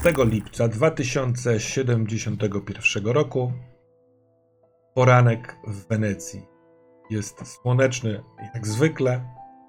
15 lipca 2071 roku. Poranek w Wenecji. Jest słoneczny jak zwykle.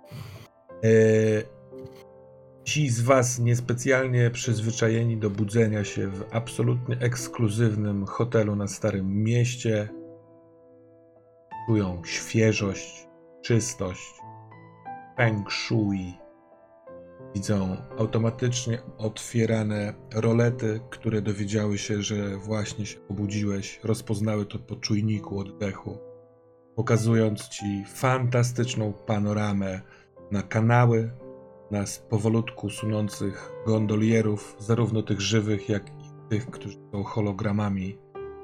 Ci z was niespecjalnie przyzwyczajeni do budzenia się w absolutnie ekskluzywnym hotelu na Starym Mieście czują świeżość, czystość, feng shui. Widzą automatycznie otwierane rolety, które dowiedziały się, że właśnie się obudziłeś, rozpoznały to po czujniku oddechu, pokazując ci fantastyczną panoramę na kanały, na powolutku sunących gondolierów, zarówno tych żywych, jak i tych, którzy są hologramami.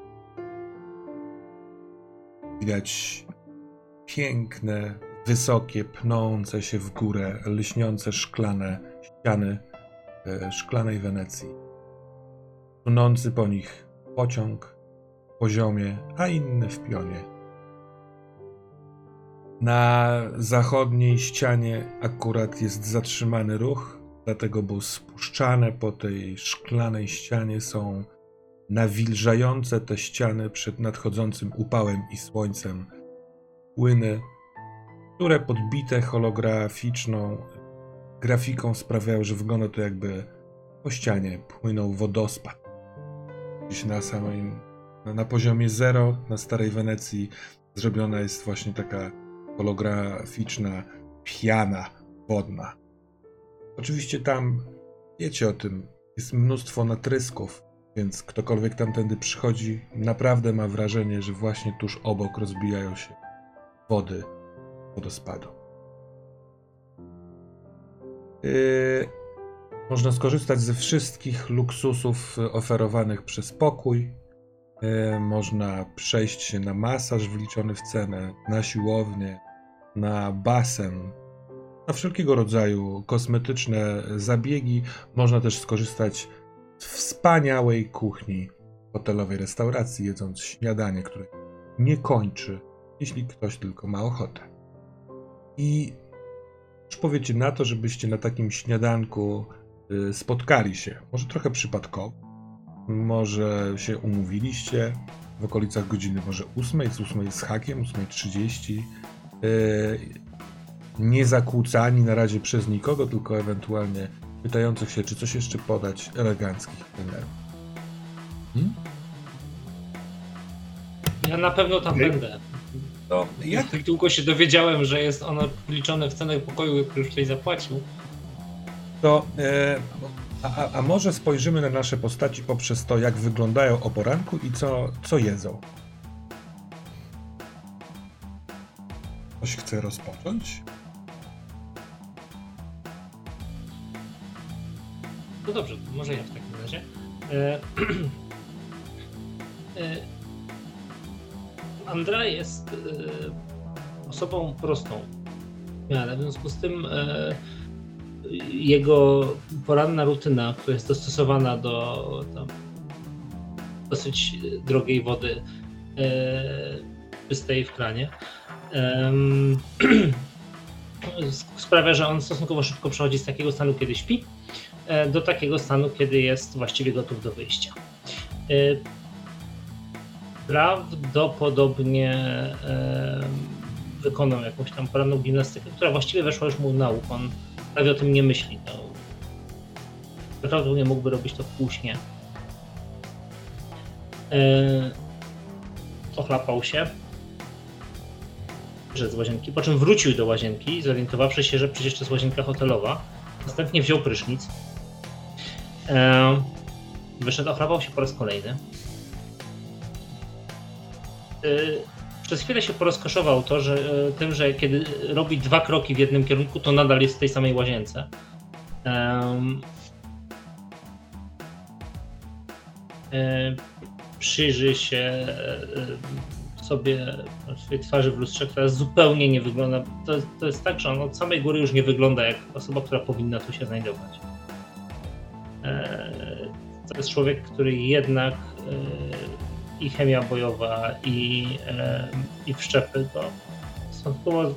Widać piękne, wysokie, pnące się w górę, lśniące szklane ściany szklanej Wenecji. Sunący po nich pociąg w poziomie, a inny w pionie. Na zachodniej ścianie akurat jest zatrzymany ruch, dlatego bo spuszczane po tej szklanej ścianie są nawilżające te ściany przed nadchodzącym upałem i słońcem płyny, które podbite holograficzną grafiką sprawiają, że wygląda to jakby po ścianie płynął wodospad. Gdzieś na poziomie zero na Starej Wenecji zrobiona jest właśnie taka holograficzna piana wodna. Oczywiście tam, wiecie o tym, jest mnóstwo natrysków, więc ktokolwiek tamtędy przychodzi, naprawdę ma wrażenie, że właśnie tuż obok rozbijają się wody wodospadu. Można skorzystać ze wszystkich luksusów oferowanych przez pokój. Można przejść się na masaż wliczony w cenę, na siłownię, na basen, na wszelkiego rodzaju kosmetyczne zabiegi. Można też skorzystać z wspaniałej kuchni hotelowej restauracji, jedząc śniadanie, które nie kończy, jeśli ktoś tylko ma ochotę. I już powiecie na to, żebyście na takim śniadanku spotkali się. Może trochę przypadkowo, może się umówiliście w okolicach godziny może 8, z 8 z hakiem, 8:30. Nie zakłócani na razie przez nikogo, tylko ewentualnie pytających się, czy coś jeszcze podać eleganckich trenerów. Ja na pewno tam będę. To jak tylko się dowiedziałem, że jest ono liczone w cenę pokoju, który już tutaj zapłacił. To a może spojrzymy na nasze postaci poprzez to, jak wyglądają o poranku i co jedzą. Ktoś chce rozpocząć? No dobrze, może ja w takim razie. Andra jest osobą prostą w miarę, w związku z tym jego poranna rutyna, która jest dostosowana do dosyć drogiej wody czystej w kranie, sprawia, że on stosunkowo szybko przechodzi z takiego stanu, kiedy śpi, do takiego stanu, kiedy jest właściwie gotów do wyjścia. Prawdopodobnie wykonał jakąś tam poranną gimnastykę, która właściwie weszła już mu na ucho. On prawie o tym nie myśli. Prawdopodobnie mógłby robić to w półśnie. Ochlapał się, wyszedł z łazienki, po czym wrócił do łazienki, zorientowawszy się, że przecież to jest łazienka hotelowa. Następnie wziął prysznic. Wyszedł, ochlapał się po raz kolejny. Przez chwilę się porozkoszował tym, że kiedy robi 2 kroki w jednym kierunku, to nadal jest w tej samej łazience. Przyjrzy się sobie swojej twarzy w lustrze, która zupełnie nie wygląda. To jest tak, że on od samej góry już nie wygląda jak osoba, która powinna tu się znajdować. To jest człowiek, który jednak i chemia bojowa, i wszczepy to stosunkowo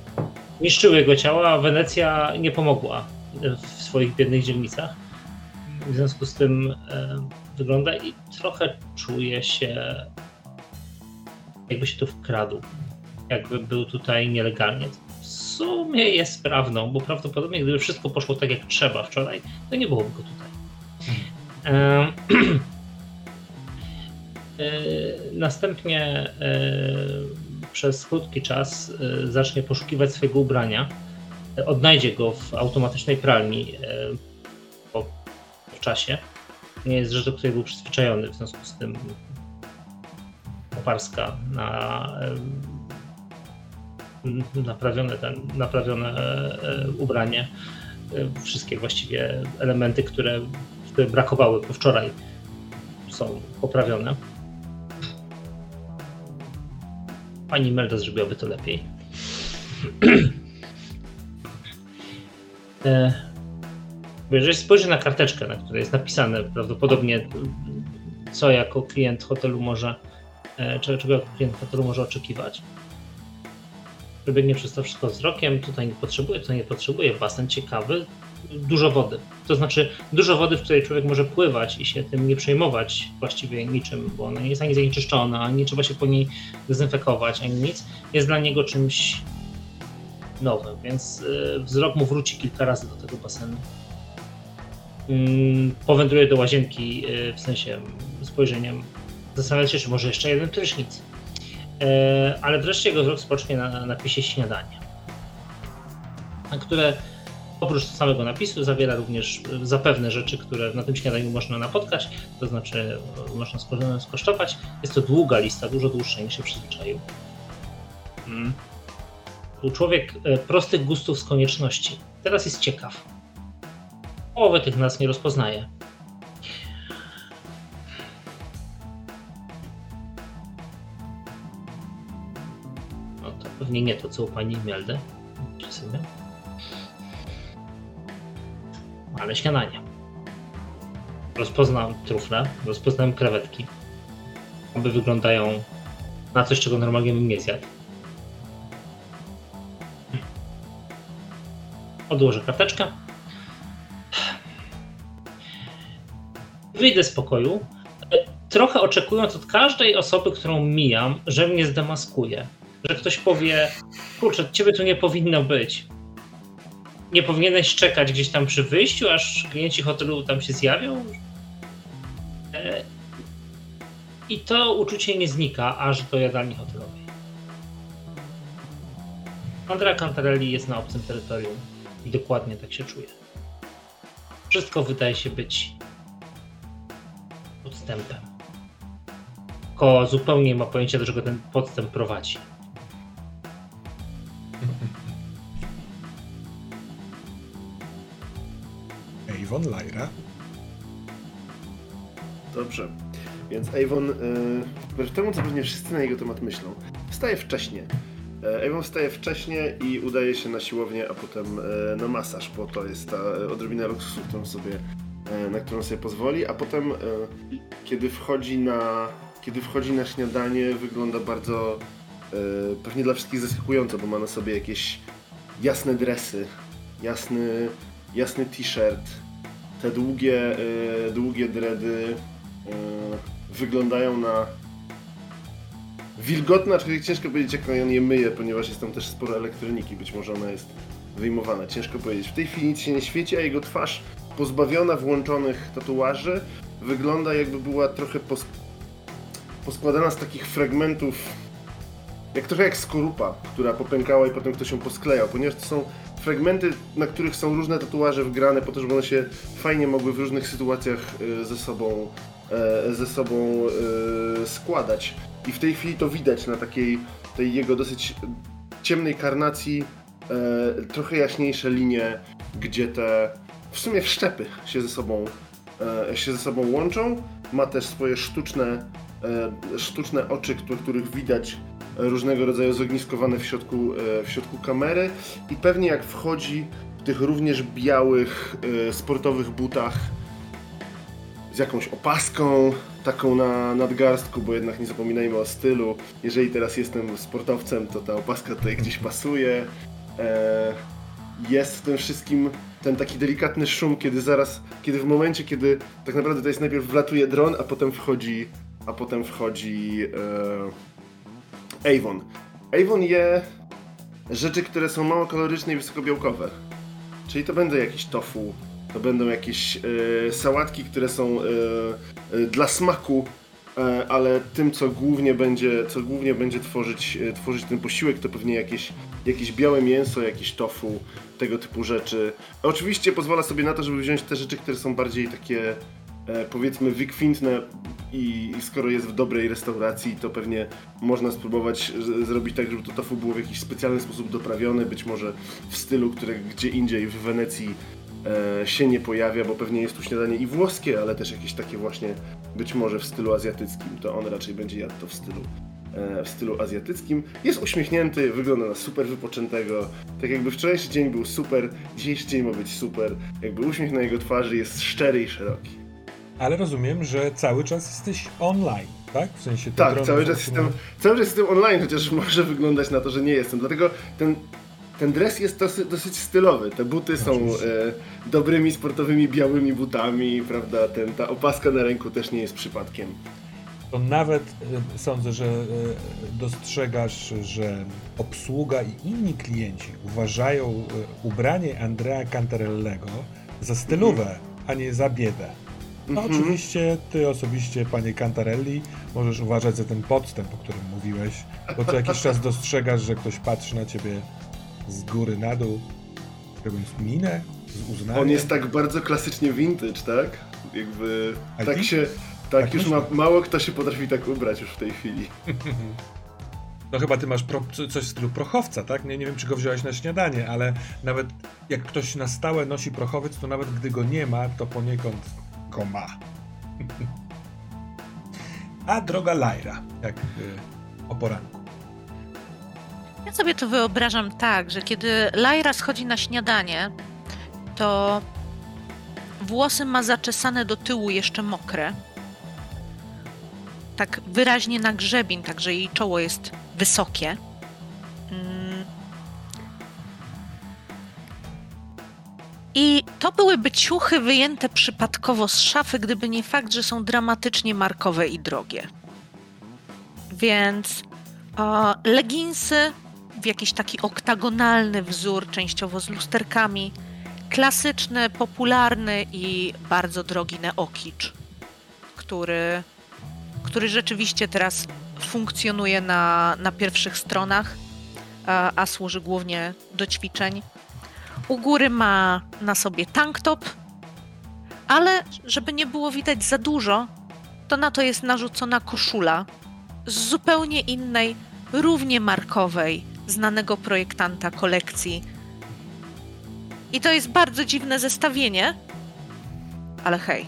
niszczyły jego ciała, a Wenecja nie pomogła w swoich biednych dzielnicach. W związku z tym wygląda i trochę czuje się, jakby się tu wkradł. Jakby był tutaj nielegalnie. W sumie jest sprawną, bo prawdopodobnie gdyby wszystko poszło tak jak trzeba wczoraj, to nie byłoby go tutaj. Następnie przez krótki czas zacznie poszukiwać swojego ubrania. Odnajdzie go w automatycznej pralni w czasie. Nie jest rzecz, do której był przyzwyczajony, w związku z tym oparska na naprawione ubranie. Wszystkie właściwie elementy, które brakowały po wczoraj, są poprawione. Pani Melda zrobiłaby to lepiej. Bo jeżeli spojrzy na karteczkę, na której jest napisane prawdopodobnie, co jako klient hotelu może, czego jako klient hotelu może oczekiwać, przebiegnie przez to wszystko wzrokiem, tutaj nie potrzebuje, basen ciekawy, dużo wody. To znaczy dużo wody, w której człowiek może pływać i się tym nie przejmować właściwie niczym, bo ona nie jest ani zanieczyszczona, ani nie trzeba się po niej dezynfekować, ani nic. Jest dla niego czymś nowym, więc wzrok mu wróci kilka razy do tego basenu. Powędruje do łazienki, w sensie spojrzeniem, zastanawia się, czy może jeszcze jeden prysznic. Ale wreszcie jego wzrok spocznie na napisie śniadanie, które oprócz samego napisu zawiera również zapewne rzeczy, które na tym śniadaniu można napotkać, to znaczy można skosztować. Jest to długa lista, dużo dłuższa niż się przyzwyczaił. Był człowiek prostych gustów z konieczności. Teraz jest ciekaw. Połowę tych nas nie rozpoznaje. No to pewnie nie to, co u pani Meldy. Czy sobie? Ale śniadanie. Rozpoznam trufle, rozpoznam krewetki. Obie wyglądają na coś, czego normalnie bym nie zjadł. Odłożę karteczkę. Wyjdę z pokoju, trochę oczekując od każdej osoby, którą mijam, że mnie zdemaskuje. Że ktoś powie, kurczę, ciebie tu nie powinno być. Nie powinieneś czekać gdzieś tam przy wyjściu, aż klienci hotelu tam się zjawią? I to uczucie nie znika aż do jadalni hotelowej. Andrea Cantarelli jest na obcym terytorium i dokładnie tak się czuje. Wszystko wydaje się być podstępem. Ko zupełnie nie ma pojęcia, do czego ten podstęp prowadzi. Avon, Lyra. Dobrze, więc Avon, wbrew temu, co pewnie wszyscy na jego temat myślą, wstaje wcześnie. Avon wstaje wcześnie i udaje się na siłownię, a potem na masaż, bo to jest ta odrobina luksusu, na którą sobie pozwoli, a potem kiedy wchodzi na śniadanie, wygląda bardzo pewnie dla wszystkich zaskakująco, bo ma na sobie jakieś jasne dresy, jasny t-shirt, te długie dready wyglądają na wilgotne, aczkolwiek ciężko powiedzieć, jak on je myje, ponieważ jest tam też sporo elektroniki, być może ona jest wyjmowana, ciężko powiedzieć. W tej chwili nic się nie świeci, a jego twarz pozbawiona włączonych tatuaży wygląda, jakby była trochę poskładana z takich fragmentów, trochę jak skorupa, która popękała i potem ktoś ją posklejał, ponieważ to są fragmenty, na których są różne tatuaże wgrane po to, żeby one się fajnie mogły w różnych sytuacjach ze sobą składać. I w tej chwili to widać na tej jego dosyć ciemnej karnacji, trochę jaśniejsze linie, gdzie te w sumie wszczepy się ze sobą łączą. Ma też swoje sztuczne oczy, których widać różnego rodzaju zogniskowane w środku kamery i pewnie jak wchodzi w tych również białych sportowych butach z jakąś opaską taką na nadgarstku, bo jednak nie zapominajmy o stylu. Jeżeli teraz jestem sportowcem, to ta opaska tutaj gdzieś pasuje. jest w tym wszystkim ten taki delikatny szum, kiedy w momencie, kiedy tak naprawdę to jest najpierw wlatuje dron, a potem wchodzi Avon. Avon je rzeczy, które są mało kaloryczne i wysokobiałkowe. Czyli to będą jakieś tofu, to będą jakieś sałatki, które są dla smaku, ale tym, co głównie będzie tworzyć ten posiłek, to pewnie jakieś białe mięso, jakieś tofu, tego typu rzeczy. Oczywiście pozwala sobie na to, żeby wziąć te rzeczy, które są bardziej takie, powiedzmy, wykwintne i skoro jest w dobrej restauracji, to pewnie można spróbować zrobić tak, żeby to tofu było w jakiś specjalny sposób doprawione, być może w stylu, który gdzie indziej w Wenecji się nie pojawia, bo pewnie jest tu śniadanie i włoskie, ale też jakieś takie właśnie być może w stylu azjatyckim, to on raczej będzie jadł to w stylu azjatyckim. Jest uśmiechnięty, wygląda na super wypoczętego, tak jakby wczorajszy dzień był super, dzisiejszy dzień ma być super, jakby uśmiech na jego twarzy jest szczery i szeroki. Ale rozumiem, że cały czas jesteś online, tak? W sensie tak, cały czas jestem online, chociaż może wyglądać na to, że nie jestem, dlatego ten dres jest dosyć stylowy. Te buty są dobrymi, sportowymi, białymi butami, prawda? Ta opaska na ręku też nie jest przypadkiem. To nawet sądzę, że dostrzegasz, że obsługa i inni klienci uważają ubranie Andrea Cantarellego za stylowe, a nie za biedę. No oczywiście ty osobiście, panie Cantarelli, możesz uważać za ten podstęp, o którym mówiłeś, bo co jakiś czas dostrzegasz, że ktoś patrzy na ciebie z góry na dół, jakąś minę, z uznaniem. On jest tak bardzo klasycznie vintage, tak? Jakby tak już mało kto się potrafi tak ubrać już w tej chwili. No chyba ty masz coś w stylu prochowca, tak? Nie wiem, czy go wziąłeś na śniadanie, ale nawet jak ktoś na stałe nosi prochowiec, to nawet gdy go nie ma, to poniekąd go ma. A droga Lyra, jak o poranku. Ja sobie to wyobrażam tak, że kiedy Lyra schodzi na śniadanie, to włosy ma zaczesane do tyłu jeszcze mokre. Tak wyraźnie na grzebień, także jej czoło jest wysokie. I to byłyby ciuchy wyjęte przypadkowo z szafy, gdyby nie fakt, że są dramatycznie markowe i drogie. Więc leginsy w jakiś taki oktagonalny wzór, częściowo z lusterkami, klasyczny, popularny i bardzo drogi neokicz, który rzeczywiście teraz funkcjonuje na pierwszych stronach, a służy głównie do ćwiczeń. U góry ma na sobie tank top, ale żeby nie było widać za dużo, to na to jest narzucona koszula z zupełnie innej, równie markowej, znanego projektanta kolekcji. I to jest bardzo dziwne zestawienie, ale hej,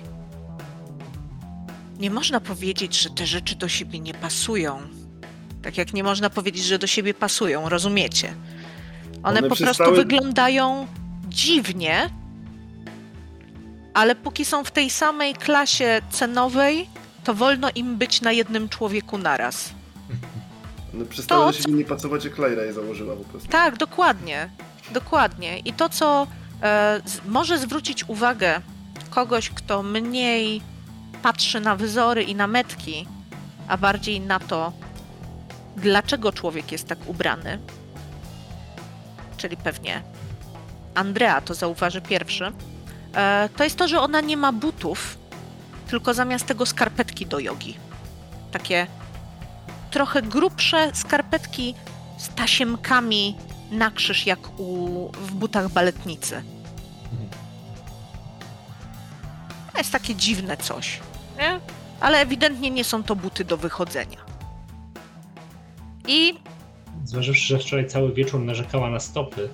nie można powiedzieć, że te rzeczy do siebie nie pasują. Tak jak nie można powiedzieć, że do siebie pasują, rozumiecie? One po prostu wyglądają dziwnie, ale póki są w tej samej klasie cenowej, to wolno im być na jednym człowieku naraz. One przestały do siebie nie pasować, jak Lyra je założyła po prostu. Tak, dokładnie. I to, co może zwrócić uwagę kogoś, kto mniej patrzy na wyzory i na metki, a bardziej na to, dlaczego człowiek jest tak ubrany, czyli pewnie Andrea to zauważy pierwszy, to jest to, że ona nie ma butów, tylko zamiast tego skarpetki do jogi. Takie trochę grubsze skarpetki z tasiemkami na krzyż, jak w butach baletnicy. To jest takie dziwne coś, nie? Ale ewidentnie nie są to buty do wychodzenia. I zważywszy, że wczoraj cały wieczór narzekała na stopy.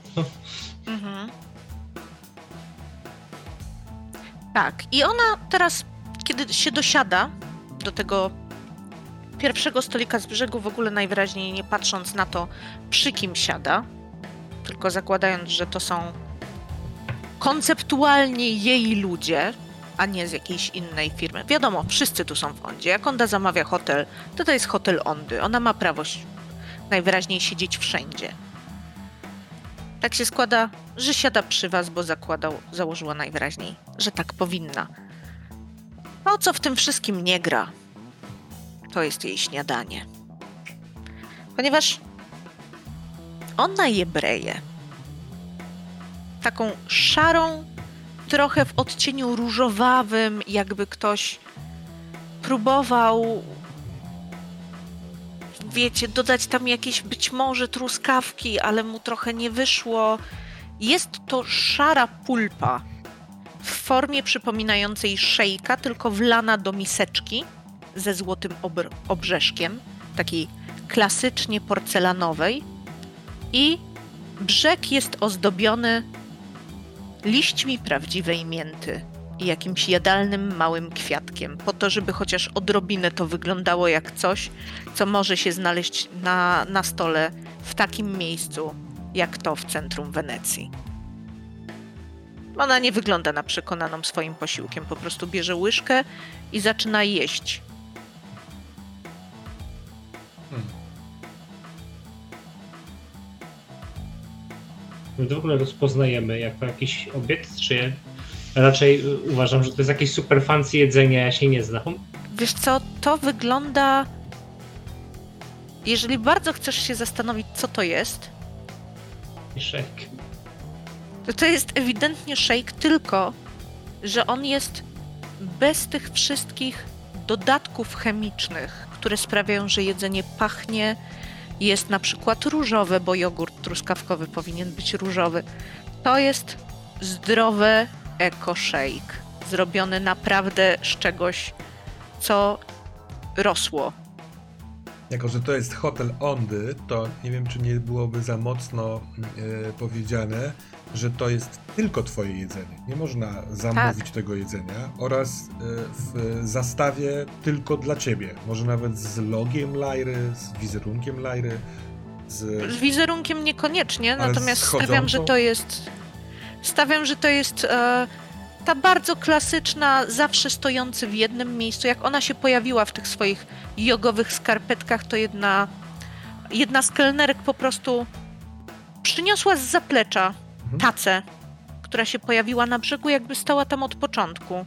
Tak, i ona teraz, kiedy się dosiada do tego pierwszego stolika z brzegu, w ogóle najwyraźniej nie patrząc na to, przy kim siada, tylko zakładając, że to są konceptualnie jej ludzie, a nie z jakiejś innej firmy. Wiadomo, wszyscy tu są w Ondzie. Jak Onda zamawia hotel, to jest hotel Ondy. Ona ma prawo najwyraźniej siedzieć wszędzie. Tak się składa, że siada przy was, bo założyła najwyraźniej, że tak powinna. To, co w tym wszystkim nie gra, to jest jej śniadanie. Ponieważ ona je breje. Taką szarą, trochę w odcieniu różowawym, jakby ktoś próbował, wiecie, dodać tam jakieś być może truskawki, ale mu trochę nie wyszło. Jest to szara pulpa w formie przypominającej szejka, tylko wlana do miseczki ze złotym obrzeżkiem, takiej klasycznie porcelanowej, i brzeg jest ozdobiony liśćmi prawdziwej mięty i jakimś jadalnym małym kwiatkiem, po to, żeby chociaż odrobinę to wyglądało jak coś, co może się znaleźć na stole w takim miejscu, jak to w centrum Wenecji. Ona nie wygląda na przekonaną swoim posiłkiem, po prostu bierze łyżkę i zaczyna jeść. My to w ogóle rozpoznajemy jako jakiś obiekt, czy raczej uważam, że to jest jakieś super fancy jedzenie, ja się nie znam. Wiesz co, to wygląda... Jeżeli bardzo chcesz się zastanowić, co to jest... Shake. To jest ewidentnie shake, tylko że on jest bez tych wszystkich dodatków chemicznych, które sprawiają, że jedzenie pachnie, jest na przykład różowe, bo jogurt truskawkowy powinien być różowy. To jest zdrowe eco-shake, zrobiony naprawdę z czegoś, co rosło. Jako że to jest hotel Ondy, to nie wiem, czy nie byłoby za mocno powiedziane, że to jest tylko twoje jedzenie. Nie można zamówić tego jedzenia oraz w zastawie tylko dla ciebie. Może nawet z logiem Lajry, z wizerunkiem Lajry. Z wizerunkiem niekoniecznie, ale natomiast stawiam, że to jest ta bardzo klasyczna, zawsze stojący w jednym miejscu. Jak ona się pojawiła w tych swoich jogowych skarpetkach, to jedna z kelnerek po prostu przyniosła z zaplecza tacę, która się pojawiła na brzegu, jakby stała tam od początku.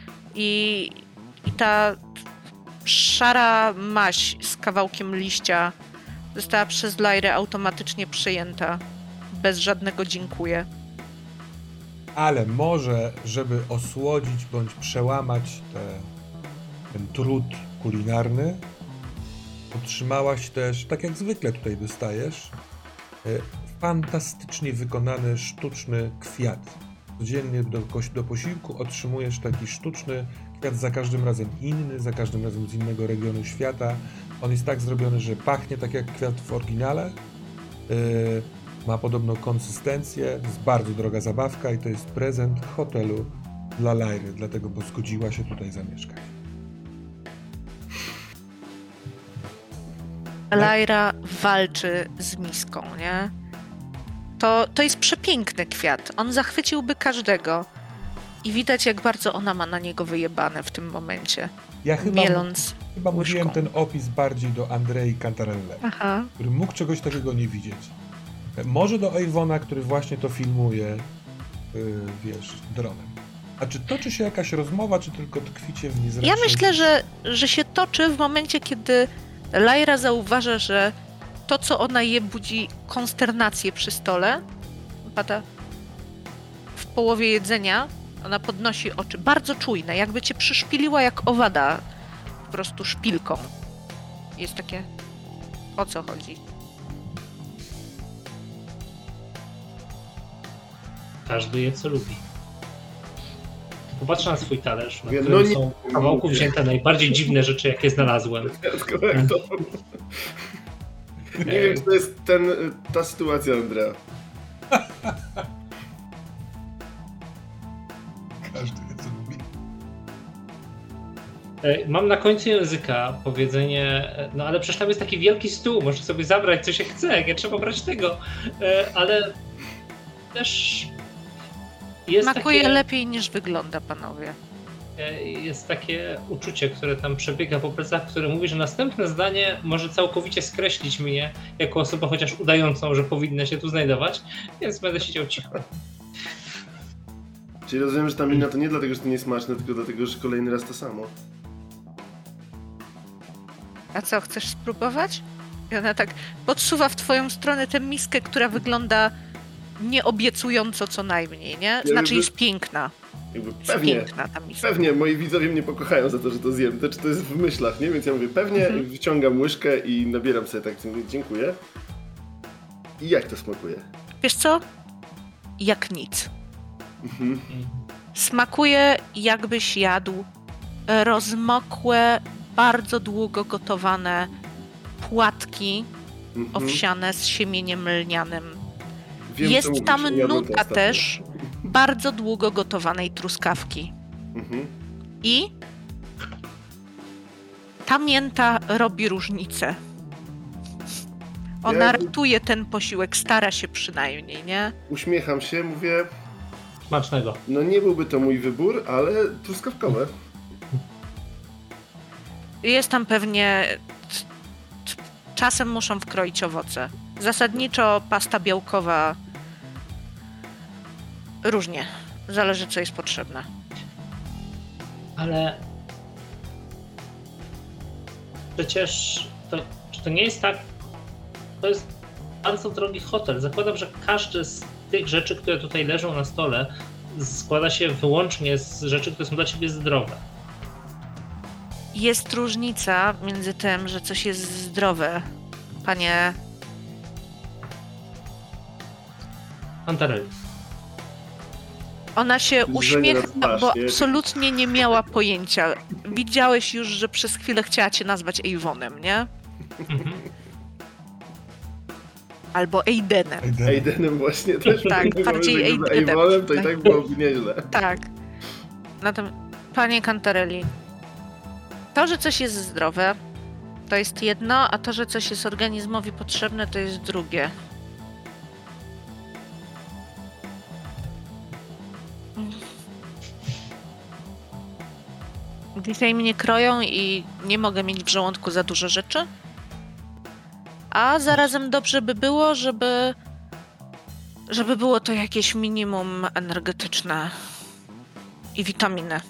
I ta szara maź z kawałkiem liścia została przez Lajrę automatycznie przyjęta, bez żadnego dziękuję. Ale może, żeby osłodzić bądź przełamać ten trud kulinarny, otrzymałaś też, tak jak zwykle tutaj dostajesz, fantastycznie wykonany sztuczny kwiat. Codziennie do posiłku otrzymujesz taki sztuczny kwiat, za każdym razem inny, za każdym razem z innego regionu świata. On jest tak zrobiony, że pachnie tak jak kwiat w oryginale. Ma podobną konsystencję, jest bardzo droga zabawka i to jest prezent hotelu dla Lajry, dlatego, bo zgodziła się tutaj zamieszkać. Lajra walczy z miską, nie? To jest przepiękny kwiat. On zachwyciłby każdego. I widać, jak bardzo ona ma na niego wyjebane w tym momencie. Ja mieląc chyba mówiłem ten opis bardziej do Andrei Cantarelle, który mógł czegoś takiego nie widzieć. Może do Avona, który właśnie to filmuje, dronem. A czy toczy się jakaś rozmowa, czy tylko tkwicie w niezręczności? Ja myślę, że się toczy w momencie, kiedy Lajra zauważa, że to, co ona je, budzi konsternację przy stole. Pada w połowie jedzenia, ona podnosi oczy, bardzo czujne, jakby cię przyszpiliła jak owada, po prostu szpilką. Jest takie, o co chodzi? Każdy je, co lubi. Popatrzę na swój talerz, na którym są kawałków wzięte najbardziej dziwne rzeczy, jakie znalazłem. Nie wiem, czy to jest ta sytuacja, Andrea. Każdy wie, co lubi. Mam na końcu języka powiedzenie, no ale przecież tam jest taki wielki stół, możesz sobie zabrać, co się chce, nie trzeba brać tego, ale też jest smakuje takie... lepiej niż wygląda, panowie. jest takie uczucie, które tam przebiega po plecach, które mówi, że następne zdanie może całkowicie skreślić mnie jako osobę chociaż udającą, że powinna się tu znajdować, więc będę siedział cicho. Czyli rozumiem, że ta mina to nie dlatego, że to nie jest smaczne, tylko dlatego, że kolejny raz to samo. A co, chcesz spróbować? I ona tak podsuwa w twoją stronę tę miskę, która wygląda nieobiecująco co najmniej, nie? Znaczy jest piękna. Jakby Jest pewnie, piękna ta miska. pewnie moi widzowie mnie pokochają za to, że to zjem. Czy to jest w myślach, nie? Więc ja mówię, pewnie wyciągam łyżkę i nabieram sobie tak, mówię, dziękuję. I jak to smakuje? Wiesz co? Jak nic. Smakuje, jakbyś jadł rozmokłe, bardzo długo gotowane płatki owsiane z siemieniem lnianym. Wiem, Jest co mówisz, tam jadłem to nuta ostatnio. też bardzo długo gotowanej truskawki. I ta mięta robi różnicę. Ona ratuje ten posiłek, stara się przynajmniej, nie? Uśmiecham się, mówię, Smacznego. no nie byłby to mój wybór, ale truskawkowe. Jest tam pewnie... Czasem muszą wkroić owoce. Zasadniczo pasta białkowa różnie. Zależy, co jest potrzebne. Ale przecież czy to nie jest tak? To jest bardzo drogi hotel. Zakładam, że każdy z tych rzeczy, które tutaj leżą na stole, składa się wyłącznie z rzeczy, które są dla ciebie zdrowe. Jest różnica między tym, że coś jest zdrowe, panie... Cantarelli. Ona się Zbliżenie uśmiecha, na twarz, bo nie? absolutnie nie miała pojęcia. Widziałeś już, że przez chwilę chciała cię nazwać Avonem, nie? Albo Aidenem. Aidenem właśnie też. Tak, bardziej Aidenem. Aidenem to i tak byłoby nieźle. Tak. Natomiast, panie Cantarelli, to, że coś jest zdrowe, to jest jedno, a to, że coś jest organizmowi potrzebne, to jest drugie. Dzisiaj mnie kroją i nie mogę mieć w żołądku za dużo rzeczy. A zarazem dobrze by było, żeby było to jakieś minimum energetyczne i witaminy.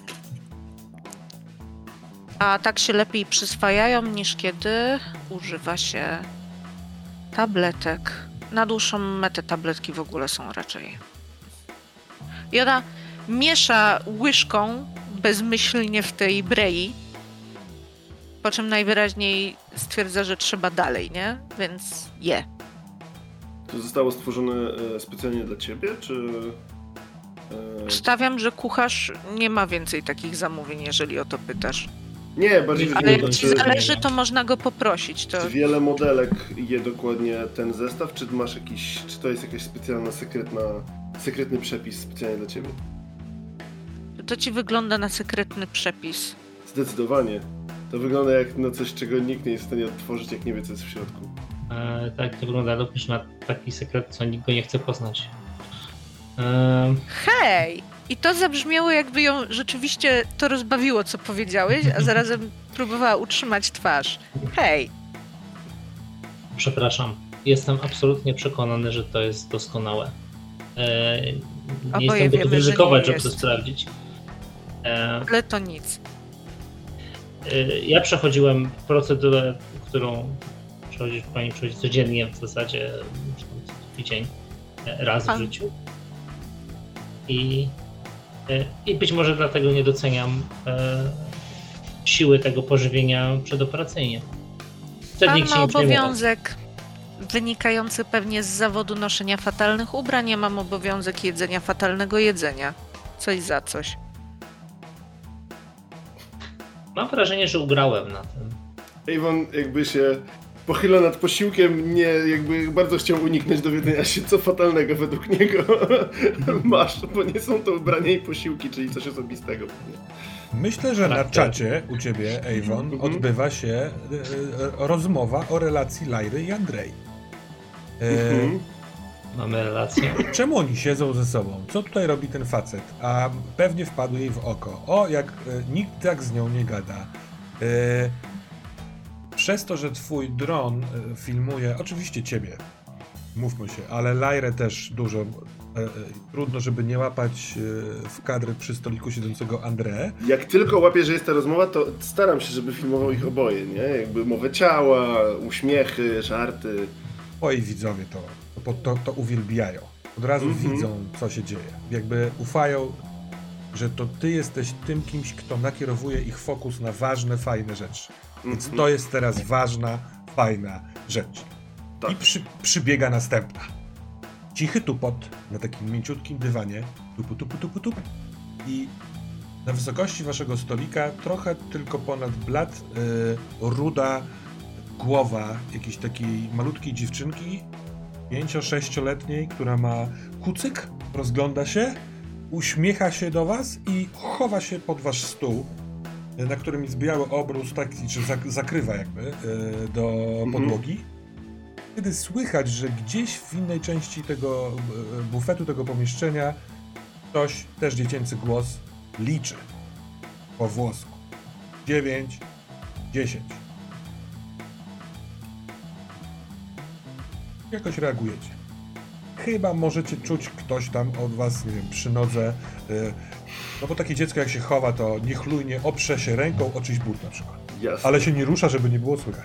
A tak się lepiej przyswajają, niż kiedy używa się tabletek. Na dłuższą metę tabletki w ogóle są raczej. I ona miesza łyżką bezmyślnie w tej brei, po czym najwyraźniej stwierdza, że trzeba dalej, nie? Więc je. To zostało stworzone specjalnie dla ciebie, czy... Stawiam, że kucharz nie ma więcej takich zamówień, jeżeli o to pytasz. Nie, bardziej... Ale jak ci zależy, to można go poprosić. To... Czy wiele modelek je dokładnie ten zestaw, czy masz jakiś... Czy to jest jakaś specjalna, sekretny przepis specjalnie dla ciebie? To ci wygląda na sekretny przepis. Zdecydowanie. To wygląda jak na coś, czego nikt nie jest w stanie odtworzyć, jak nie wie, co jest w środku. Tak, to wygląda również na taki sekret, co nikt go nie chce poznać. Hej! I to zabrzmiało, jakby ją rzeczywiście to rozbawiło, co powiedziałeś, a zarazem próbowała utrzymać twarz. Hej! Przepraszam. Jestem absolutnie przekonany, że to jest doskonałe. Nie Oboje jestem gotów wiemy, że ryzykować, nie żeby to jest. sprawdzić. Ale to nic. Ja przechodziłem procedurę, którą pani przechodzi codziennie w zasadzie co dzień, raz w życiu. I być może dlatego nie doceniam siły tego pożywienia przedoperacyjnie. Pan ma obowiązek wynikający pewnie z zawodu noszenia fatalnych ubrań. Ja mam obowiązek jedzenia fatalnego jedzenia. Coś za coś. Mam wrażenie, że ugrałem na tym. Avon jakby się pochyla nad posiłkiem, nie, jakby bardzo chciał uniknąć dowiedzenia się, co fatalnego według niego masz, bo nie są to ubrania i posiłki, czyli coś osobistego. Myślę, że na czacie u ciebie, Avon, odbywa się rozmowa o relacji Lajry i Andrei. Mamy relację. Czemu oni siedzą ze sobą? Co tutaj robi ten facet? A pewnie wpadł jej w oko. O, jak nikt tak z nią nie gada. Przez to, że twój dron filmuje, oczywiście ciebie, mówmy się, ale Lajrę też dużo. Trudno, żeby nie łapać w kadry przy stoliku siedzącego André. Jak tylko łapię, że jest ta rozmowa, to staram się, żeby filmował ich oboje, nie? Jakby mowę ciała, uśmiechy, żarty. Twoi widzowie to uwielbiają. Od razu widzą, co się dzieje. Jakby ufają, że to ty jesteś tym kimś, kto nakierowuje ich fokus na ważne, fajne rzeczy. Więc to jest teraz ważna, fajna rzecz. Tak. I przybiega następna. Cichy tupot na takim mięciutkim dywanie. Tup. I na wysokości waszego stolika, trochę tylko ponad blat, ruda głowa jakiejś takiej malutkiej dziewczynki, 5-6-letniej, która ma kucyk, rozgląda się, uśmiecha się do was i chowa się pod wasz stół, na którym jest biały obrus, taki, czy zakrywa jakby do podłogi. Kiedy słychać, że gdzieś w innej części tego bufetu, tego pomieszczenia, ktoś, też dziecięcy głos, liczy po włosku. 9, 10. Jakoś reagujecie. Chyba możecie czuć ktoś tam od was, nie wiem, przy nodze. No bo takie dziecko jak się chowa, to niechlujnie oprze się ręką o czyjś but na przykład. Jasne. Ale się nie rusza, żeby nie było słychać.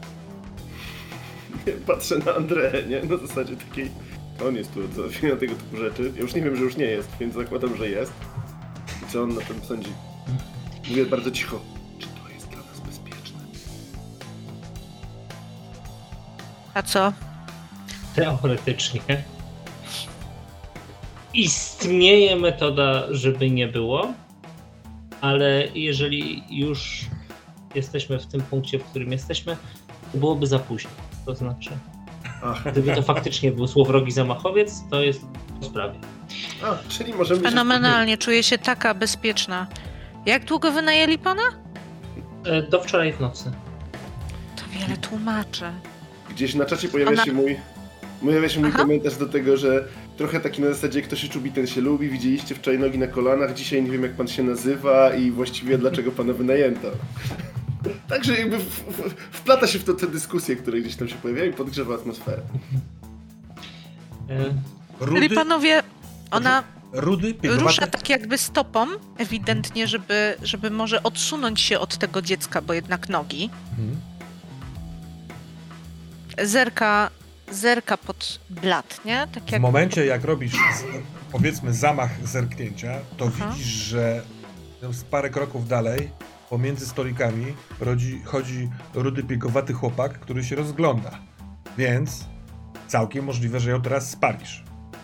Patrzę na André, nie? Na zasadzie takiej... On jest tu od załatwienia tego typu rzeczy. Ja już nie wiem, że już nie jest, więc zakładam, że jest. I co on na tym sądzi? Mówię bardzo cicho. Czy to jest dla nas bezpieczne? A co? Teoretycznie istnieje metoda, żeby nie było, ale jeżeli już jesteśmy w tym punkcie, w którym jesteśmy, to byłoby za późno. To znaczy, gdyby to faktycznie był złowrogi zamachowiec, to jest po sprawie. Czyli możemy... Fenomenalnie, czuję się taka bezpieczna. Jak długo wynajęli pana? Do wczoraj w nocy. To wiele tłumaczy. Gdzieś na czacie pojawia się mój komentarz do tego, że trochę taki na zasadzie kto się czubi, ten się lubi. Widzieliście wczoraj nogi na kolanach, dzisiaj nie wiem jak pan się nazywa i właściwie dlaczego pana wynajęto. Także jakby wplata się w to te dyskusje, które gdzieś tam się pojawiają i podgrzewa atmosferę. Czyli panowie, ona Rudy, rusza tak jakby stopą, ewidentnie, żeby może odsunąć się od tego dziecka, bo jednak nogi. Zerka pod blat, nie? Tak jak... W momencie, jak robisz, powiedzmy, zamach zerknięcia, to widzisz, że z parę kroków dalej, pomiędzy stolikami, chodzi rudy, piegowaty chłopak, który się rozgląda. Więc całkiem możliwe, że ją teraz spalisz.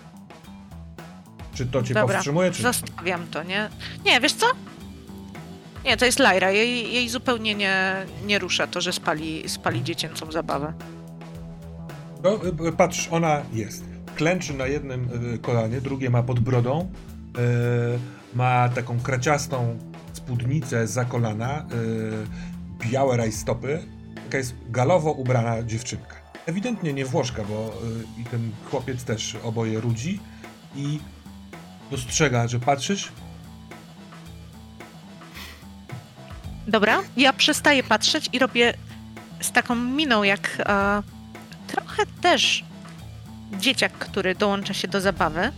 Czy to cię powstrzymuje, czy... Zostawiam to, nie? Nie, wiesz co? Nie, to jest Lajra. Jej zupełnie nie rusza to, że spali dziecięcą zabawę. No, patrz, ona jest. Klęczy na jednym kolanie, drugie ma pod brodą. Ma taką kraciastą spódnicę za kolana, białe rajstopy. Taka jest galowo ubrana dziewczynka. Ewidentnie nie Włoszka, bo i ten chłopiec też oboje rudzi. I dostrzega, że patrzysz. Dobra, ja przestaję patrzeć i robię z taką miną jak trochę też dzieciak, który dołącza się do zabawy.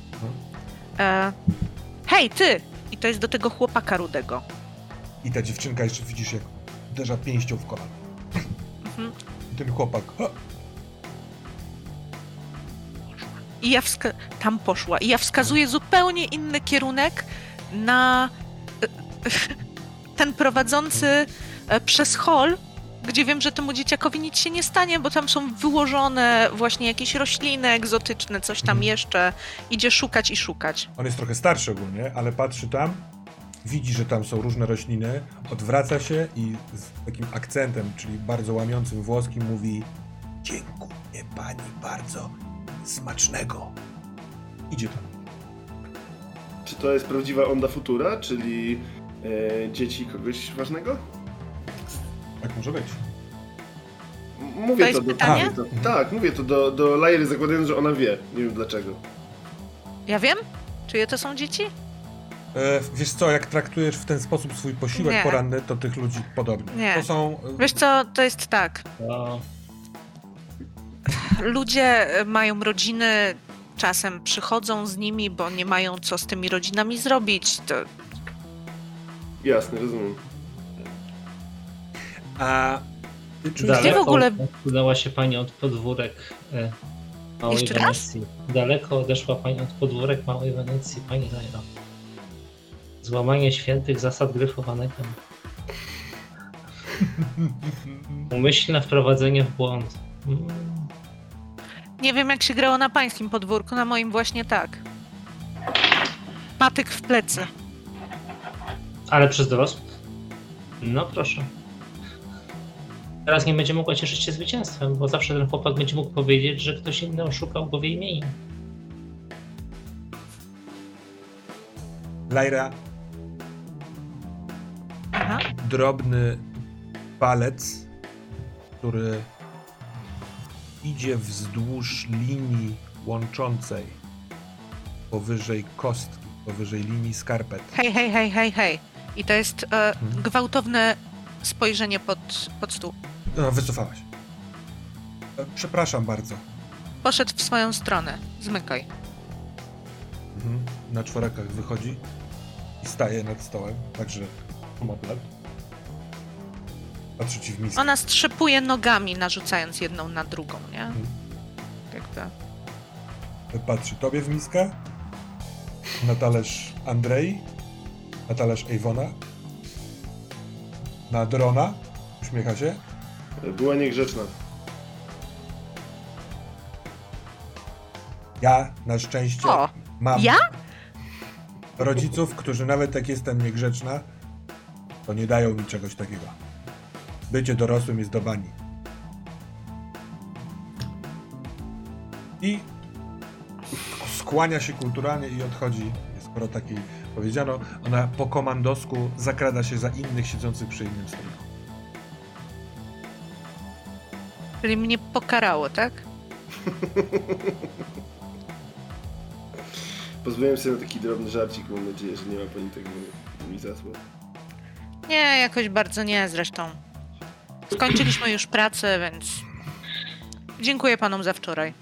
Hej, ty! I to jest do tego chłopaka rudego. I ta dziewczynka jeszcze widzisz, jak uderza pięścią w kolano. I ten chłopak... I tam poszła. I ja wskazuję zupełnie inny kierunek na ten prowadzący przez hol, gdzie wiem, że temu dzieciakowi nic się nie stanie, bo tam są wyłożone właśnie jakieś rośliny egzotyczne, coś tam jeszcze. Idzie szukać i szukać. On jest trochę starszy ogólnie, ale patrzy tam, widzi, że tam są różne rośliny, odwraca się i z takim akcentem, czyli bardzo łamiącym włoskim mówi: dziękuję pani bardzo, smacznego. Idzie tam. Czy to jest prawdziwa Onda Futura, czyli dzieci kogoś ważnego? Tak może być. mówię jest to pytanie? Tak, mówię to do Lairy, zakładając, że ona wie. Nie wiem dlaczego. Ja wiem? Czyje to są dzieci? Wiesz co, jak traktujesz w ten sposób swój posiłek Nie. poranny, to tych ludzi podobnie. Nie. To są... Wiesz co, to jest tak. To Ludzie mają rodziny, czasem przychodzą z nimi, bo nie mają co z tymi rodzinami zrobić. To Jasne, rozumiem. A ty czujesz... Gdzie w ogóle- Udała się pani od podwórek Małej Jeszcze raz? Wenecji. Daleko odeszła pani od podwórek Małej Wenecji, pani Lairo. Złamanie świętych zasad gryfowanego. Umyślne wprowadzenie w błąd. nie wiem, jak się grało na pańskim podwórku, na moim właśnie tak. Patyk w plecy. Ale przez dorosłych? No proszę. Teraz nie będzie mogła cieszyć się zwycięstwem, bo zawsze ten chłopak będzie mógł powiedzieć, że ktoś inny oszukał go w jej imieniu. Laira, Aha. drobny palec, który idzie wzdłuż linii łączącej powyżej kostki, powyżej linii skarpet. Hej. I to jest gwałtowne spojrzenie pod stół. No, wycofałaś. Przepraszam bardzo. Poszedł w swoją stronę. Zmykaj. Na czworakach wychodzi i staje nad stołem, także moplet. Patrzy ci w miskę. Ona strzepuje nogami, narzucając jedną na drugą, nie? Jakby. Patrzy tobie w miskę, na talerz Andrei, na talerz Ejwona, na Drona, uśmiecha się. Była niegrzeczna. Ja na szczęście O, mam ja? rodziców, którzy nawet jak jestem niegrzeczna, to nie dają mi czegoś takiego. Bycie dorosłym jest do bani. I skłania się kulturalnie i odchodzi, skoro takiej powiedziano. Ona po komandosku zakrada się za innych siedzących przy innym stoliku. Czyli mnie pokarało, tak? Pozwoliłem sobie na taki drobny żarcik, mam nadzieję, że nie ma pani tego mi za złe. Nie, jakoś bardzo nie zresztą. Skończyliśmy już pracę, więc dziękuję panom za wczoraj.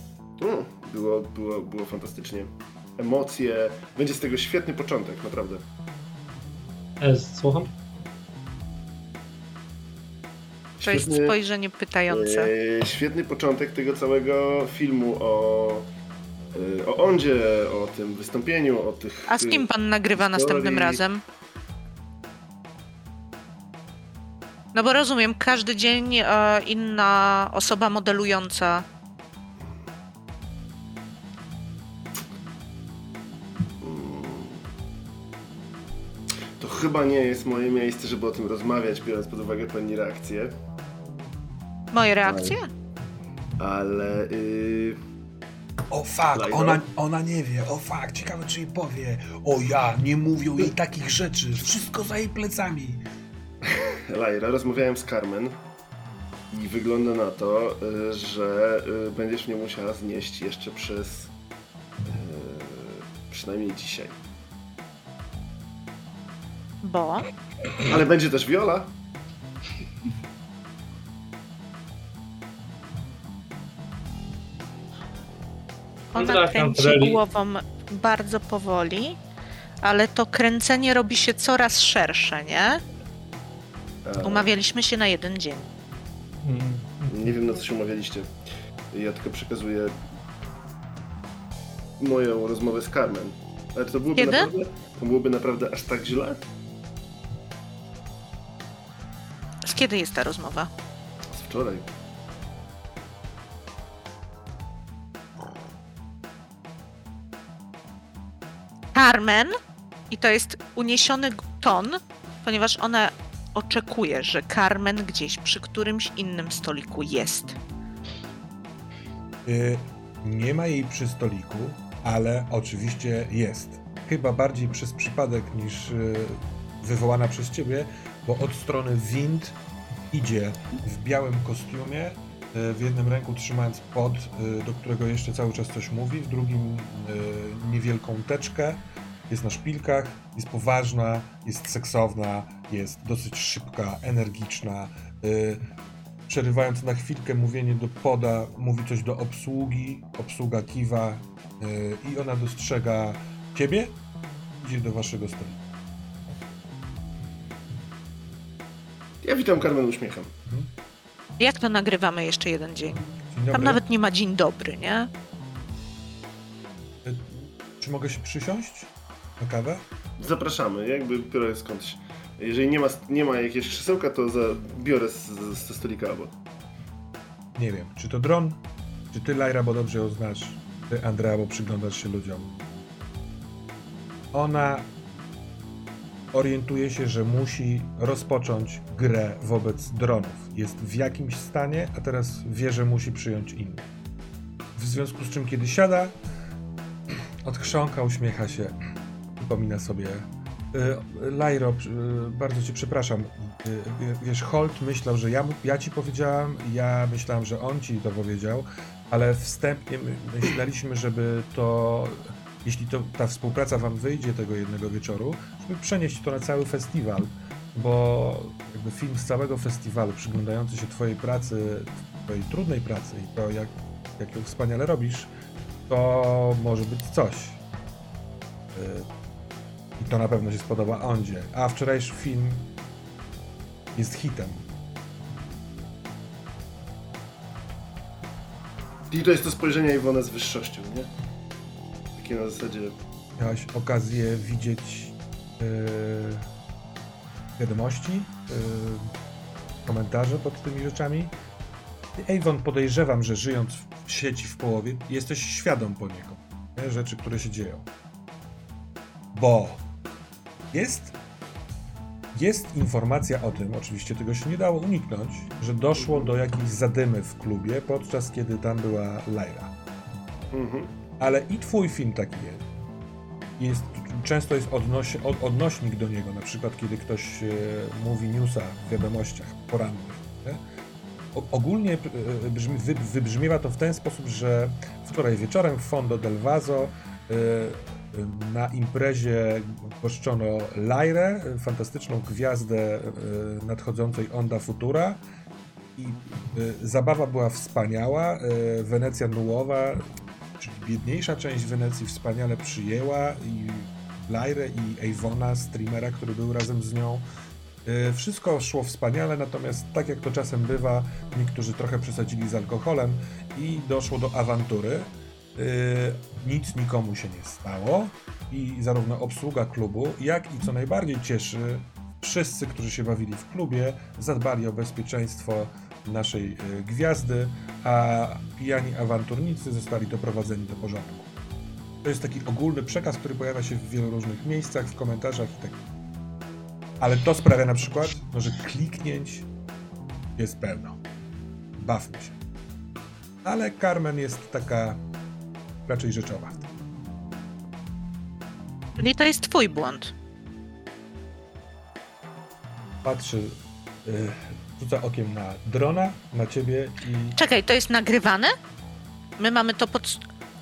Było fantastycznie. Emocje. Będzie z tego świetny początek, naprawdę. Słucham? To jest spojrzenie pytające. Świetny początek tego całego filmu o Ondzie, o tym wystąpieniu, o tych... A z kim pan nagrywa następnym razem? No bo rozumiem, każdy dzień inna osoba modelująca. To chyba nie jest moje miejsce, żeby o tym rozmawiać, biorąc pod uwagę pani reakcję. Moje reakcje? Ale... O fuck, Lairo? ona nie wie. O fuck, ciekawe czy jej powie. O ja, nie mówią jej takich rzeczy. Wszystko za jej plecami. Laira, rozmawiałem z Carmen i wygląda na to, że będziesz mnie musiała znieść jeszcze przez przynajmniej dzisiaj. Bo? Ale będzie też Viola. Ona kręci głową bardzo powoli, ale to kręcenie robi się coraz szersze, nie? Umawialiśmy się na jeden dzień. Nie wiem, na co się umawialiście. Ja tylko przekazuję moją rozmowę z Carmen. Ale to byłoby Kiedy? naprawdę... To byłoby naprawdę aż tak źle? Z kiedy jest ta rozmowa? Z wczoraj. Carmen, i to jest uniesiony ton, ponieważ ona oczekuje, że Carmen gdzieś przy którymś innym stoliku jest. Nie ma jej przy stoliku, ale oczywiście jest. Chyba bardziej przez przypadek niż wywołana przez ciebie, bo od strony wind idzie w białym kostiumie, w jednym ręku trzymając pod, do którego jeszcze cały czas coś mówi, w drugim niewielką teczkę, jest na szpilkach, jest poważna, jest seksowna, jest dosyć szybka, energiczna. Przerywając na chwilkę mówienie do poda, mówi coś do obsługi, obsługa kiwa i ona dostrzega ciebie, idzie do waszego stolika. Ja witam Carmen uśmiechem. Jak to nagrywamy jeszcze jeden dzień? Dzień dobry. Tam nawet nie ma dzień dobry, nie? Czy mogę się przysiąść na kawę? Zapraszamy, jakby biorę skądś. Jeżeli nie ma jakiegoś krzesełka, to biorę ze stolika obok. Nie wiem, czy to dron, czy ty, Lyra, bo dobrze ją znasz, ty, Andrea, bo przyglądasz się ludziom. Ona orientuje się, że musi rozpocząć grę wobec dronów. Jest w jakimś stanie, a teraz wie, że musi przyjąć inny. W związku z czym, kiedy siada, odchrząka, uśmiecha się, przypomina sobie: Lyro, bardzo cię przepraszam. Wiesz, Holt myślał, że ja ci powiedziałam, ja myślałam, że on ci to powiedział, ale wstępnie myśleliśmy, żeby to, jeśli ta współpraca wam wyjdzie tego jednego wieczoru, żeby przenieść to na cały festiwal, bo jakby film z całego festiwalu, przyglądający się twojej pracy, twojej trudnej pracy i to, jak ją wspaniale robisz, to może być coś. I to na pewno się spodoba Ondzie. A wczorajszy film jest hitem. I to jest to spojrzenie Iwona z wyższością, nie? Takie na zasadzie... Miałaś okazję widzieć wiadomości, komentarze pod tymi rzeczami. Avon, podejrzewam, że żyjąc w sieci w połowie, jesteś świadom poniekąd, nie? Rzeczy, które się dzieją. Bo jest informacja o tym, oczywiście tego się nie dało uniknąć, że doszło do jakiejś zadymy w klubie, podczas kiedy tam była Lyra. Ale i twój film taki jest. Często jest odnośnik do niego, na przykład kiedy ktoś mówi newsa w wiadomościach porannych. Nie? Ogólnie wybrzmiewa to w ten sposób, że wczoraj wieczorem w Fondo del Vaso na imprezie goszczono Lyrę, fantastyczną gwiazdę nadchodzącej Onda Futura, i zabawa była wspaniała. Wenecja Nuowa, czyli biedniejsza część Wenecji, wspaniale przyjęła i Lyrę i Avona, streamera, który był razem z nią. Wszystko szło wspaniale, natomiast tak jak to czasem bywa, niektórzy trochę przesadzili z alkoholem i doszło do awantury. Nic nikomu się nie stało i zarówno obsługa klubu, jak i co najbardziej cieszy, wszyscy, którzy się bawili w klubie, zadbali o bezpieczeństwo naszej gwiazdy, a pijani awanturnicy zostali doprowadzeni do porządku. To jest taki ogólny przekaz, który pojawia się w wielu różnych miejscach, w komentarzach i tak. Ale to sprawia na przykład, że kliknięć jest pełno. Bawmy się. Ale Carmen jest taka raczej rzeczowa. Czyli to jest twój błąd. Patrzy, rzuca okiem na drona, na ciebie i... Czekaj, to jest nagrywane? My mamy to pod...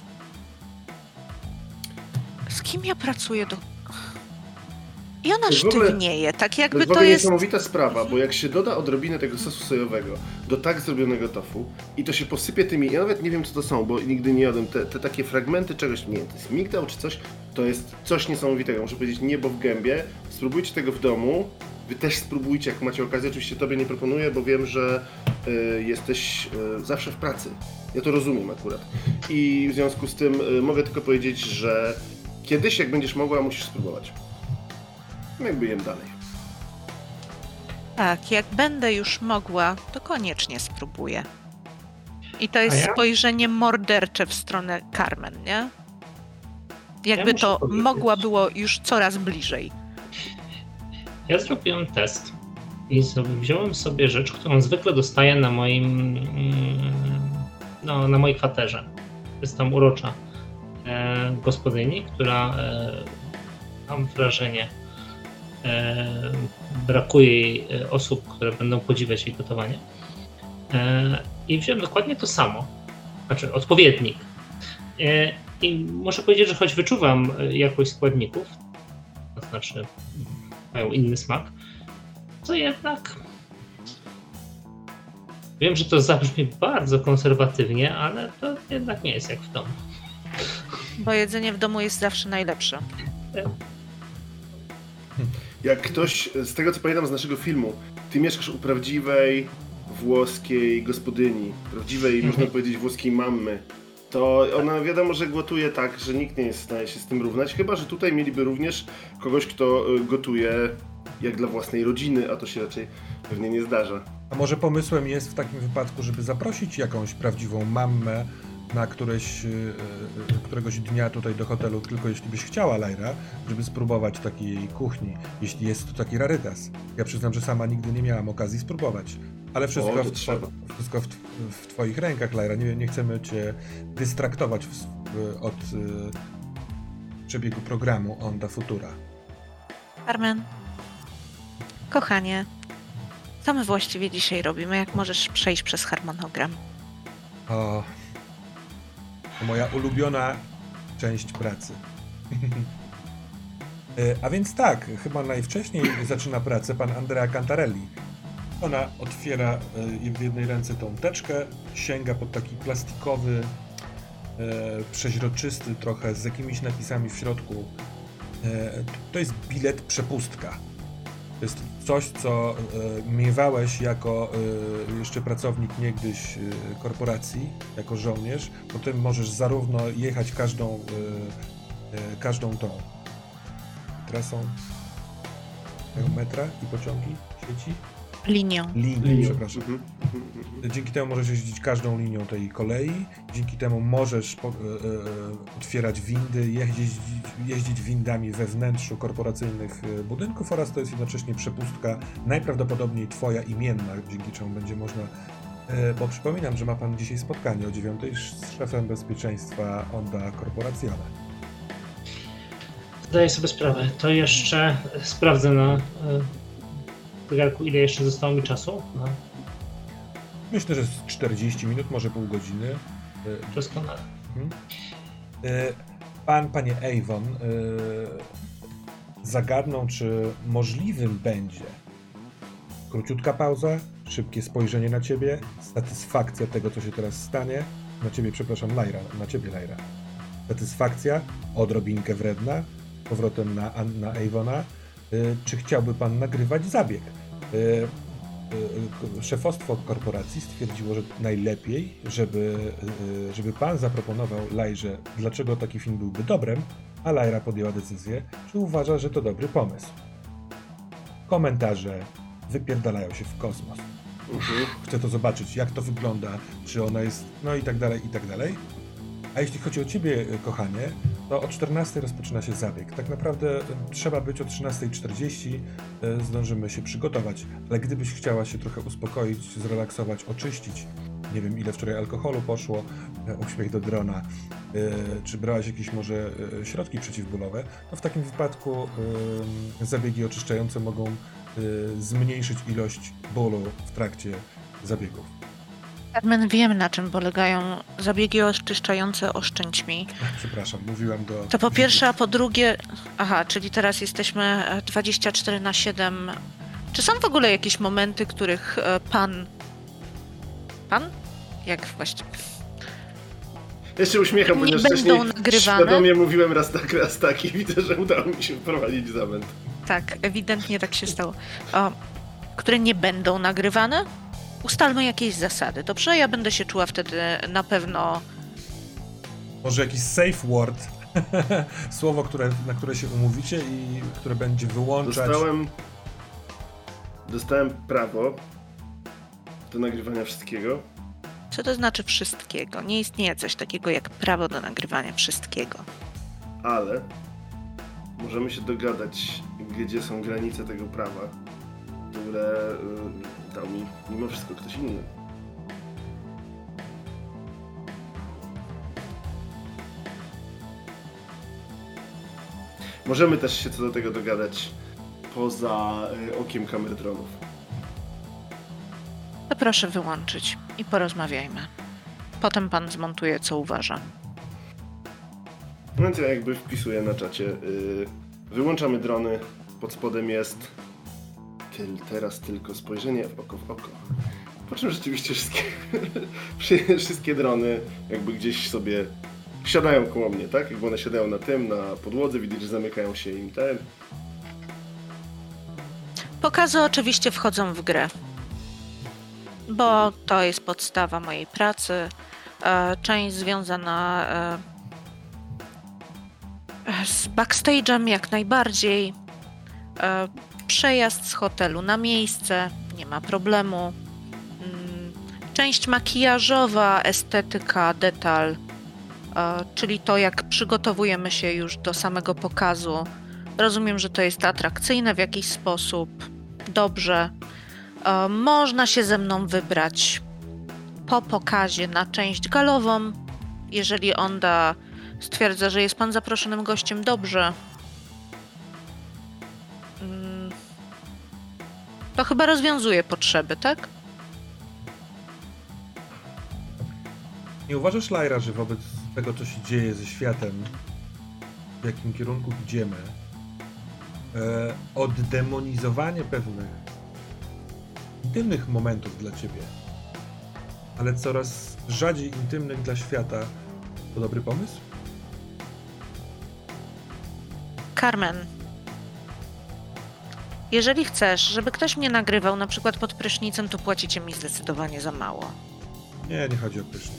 Z kim ja pracuję do... I ona sztywnieje, tak jakby to jest w to ogóle jest... niesamowita sprawa, bo jak się doda odrobinę tego sosu sojowego do tak zrobionego tofu i to się posypie tymi, ja nawet nie wiem co to są, bo nigdy nie jadłem, te takie fragmenty czegoś, nie wiem, to jest migdał czy coś, to jest coś niesamowitego, muszę powiedzieć niebo w gębie, spróbujcie tego w domu, wy też spróbujcie, jak macie okazję, oczywiście tobie nie proponuję, bo wiem, że jesteś zawsze w pracy, ja to rozumiem akurat i w związku z tym mogę tylko powiedzieć, że kiedyś jak będziesz mogła, musisz spróbować. Jakby jem dalej. Tak, jak będę już mogła, to koniecznie spróbuję. I to jest spojrzenie mordercze w stronę Carmen, nie? Jakby to mogła było już coraz bliżej. Ja zrobiłem test i wziąłem sobie rzecz, którą zwykle dostaję na moim na mojej kwaterze. Jest tam urocza gospodyni, która mam wrażenie brakuje jej osób, które będą podziwiać jej gotowanie. I wziąłem dokładnie to samo, znaczy odpowiednik. I muszę powiedzieć, że choć wyczuwam jakość składników, to znaczy mają inny smak, to jednak wiem, że to zabrzmi bardzo konserwatywnie, ale to jednak nie jest jak w domu. Bo jedzenie w domu jest zawsze najlepsze. Jak ktoś, z tego co pamiętam z naszego filmu, ty mieszkasz u prawdziwej włoskiej gospodyni, prawdziwej, można powiedzieć, włoskiej mamy, to ona wiadomo, że gotuje tak, że nikt nie jest w stanie się z tym równać, chyba że tutaj mieliby również kogoś, kto gotuje jak dla własnej rodziny, a to się raczej pewnie nie zdarza. A może pomysłem jest w takim wypadku, żeby zaprosić jakąś prawdziwą mammę na któregoś dnia tutaj do hotelu, tylko jeśli byś chciała, Lyra, żeby spróbować takiej kuchni, jeśli jest to taki rarytas. Ja przyznam, że sama nigdy nie miałam okazji spróbować, ale wszystko, wszystko w twoich rękach, Lyra. Nie chcemy cię dystraktować od przebiegu programu Onda Futura. Carmen, kochanie, co my właściwie dzisiaj robimy? Jak możesz przejść przez harmonogram? O, to moja ulubiona część pracy. A więc tak, chyba najwcześniej zaczyna pracę pan Andrea Cantarelli. Ona otwiera w jednej ręce tą teczkę, sięga pod taki plastikowy, przeźroczysty trochę, z jakimiś napisami w środku. To jest bilet przepustka. To jest coś, co miewałeś jako jeszcze pracownik niegdyś korporacji, jako żołnierz. Potem możesz zarówno jechać każdą tą trasą metra i pociągi, sieci? Linią, przepraszam. Dzięki temu możesz jeździć każdą linią tej kolei, dzięki temu możesz otwierać windy, jeździć windami we wnętrzu korporacyjnych budynków oraz to jest jednocześnie przepustka najprawdopodobniej twoja imienna, dzięki czemu będzie można, bo przypominam, że ma pan dzisiaj spotkanie o 9:00 z szefem bezpieczeństwa Onda Corporazione. Zdaję sobie sprawę. To jeszcze sprawdzę na zegarku, ile jeszcze zostało mi czasu. No. Myślę, że z 40 minut, może pół godziny. Doskonale. Panie Avon, zagadną, czy możliwym będzie króciutka pauza, szybkie spojrzenie na ciebie, satysfakcja tego, co się teraz stanie. Na ciebie, przepraszam, Lyra, na ciebie, Lyra. Satysfakcja, odrobinkę wredna, powrotem na Avona. Czy chciałby pan nagrywać zabieg? Szefostwo korporacji stwierdziło, że najlepiej, żeby pan zaproponował Lyrze, dlaczego taki film byłby dobrem, a Lyra podjęła decyzję, czy uważa, że to dobry pomysł. Komentarze wypierdalają się w kosmos. Chcę to zobaczyć, jak to wygląda, czy ona jest, no i tak dalej, i tak dalej. A jeśli chodzi o ciebie, kochanie, to o 14:00 rozpoczyna się zabieg. Tak naprawdę trzeba być o 13:40, zdążymy się przygotować, ale gdybyś chciała się trochę uspokoić, zrelaksować, oczyścić, nie wiem ile wczoraj alkoholu poszło, uśmiech do drona, czy brałaś jakieś może środki przeciwbólowe, to w takim wypadku zabiegi oczyszczające mogą zmniejszyć ilość bólu w trakcie zabiegów. Carmen, wiem, na czym polegają zabiegi oczyszczające, oszczędź mi. Przepraszam, mówiłem do... To po pierwsze, a po drugie... Aha, czyli teraz jesteśmy 24/7. Czy są w ogóle jakieś momenty, których pan? Jak właściwie? Ja się uśmiecham, Nie ponieważ będą wcześniej nagrywane. świadomie mówiłem raz tak i widzę, że udało mi się wprowadzić zamęt. Tak, ewidentnie tak się stało. Które nie będą nagrywane? Ustalmy jakieś zasady, dobrze? Ja będę się czuła wtedy na pewno... Może jakiś safe word, słowo, na które się umówicie i które będzie wyłączać... Dostałem prawo do nagrywania wszystkiego. Co to znaczy wszystkiego? Nie istnieje coś takiego jak prawo do nagrywania wszystkiego. Ale możemy się dogadać, gdzie są granice tego prawa, które dał mi mimo wszystko ktoś inny. Możemy też się co do tego dogadać poza okiem kamer dronów. To proszę wyłączyć i porozmawiajmy. Potem pan zmontuje, co uważa. Więc ja jakby wpisuję na czacie. Wyłączamy drony. Pod spodem jest teraz tylko spojrzenie w oko. Po czym rzeczywiście wszystkie drony jakby gdzieś sobie siadają koło mnie, tak? Jakby one siadają na podłodze, widać, że zamykają się im te. Pokazy oczywiście wchodzą w grę, bo to jest podstawa mojej pracy. Część związana z backstage'em jak najbardziej. Przejazd z hotelu na miejsce, nie ma problemu. Część makijażowa, estetyka, detal, czyli to, jak przygotowujemy się już do samego pokazu. Rozumiem, że to jest atrakcyjne w jakiś sposób. Dobrze. Można się ze mną wybrać po pokazie na część galową. Jeżeli Onda stwierdza, że jest pan zaproszonym gościem, dobrze. To chyba rozwiązuje potrzeby, tak? Nie uważasz, Lyra, że wobec tego, co się dzieje ze światem, w jakim kierunku idziemy, oddemonizowanie pewnych intymnych momentów dla ciebie, ale coraz rzadziej intymnych dla świata, to dobry pomysł? Carmen, jeżeli chcesz, żeby ktoś mnie nagrywał, na przykład pod prysznicem, to płacicie mi zdecydowanie za mało. Nie chodzi o prysznic.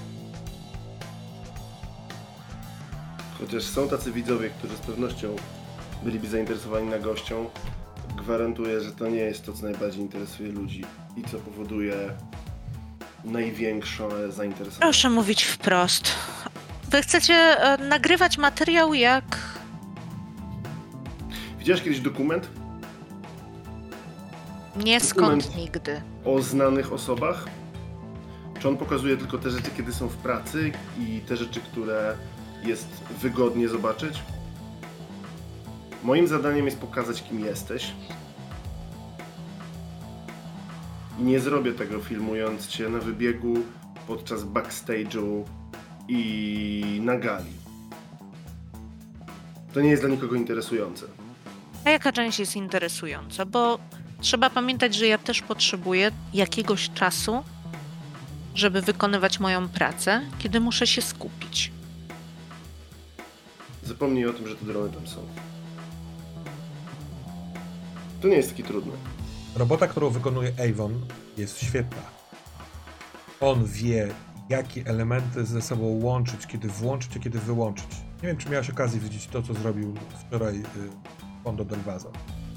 Chociaż są tacy widzowie, którzy z pewnością byliby zainteresowani nagością, gwarantuję, że to nie jest to, co najbardziej interesuje ludzi i co powoduje największe zainteresowanie. Proszę mówić wprost. Wy chcecie nagrywać materiał jak... Widziałeś kiedyś dokument Nie skąd nigdy. o znanych osobach? Czy on pokazuje tylko te rzeczy, kiedy są w pracy i te rzeczy, które jest wygodnie zobaczyć? Moim zadaniem jest pokazać, kim jesteś. I nie zrobię tego filmując cię na wybiegu, podczas backstage'u i na gali. To nie jest dla nikogo interesujące. A jaka część jest interesująca? Bo trzeba pamiętać, że ja też potrzebuję jakiegoś czasu, żeby wykonywać moją pracę, kiedy muszę się skupić. Zapomnij o tym, że te drony tam są. To nie jest takie trudne. Robota, którą wykonuje Avon, jest świetna. On wie, jakie elementy ze sobą łączyć, kiedy włączyć, a kiedy wyłączyć. Nie wiem, czy miałeś okazję widzieć to, co zrobił wczoraj Fondo del Vaso.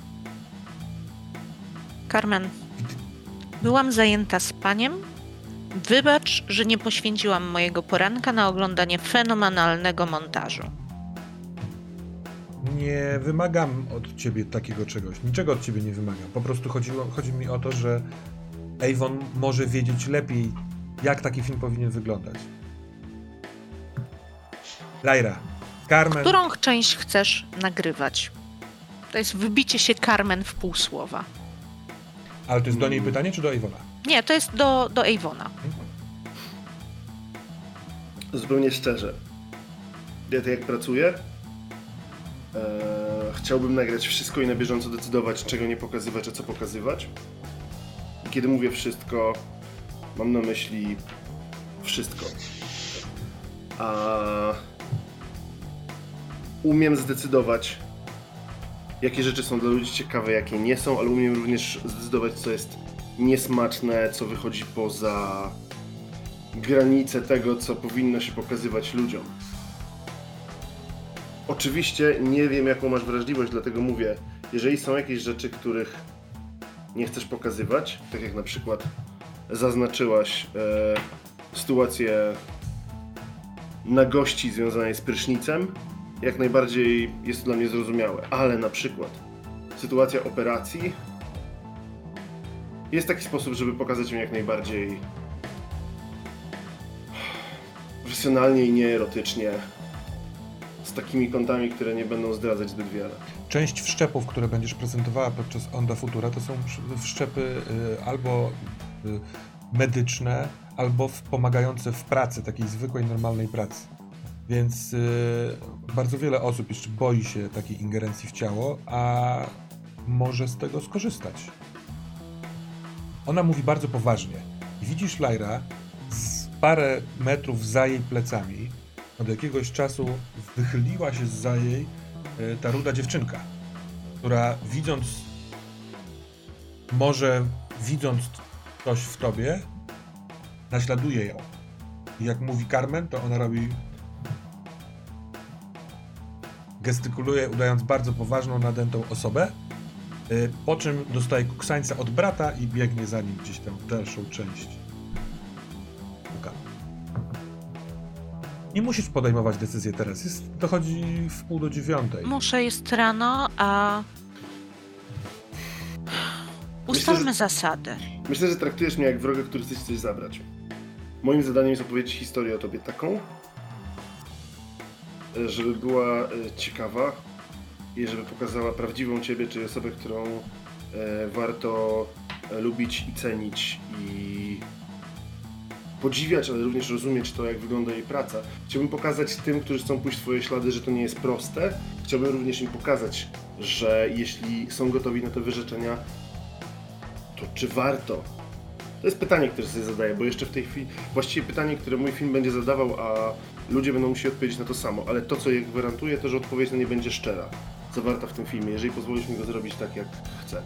Carmen, byłam zajęta spaniem. Wybacz, że nie poświęciłam mojego poranka na oglądanie fenomenalnego montażu. Nie wymagam od ciebie takiego czegoś. Niczego od ciebie nie wymagam. Po prostu chodzi mi o to, że Avon może wiedzieć lepiej, jak taki film powinien wyglądać. Lyra, Carmen... Którą część chcesz nagrywać? To jest wybicie się Carmen w pół słowa. Ale to jest do niej pytanie, czy do Avona? Nie, to jest do Avona. Zupełnie szczerze. Ja tak jak pracuję, chciałbym nagrać wszystko i na bieżąco decydować, czego nie pokazywać, a co pokazywać. I kiedy mówię wszystko, mam na myśli wszystko. A umiem zdecydować, jakie rzeczy są dla ludzi ciekawe, jakie nie są, ale umiem również zdecydować, co jest niesmaczne, co wychodzi poza granice tego, co powinno się pokazywać ludziom. Oczywiście nie wiem, jaką masz wrażliwość, dlatego mówię, jeżeli są jakieś rzeczy, których nie chcesz pokazywać, tak jak na przykład zaznaczyłaś sytuację nagości związanej z prysznicem, jak najbardziej jest to dla mnie zrozumiałe, ale na przykład sytuacja operacji jest taki sposób, żeby pokazać ją jak najbardziej profesjonalnie i nieerotycznie. z takimi kątami, które nie będą zdradzać zbyt wiele. Część wszczepów, które będziesz prezentowała podczas Onda Futura, to są wszczepy albo medyczne, albo pomagające w pracy, takiej zwykłej, normalnej pracy. Więc bardzo wiele osób jeszcze boi się takiej ingerencji w ciało, a może z tego skorzystać. Ona mówi bardzo poważnie. I widzisz Lyra z parę metrów za jej plecami. Od jakiegoś czasu wychyliła się zza jej ta ruda dziewczynka, która widząc coś w tobie, naśladuje ją. I jak mówi Carmen, to ona robi... gestykuluje, udając bardzo poważną, nadętą osobę, po czym dostaje kuksańca od brata i biegnie za nim gdzieś tam w dalszą część. Nie musisz podejmować decyzji teraz, dochodzi w 8:30. Muszę, jest rano, a... Ustalmy zasady. Myślę, że traktujesz mnie jak wroga, który chce ci coś zabrać. Moim zadaniem jest opowiedzieć historię o tobie taką, żeby była ciekawa i żeby pokazała prawdziwą ciebie, czyli osobę, którą warto lubić i cenić i podziwiać, ale również rozumieć to, jak wygląda jej praca. Chciałbym pokazać tym, którzy chcą pójść w twoje ślady, że to nie jest proste. Chciałbym również im pokazać, że jeśli są gotowi na te wyrzeczenia, to czy warto? To jest pytanie, które sobie zadaję, bo jeszcze w tej chwili... Właściwie pytanie, które mój film będzie zadawał, a ludzie będą musieli odpowiedzieć na to samo, ale to, co je gwarantuję, to, że odpowiedź na nie będzie szczera, zawarta w tym filmie, jeżeli pozwolisz mi go zrobić tak, jak chcę.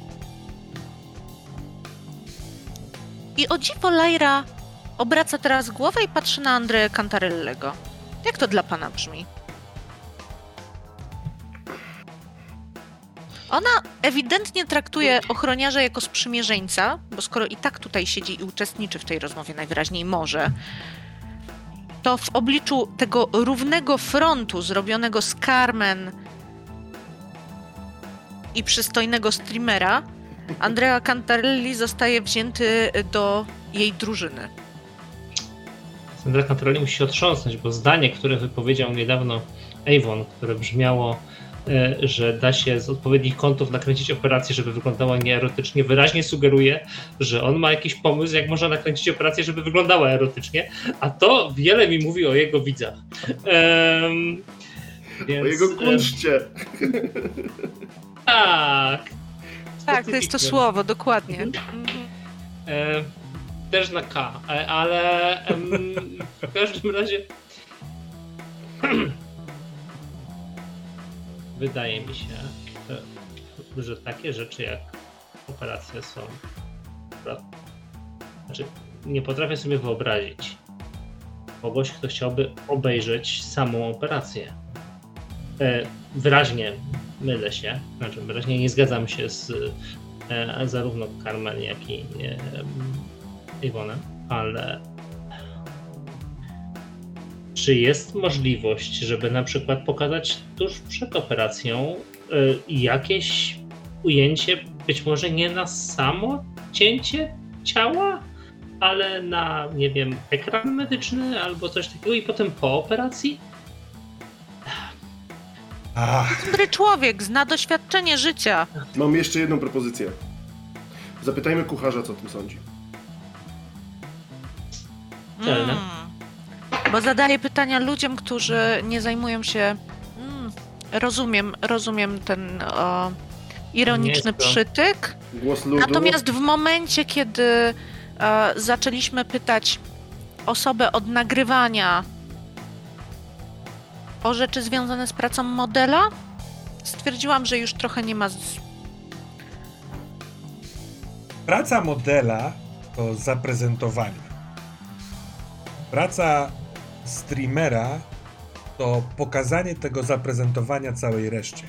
I o dziwo Lyra obraca teraz głowę i patrzy na Andrea Cantarellego. Jak to dla pana brzmi? Ona ewidentnie traktuje ochroniarza jako sprzymierzeńca, bo skoro i tak tutaj siedzi i uczestniczy w tej rozmowie, najwyraźniej może, to w obliczu tego równego frontu zrobionego z Carmen i przystojnego streamera, Andrea Cantarelli zostaje wzięty do jej drużyny. Andrea Cantarelli musi się otrząsnąć, bo zdanie, które wypowiedział niedawno Avon, które brzmiało, że da się z odpowiednich kątów nakręcić operację, żeby wyglądała nieerotycznie, wyraźnie sugeruje, że on ma jakiś pomysł, jak można nakręcić operację, żeby wyglądała erotycznie, a to wiele mi mówi o jego widzach. Więc, o jego kunszcie. Tak. Tak, to jest to słowo, dokładnie. Też na K, ale w każdym razie wydaje mi się, że takie rzeczy jak operacje są... Znaczy, nie potrafię sobie wyobrazić kogoś, kto chciałby obejrzeć samą operację. Wyraźnie mylę się, znaczy wyraźnie nie zgadzam się z zarówno Carmen, jak i Iwonem, ale czy jest możliwość, żeby na przykład pokazać tuż przed operacją jakieś ujęcie, być może nie na samo cięcie ciała, ale na, nie wiem, ekran medyczny albo coś takiego i potem po operacji? Dobry człowiek, zna doświadczenie życia. Mam jeszcze jedną propozycję. Zapytajmy kucharza, co o tym sądzi. Bo zadaje pytania ludziom, którzy nie zajmują się... Rozumiem ten ironiczny przytyk. Głos ludu. Natomiast w momencie, kiedy zaczęliśmy pytać osobę od nagrywania o rzeczy związane z pracą modela, stwierdziłam, że już trochę nie ma... Praca modela to zaprezentowanie. Praca streamera to pokazanie tego zaprezentowania całej reszcie.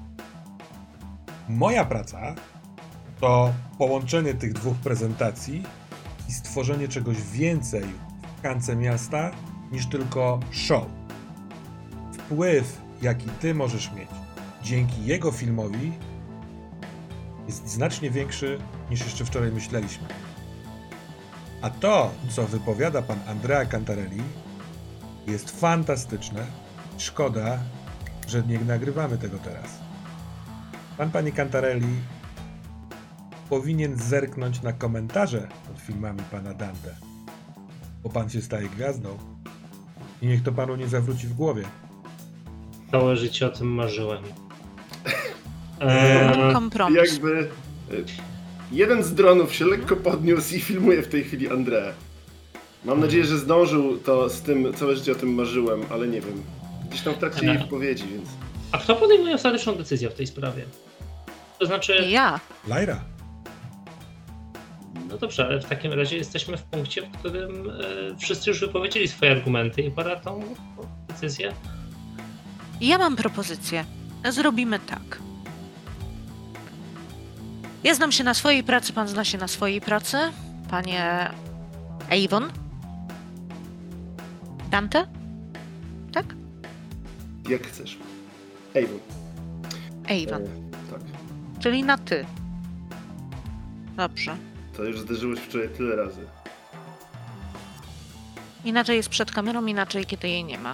Moja praca to połączenie tych dwóch prezentacji i stworzenie czegoś więcej w tkance miasta niż tylko show. Wpływ, jaki ty możesz mieć dzięki jego filmowi, jest znacznie większy niż jeszcze wczoraj myśleliśmy. A to, co wypowiada pan Andrea Cantarelli, jest fantastyczne Szkoda, że nie nagrywamy tego teraz. Pan, panie Cantarelli, powinien zerknąć na komentarze pod filmami pana Dante, bo pan się staje gwiazdą i niech to panu nie zawróci w głowie. Całe życie o tym marzyłem. Kompromis. Jakby jeden z dronów się lekko podniósł i filmuje w tej chwili Andrea. Mam nadzieję, że zdążył to z tym, całe życie o tym marzyłem, ale nie wiem. Gdzieś tam w trakcie jej wypowiedzi, więc... A kto podejmuje ostateczną decyzję w tej sprawie? To znaczy... Ja. Lyra. No dobrze, ale w takim razie jesteśmy w punkcie, w którym wszyscy już wypowiedzieli swoje argumenty i pora tą decyzję. Ja mam propozycję. Zrobimy tak. Ja znam się na swojej pracy, pan zna się na swojej pracy. Panie Avon? Dante? Tak? Jak chcesz. Avon. Avon. Tak. Czyli na ty. Dobrze. To już zdarzyło się wczoraj tyle razy. Inaczej jest przed kamerą, inaczej kiedy jej nie ma.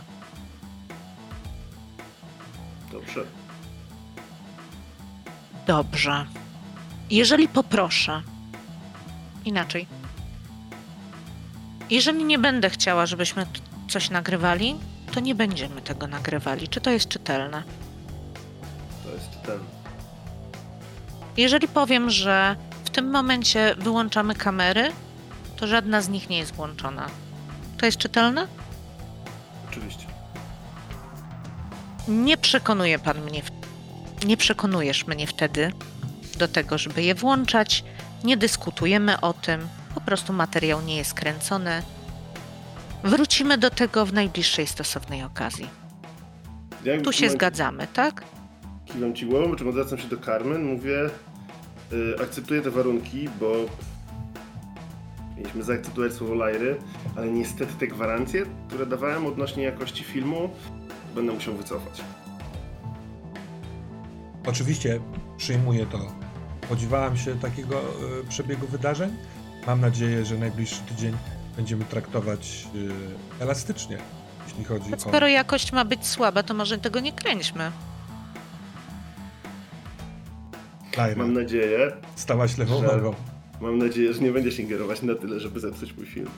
Dobrze. Dobrze. Jeżeli poproszę... Inaczej. Jeżeli nie będę chciała, żebyśmy coś nagrywali, to nie będziemy tego nagrywali. Czy to jest czytelne? To jest czytelne. Jeżeli powiem, że w tym momencie wyłączamy kamery, to żadna z nich nie jest włączona. To jest czytelne? Oczywiście. Nie przekonuje pan mnie, nie przekonujesz mnie wtedy do tego, żeby je włączać. Nie dyskutujemy o tym. Po prostu materiał nie jest kręcony. Wrócimy do tego w najbliższej stosownej okazji. Ja Tu się zgadzamy, tak? Kiwam ci głową, czym odwracam się do Carmen, mówię, akceptuję te warunki, bo mieliśmy zaakceptować słowo Lyry, ale niestety te gwarancje, które dawałem odnośnie jakości filmu, będę musiał wycofać. Oczywiście przyjmuję to. Spodziewałem się takiego przebiegu wydarzeń. Mam nadzieję, że najbliższy tydzień będziemy traktować elastycznie, jeśli chodzi o... Skoro jakość ma być słaba, to może tego nie kręćmy. Lyra. Mam nadzieję, Stałaś lewą że- nogą. mam nadzieję, że nie będziesz ingerować na tyle, żeby zepsuć mój film.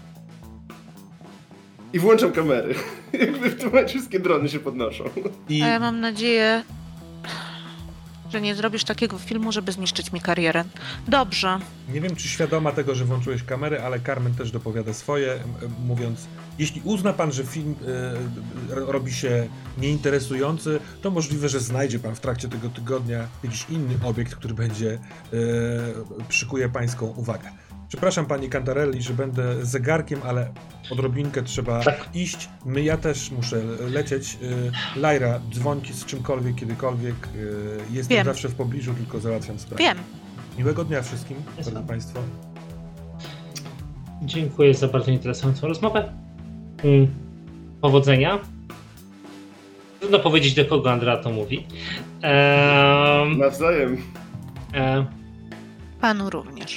I włączam kamery. Jakby w tym momencie wszystkie drony się podnoszą. I A ja mam nadzieję, że nie zrobisz takiego filmu, żeby zniszczyć mi karierę. Dobrze. nie wiem, czy świadoma tego, że włączyłeś kamerę, ale Carmen też dopowiada swoje, mówiąc, jeśli uzna pan, że film robi się nieinteresujący, to możliwe, że znajdzie pan w trakcie tego tygodnia jakiś inny obiekt, który będzie przykuje pańską uwagę. Przepraszam pani Cantarelli, że będę zegarkiem, ale odrobinkę trzeba iść. Ja też muszę lecieć. Lyra, dzwońcie z czymkolwiek, kiedykolwiek. Jestem Wiem. zawsze w pobliżu, tylko załatwiam sprawę. Wiem. Miłego dnia wszystkim, Jest drodzy państwo. Dziękuję za bardzo interesującą rozmowę. Powodzenia. Trudno powiedzieć, do kogo Andrea to mówi. Nawzajem. Panu również.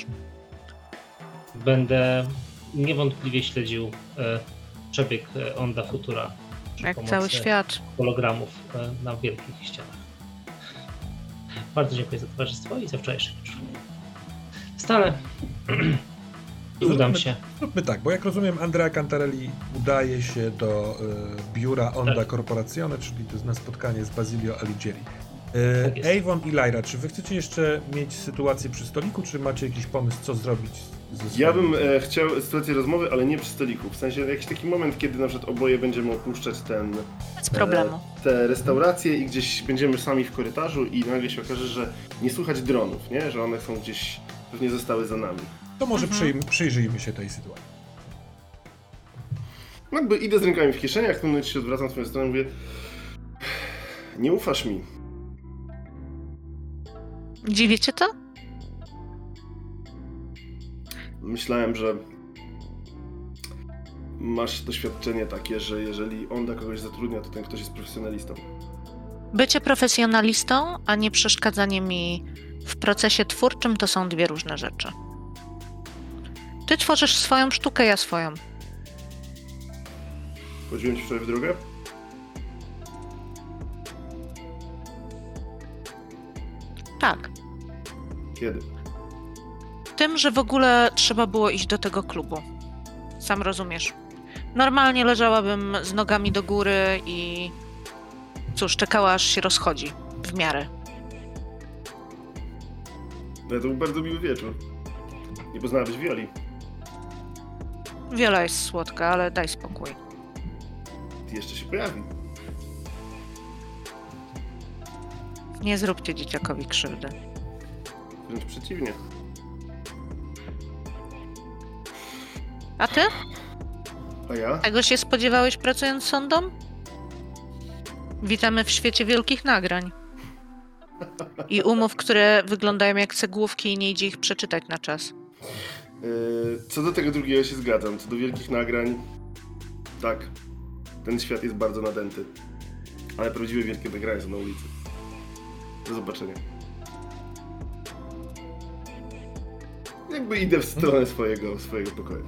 Będę niewątpliwie śledził przebieg Onda Futura. przy Jak pomocy cały świat. hologramów na wielkich ścianach. Bardzo dziękuję za towarzystwo i za wczorajszy wieczór. Wstanę i udam się. Zróbmy tak, bo jak rozumiem, Andrea Cantarelli udaje się do biura Onda Corporazione, czyli na spotkanie z Basilio Alighieri. Tak jest. Avon i Lyra, czy wy chcecie jeszcze mieć sytuację przy stoliku, czy macie jakiś pomysł, co zrobić ze swoim... Ja bym chciał sytuację rozmowy, ale nie przy stoliku. W sensie jakiś taki moment, kiedy na przykład oboje będziemy opuszczać Bez problemu. te restauracje i gdzieś będziemy sami w korytarzu i nagle się okaże, że nie słychać dronów, nie? Że one są gdzieś, pewnie zostały za nami. To może przyjrzyjmy się tej sytuacji. No jakby idę z rękami w kieszeniach, w tym momencie się odwracam w twoją stronę i mówię: nie ufasz mi. Dziwi cię to? Myślałem, że masz doświadczenie takie, że jeżeli Onda kogoś zatrudnia, to ten ktoś jest profesjonalistą. Bycie profesjonalistą, a nie przeszkadzanie mi w procesie twórczym to są dwie różne rzeczy. Ty tworzysz swoją sztukę, ja swoją. Chodziłem ci wczoraj w drogę? Tak. Kiedy? Tym, że w ogóle trzeba było iść do tego klubu. Sam rozumiesz. Normalnie leżałabym z nogami do góry i cóż, czekała aż się rozchodzi. W miarę. No to był bardzo miły wieczór. Nie poznałabyś Wioli. Wiola jest słodka, ale daj spokój. Jeszcze się pojawi. Nie zróbcie dzieciakowi krzywdy. Wręcz przeciwnie. A ty? A ja? Tego się spodziewałeś pracując z sądom? Witamy w świecie wielkich nagrań. I umów, które wyglądają jak cegłówki i nie idzie ich przeczytać na czas. Co do tego drugiego się zgadzam. Co do wielkich nagrań, tak. Ten świat jest bardzo nadęty. Ale prawdziwe wielkie nagrania są na ulicy. Do zobaczenia. Jakby idę w stronę swojego pokoju.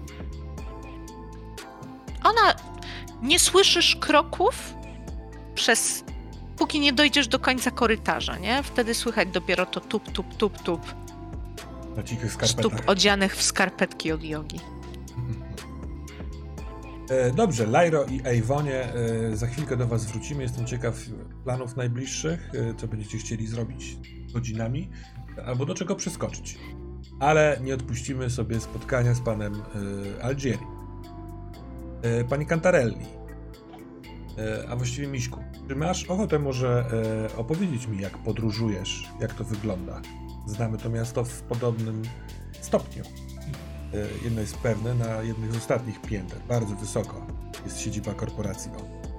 Ona... Nie słyszysz kroków póki nie dojdziesz do końca korytarza, nie? Wtedy słychać dopiero to tup, tup, tup, tup. Na cichych Stóp skarpetach. odzianych w skarpetki od jogi. Dobrze, Lairo i Ejwonie, za chwilkę do was wrócimy. Jestem ciekaw planów najbliższych, co będziecie chcieli zrobić godzinami, albo do czego przeskoczyć. Ale nie odpuścimy sobie spotkania z panem Algieri. Pani Cantarelli, a właściwie Miśku, czy masz ochotę może opowiedzieć mi, jak podróżujesz, jak to wygląda? Znamy to miasto w podobnym stopniu. Jedno jest pewne, na jednych z ostatnich pięter, bardzo wysoko, jest siedziba korporacji.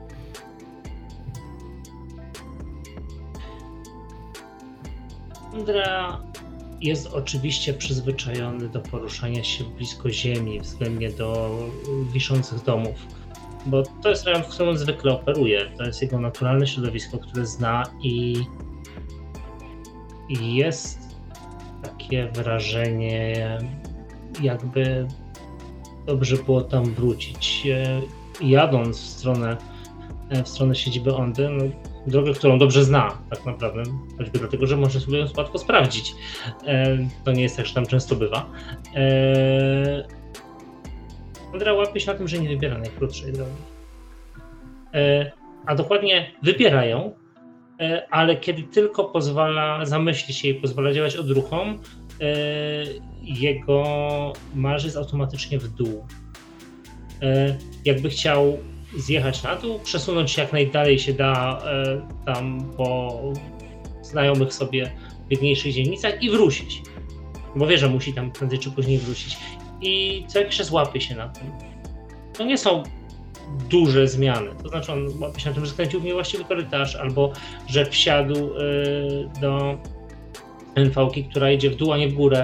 Andrea jest oczywiście przyzwyczajony do poruszania się blisko ziemi, względnie do wiszących domów, bo to jest rejon, w którym on zwykle operuje. To jest jego naturalne środowisko, które zna i jest takie wrażenie, jakby dobrze było tam wrócić. Jadąc w stronę siedziby Ondy, no, drogę, którą dobrze zna tak naprawdę, choćby dlatego, że może sobie ją łatwo sprawdzić. To nie jest tak, że tam często bywa. Andrea łapie się na tym, że nie wybiera najkrótszej drogi. A dokładnie wybiera ją, ale kiedy tylko zamyśli się i pozwala działać odruchom, jego marsz jest automatycznie w dół. Jakby chciał zjechać na dół, przesunąć się jak najdalej się da tam po znajomych sobie biedniejszych dzielnicach i wrócić. Bo wie, że musi tam prędzej czy później wrócić. I co jakiś czas łapie się na tym. To nie są duże zmiany. To znaczy on łapie się na tym, że skręcił w niewłaściwy korytarz albo że wsiadł do NV-ki, która idzie w dół, a nie w górę.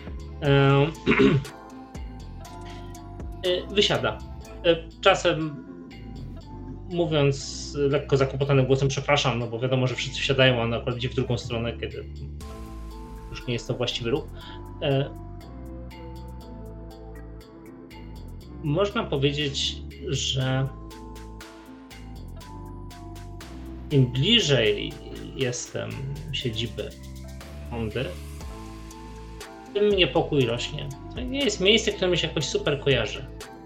Wysiada. Czasem mówiąc lekko zakłopotanym głosem przepraszam, no bo wiadomo, że wszyscy wsiadają, a on akurat idzie w drugą stronę, kiedy już nie jest to właściwy ruch. Można powiedzieć, że im bliżej jestem siedziby Ondy, tym niepokój rośnie. To nie jest miejsce, które mi się jakoś super kojarzy.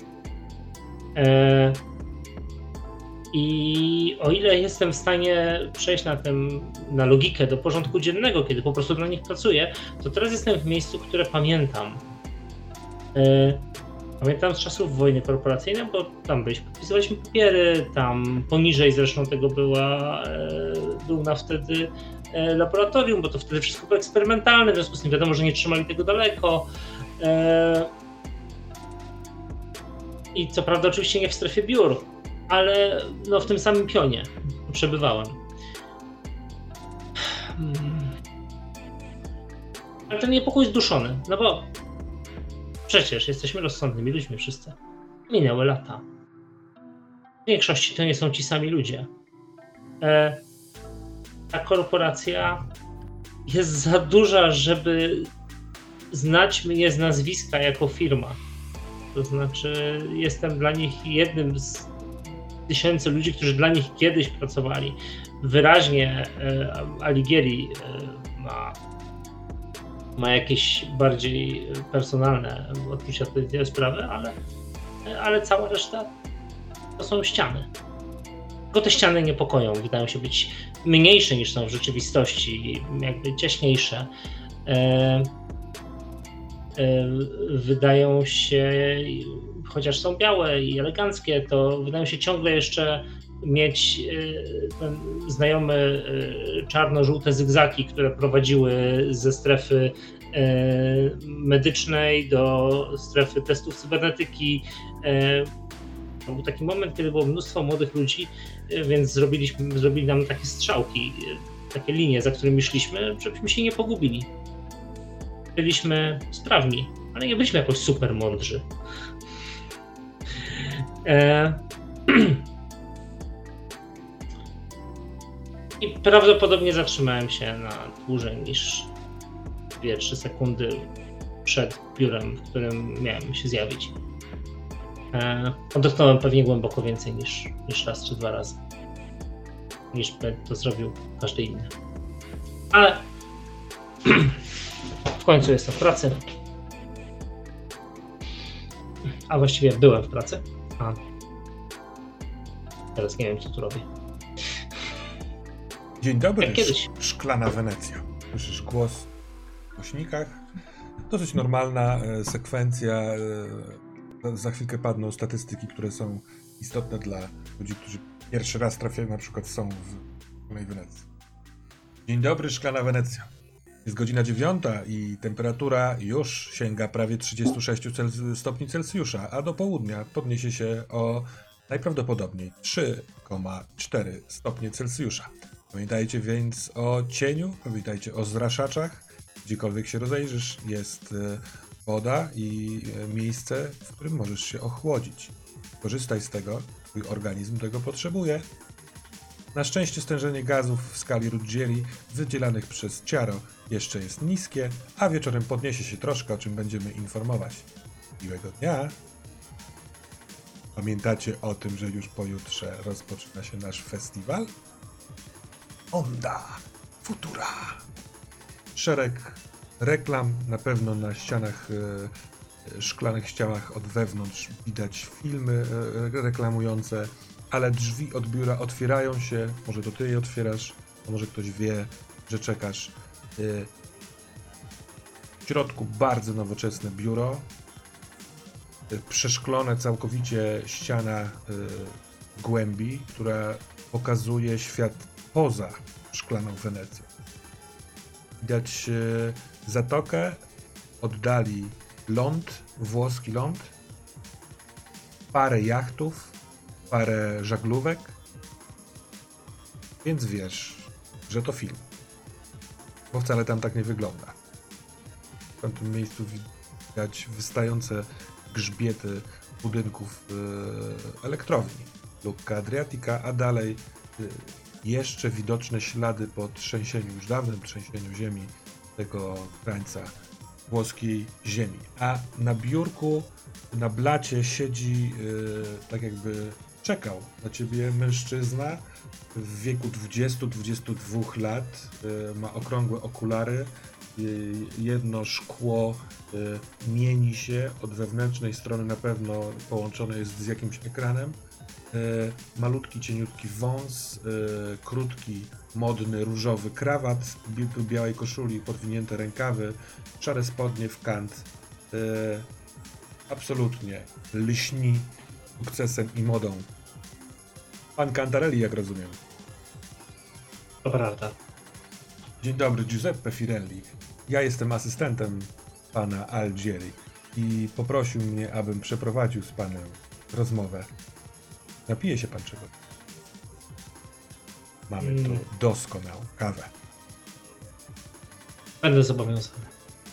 I o ile jestem w stanie przejść na logikę do porządku dziennego, kiedy po prostu dla nich pracuję, to teraz jestem w miejscu, które pamiętam. Pamiętam z czasów wojny korporacyjnej, bo tam podpisywaliśmy papiery, tam poniżej zresztą tego był na wtedy laboratorium, bo to wtedy wszystko było eksperymentalne, w związku z tym wiadomo, że nie trzymali tego daleko. I co prawda oczywiście nie w strefie biur, ale no w tym samym pionie przebywałem. Ale ten niepokój jest duszony, no bo przecież jesteśmy rozsądnymi ludźmi wszyscy. Minęły lata. W większości to nie są ci sami ludzie. Ta korporacja jest za duża, żeby znać mnie z nazwiska jako firma. To znaczy jestem dla nich jednym z tysięcy ludzi, którzy dla nich kiedyś pracowali. wyraźnie Alighieri ma jakieś bardziej personalne odczucia do tej sprawy, ale cała reszta to są ściany. Tylko te ściany niepokoją, wydają się być mniejsze niż są w rzeczywistości, jakby ciaśniejsze. Wydają się, chociaż są białe i eleganckie, to wydają się ciągle jeszcze mieć ten znajomy czarno-żółte zygzaki, które prowadziły ze strefy medycznej do strefy testów cybernetyki. To był taki moment, kiedy było mnóstwo młodych ludzi, więc zrobili nam takie strzałki, takie linie, za którymi szliśmy, żebyśmy się nie pogubili. Byliśmy sprawni, ale nie byliśmy jakoś super mądrzy. I prawdopodobnie zatrzymałem się na dłużej niż 2-3 sekundy przed biurem, w którym miałem się zjawić. Odetchnąłem pewnie głęboko więcej niż raz czy 2 razy. Niż by to zrobił każdy inny. Ale w końcu jestem w pracy. A właściwie byłem w pracy. A teraz nie wiem, co tu robię. Dzień dobry, Jak kiedyś. Szklana Wenecja. Słyszysz głos w głośnikach. Dosyć normalna sekwencja. Za chwilkę padną statystyki, które są istotne dla ludzi, którzy pierwszy raz trafiają, na przykład są w Szklanej Wenecji. Dzień dobry, Szklana Wenecja. Jest godzina 9 i temperatura już sięga prawie 36 stopni Celsjusza, a do południa podniesie się o najprawdopodobniej 3,4 stopnie Celsjusza. Pamiętajcie więc o cieniu, pamiętajcie o zraszaczach. Gdziekolwiek się rozejrzysz, jest woda i miejsce, w którym możesz się ochłodzić. Korzystaj z tego, twój organizm tego potrzebuje. Na szczęście stężenie gazów w skali Ruggieri wydzielanych przez Ciaro jeszcze jest niskie, a wieczorem podniesie się troszkę, o czym będziemy informować. Miłego dnia! Pamiętacie o tym, że już pojutrze rozpoczyna się nasz festiwal? Onda Futura! Szereg reklam, na pewno na ścianach, szklanych ścianach od wewnątrz widać filmy reklamujące, ale drzwi od biura otwierają się, może to ty je otwierasz, a może ktoś wie, że czekasz. W środku bardzo nowoczesne biuro, przeszklone całkowicie ściana głębi, która pokazuje świat poza Szklaną Wenecją. Widać zatokę, oddali ląd, włoski ląd, parę jachtów, parę żaglówek, więc wiesz, że to film. Bo wcale tam tak nie wygląda. W tamtym miejscu widać wystające grzbiety budynków elektrowni Lucca Adriatica, a dalej jeszcze widoczne ślady po trzęsieniu, już dawnym trzęsieniu ziemi tego krańca włoskiej ziemi. A na biurku, na blacie siedzi, tak jakby czekał na ciebie mężczyzna w wieku 20-22 lat. Ma okrągłe okulary. Jedno szkło mieni się od wewnętrznej strony, na pewno połączone jest z jakimś ekranem. Malutki, cieniutki wąs, krótki, modny, różowy krawat, w białej koszuli, podwinięte rękawy, szare spodnie w kant. Absolutnie lśni sukcesem i modą. Pan Cantarelli, jak rozumiem. To prawda. Dzień dobry, Giuseppe Firelli. Ja jestem asystentem pana Alighieri i poprosił mnie, abym przeprowadził z panem rozmowę. Napije się pan czegoś. Mamy tu doskonałą kawę. Będę zobowiązany.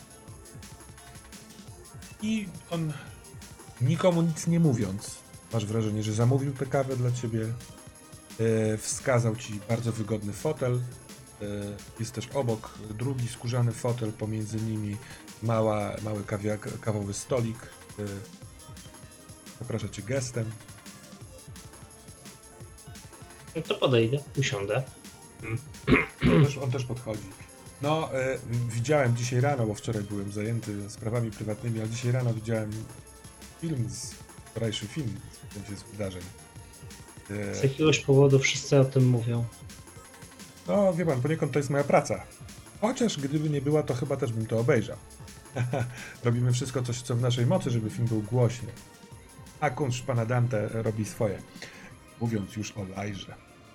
I on, nikomu nic nie mówiąc, masz wrażenie, że zamówił tę kawę dla ciebie, wskazał ci bardzo wygodny fotel. Jest też obok drugi skórzany fotel, pomiędzy nimi mały kawowy stolik. Zaprasza cię gestem. No to podejdę, usiądę. On też podchodzi. No, widziałem dzisiaj rano, bo wczoraj byłem zajęty sprawami prywatnymi, ale dzisiaj rano widziałem wczorajszy film z wydarzeń. Z jakiegoś powodu wszyscy o tym mówią. No, wie pan, poniekąd to jest moja praca. Chociaż gdyby nie była, to chyba też bym to obejrzał. Robimy wszystko, co w naszej mocy, żeby film był głośny. A kunszt pana Dante robi swoje. Mówiąc już o Lajrze.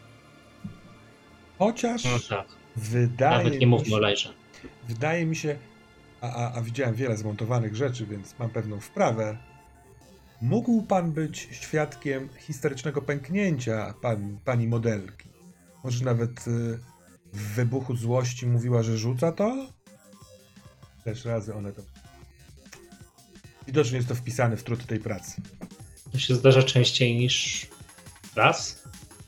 Chociaż No tak. wydaje mi się, a widziałem wiele zmontowanych rzeczy, więc mam pewną wprawę. Mógł pan być świadkiem historycznego pęknięcia pani modelki. Może nawet w wybuchu złości mówiła, że rzuca to? Też razy one to... Widocznie jest to wpisane w trud tej pracy. To się zdarza częściej niż raz?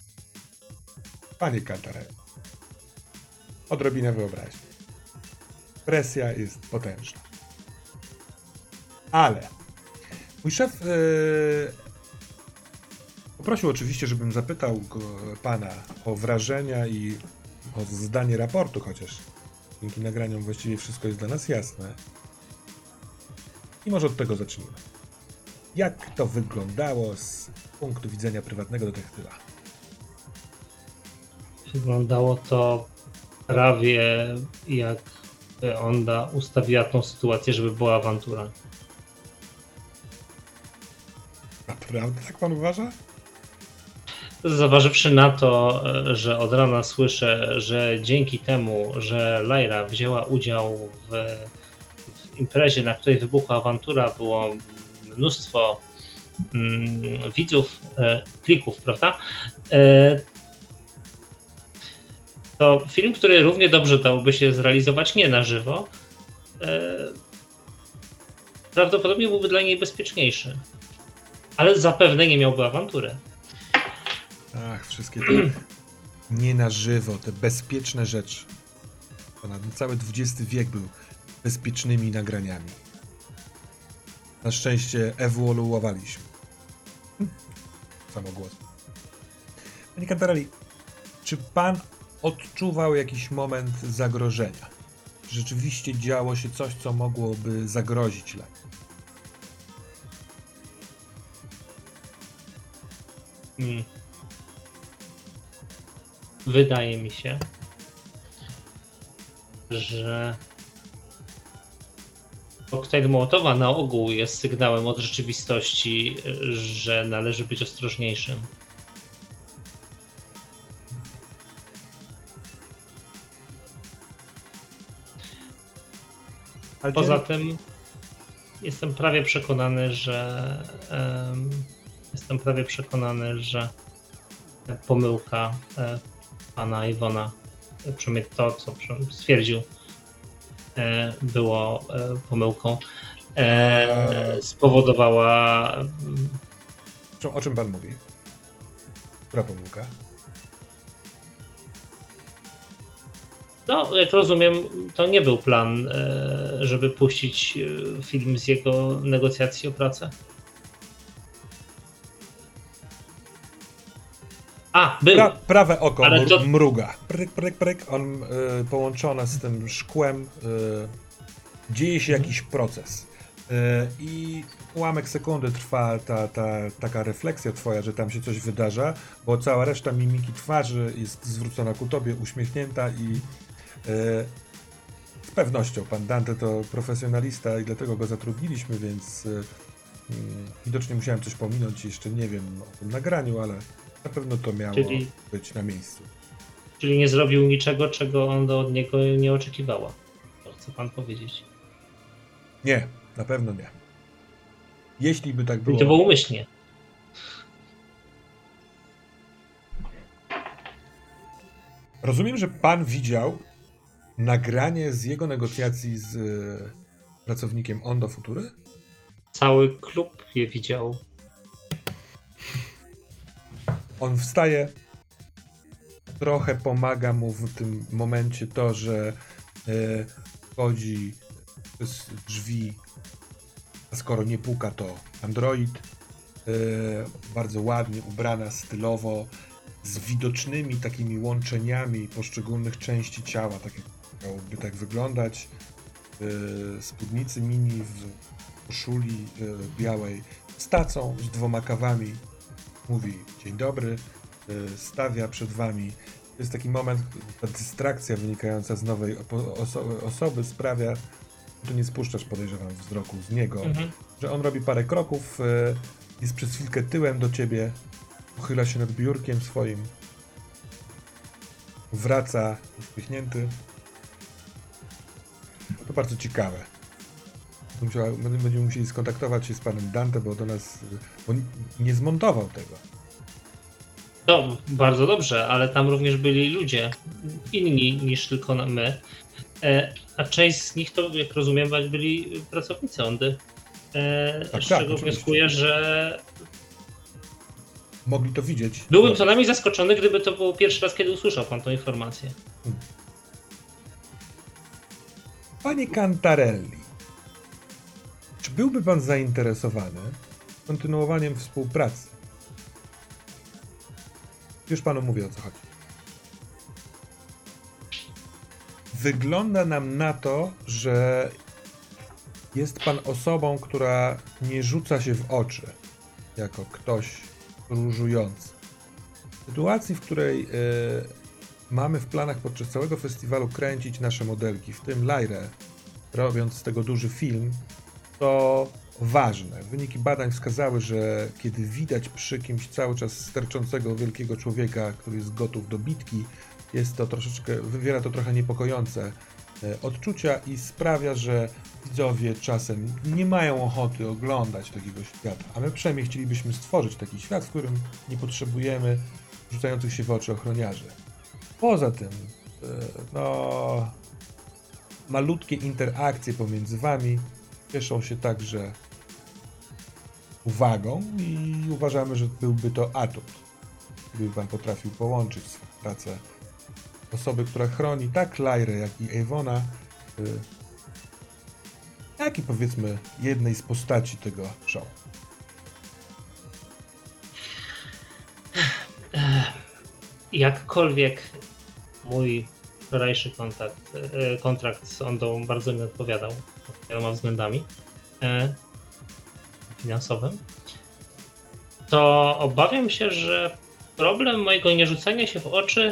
Panie Cantarelli, odrobinę wyobraźni. Presja jest potężna. Ale mój szef poprosił oczywiście, żebym zapytał pana o wrażenia i o zdanie raportu, chociaż dzięki nagraniom właściwie wszystko jest dla nas jasne. I może od tego zacznijmy. Jak to wyglądało z punktu widzenia prywatnego detektywa? Wyglądało to prawie jak Onda ustawiła tą sytuację, żeby była awantura. Naprawdę tak pan uważa? Zważywszy na to, że od rana słyszę, że dzięki temu, że Lyra wzięła udział w imprezie, na której wybuchła awantura, było mnóstwo widzów, klików, prawda? To film, który równie dobrze dałoby się zrealizować nie na żywo, prawdopodobnie byłby dla niej bezpieczniejszy. Ale zapewne nie miałby awantury. Ach, wszystkie te nie na żywo, te bezpieczne rzeczy. Ponad cały XX wiek był bezpiecznymi nagraniami. Na szczęście ewoluowaliśmy. Samogłos. Panie Cantarelli, czy pan odczuwał jakiś moment zagrożenia? Czy rzeczywiście działo się coś, co mogłoby zagrozić Lajrze? Wydaje mi się, że koktajl Mołotowa na ogół jest sygnałem od rzeczywistości, że należy być ostrożniejszym. Poza tym jestem prawie przekonany, że pomyłka pana Iwona, przynajmniej to, co stwierdził, było pomyłką, spowodowała... O czym pan mówi? Która pomyłka? No, jak rozumiem, to nie był plan, żeby puścić film z jego negocjacji o pracę. A, był. Prawe oko ale to... mruga. Pryk, pryk, pryk. On połączone z tym szkłem. Dzieje się jakiś proces. I ułamek sekundy trwa taka refleksja twoja, że tam się coś wydarza, bo cała reszta mimiki twarzy jest zwrócona ku tobie, uśmiechnięta i z pewnością pan Dante to profesjonalista i dlatego go zatrudniliśmy, więc widocznie musiałem coś pominąć, jeszcze nie wiem o tym nagraniu, ale na pewno to miało być na miejscu. Czyli nie zrobił niczego, czego on od niego nie oczekiwała. To chce pan powiedzieć? Nie, na pewno nie. Jeśli by tak było... I to było umyślnie. Rozumiem, że pan widział nagranie z jego negocjacji z pracownikiem Ondo Futury? Cały klub je widział. On wstaje, trochę pomaga mu w tym momencie to, że wchodzi przez drzwi, a skoro nie puka, to android, bardzo ładnie ubrana, stylowo, z widocznymi takimi łączeniami poszczególnych części ciała, tak jak miałoby tak wyglądać. Spódnicy mini, w koszuli białej, z tacą, z 2 kawami. Mówi dzień dobry, stawia przed wami. To jest taki moment, ta dystrakcja wynikająca z nowej osoby sprawia, tu nie spuszczasz, podejrzewam, wzroku z niego, że on robi parę kroków, jest przez chwilkę tyłem do ciebie, pochyla się nad biurkiem swoim, wraca uśmiechnięty. To bardzo ciekawe. Będziemy musieli skontaktować się z panem Dante, bo do nas nie zmontował tego. No, bardzo dobrze, ale tam również byli ludzie inni niż tylko my. A część z nich to, jak rozumiem, byli pracownicy Ondy. Z czego wnioskuję, że mogli to widzieć. Byłbym co najmniej zaskoczony, gdyby to był pierwszy raz, kiedy usłyszał pan tę informację. Panie Cantarelli, czy byłby pan zainteresowany kontynuowaniem współpracy? Już panu mówię, o co chodzi. Wygląda nam na to, że jest pan osobą, która nie rzuca się w oczy jako ktoś różujący. W sytuacji, w której mamy w planach podczas całego festiwalu kręcić nasze modelki, w tym Lairę, robiąc z tego duży film, to ważne. Wyniki badań wskazały, że kiedy widać przy kimś cały czas sterczącego wielkiego człowieka, który jest gotów do bitki, jest to troszeczkę, wywiera to trochę niepokojące odczucia i sprawia, że widzowie czasem nie mają ochoty oglądać takiego świata, a my przynajmniej chcielibyśmy stworzyć taki świat, w którym nie potrzebujemy rzucających się w oczy ochroniarzy. Poza tym, no, malutkie interakcje pomiędzy wami cieszą się także uwagą i uważamy, że byłby to atut, gdyby pan potrafił połączyć swoją pracę osoby, która chroni tak Lairę, jak i Avona, jak i powiedzmy jednej z postaci tego show. Jakkolwiek mój wczorajszy kontrakt z Ondą bardzo mi odpowiadał pod wieloma względami finansowym, to obawiam się, że problem mojego nierzucania się w oczy,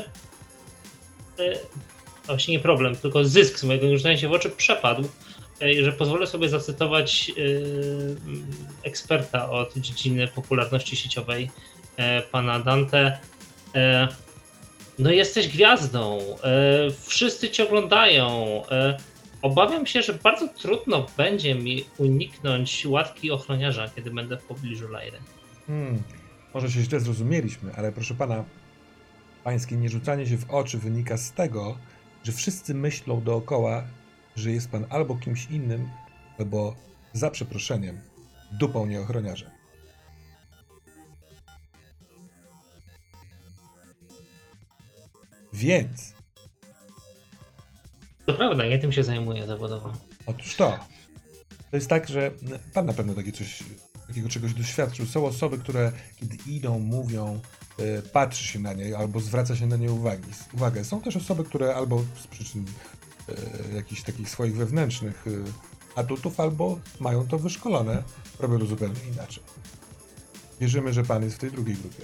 właśnie nie problem, tylko zysk z mojego nierzucania się w oczy przepadł, że pozwolę sobie zacytować eksperta od dziedziny popularności sieciowej, pana Dante. No jesteś gwiazdą, wszyscy cię oglądają. Obawiam się, że bardzo trudno będzie mi uniknąć łatki ochroniarza, kiedy będę w pobliżu Lairy. Może się źle zrozumieliśmy, ale proszę pana, pańskie nierzucanie się w oczy wynika z tego, że wszyscy myślą dookoła, że jest pan albo kimś innym, albo, za przeproszeniem, dupą nieochroniarza. Więc... To prawda, nie tym się zajmuję zawodowo. Otóż to. To jest tak, że pan na pewno takiego czegoś doświadczył. Są osoby, które kiedy idą, mówią, patrzy się na nie albo zwraca się na nie uwagę. Są też osoby, które albo z przyczyn jakichś takich swoich wewnętrznych atutów, albo mają to wyszkolone, robią to zupełnie inaczej. Wierzymy, że pan jest w tej drugiej grupie.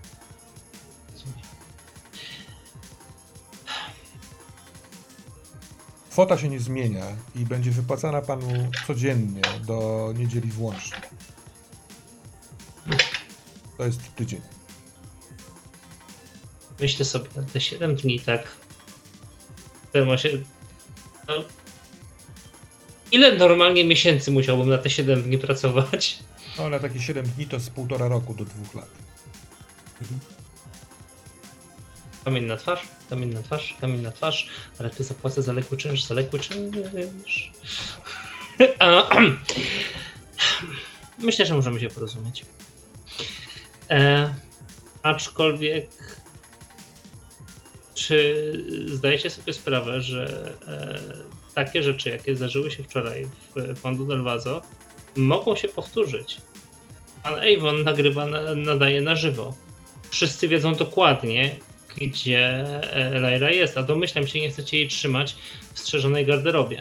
Kwota się nie zmienia i będzie wypłacana panu codziennie do niedzieli włącznie. To jest tydzień. Myślę sobie, te 7 dni tak... No, ile normalnie miesięcy musiałbym na te 7 dni pracować? No, na takie 7 dni to z 1,5 roku do 2 lat. Kamień na twarz, ale ty zapłacę za lekły czynsz. Myślę, że możemy się porozumieć. Aczkolwiek, czy zdajecie sobie sprawę, że takie rzeczy, jakie zdarzyły się wczoraj w Fondo del Vaso, mogą się powtórzyć? Pan Avon nadaje na żywo. wszyscy wiedzą dokładnie, gdzie Lyra jest, a domyślam się, nie chcecie jej trzymać w strzeżonej garderobie.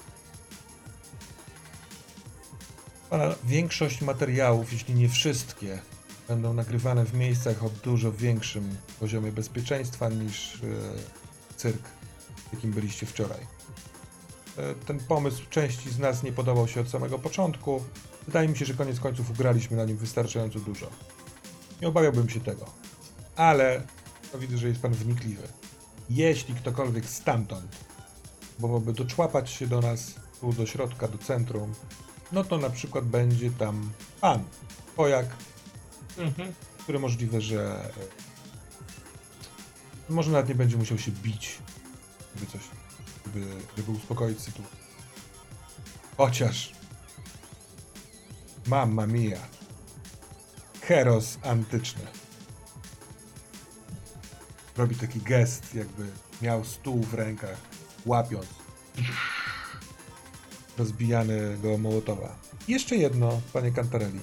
Większość materiałów, jeśli nie wszystkie, będą nagrywane w miejscach o dużo większym poziomie bezpieczeństwa niż cyrk, jakim byliście wczoraj. Ten pomysł części z nas nie podobał się od samego początku. Wydaje mi się, że koniec końców ugraliśmy na nim wystarczająco dużo. Nie obawiałbym się tego. Ale widzę, że jest pan wnikliwy. Jeśli ktokolwiek stamtąd próbowałby doczłapać się do nas, tu do środka, do centrum, no to na przykład będzie tam pan, wojak, który możliwe, że może nawet nie będzie musiał się bić, żeby uspokoić sytuację. Chociaż mamma mia, heros antyczny. Robi taki gest, jakby miał stół w rękach, łapiąc rozbijanego Mołotowa. Jeszcze jedno, panie Cantarelli.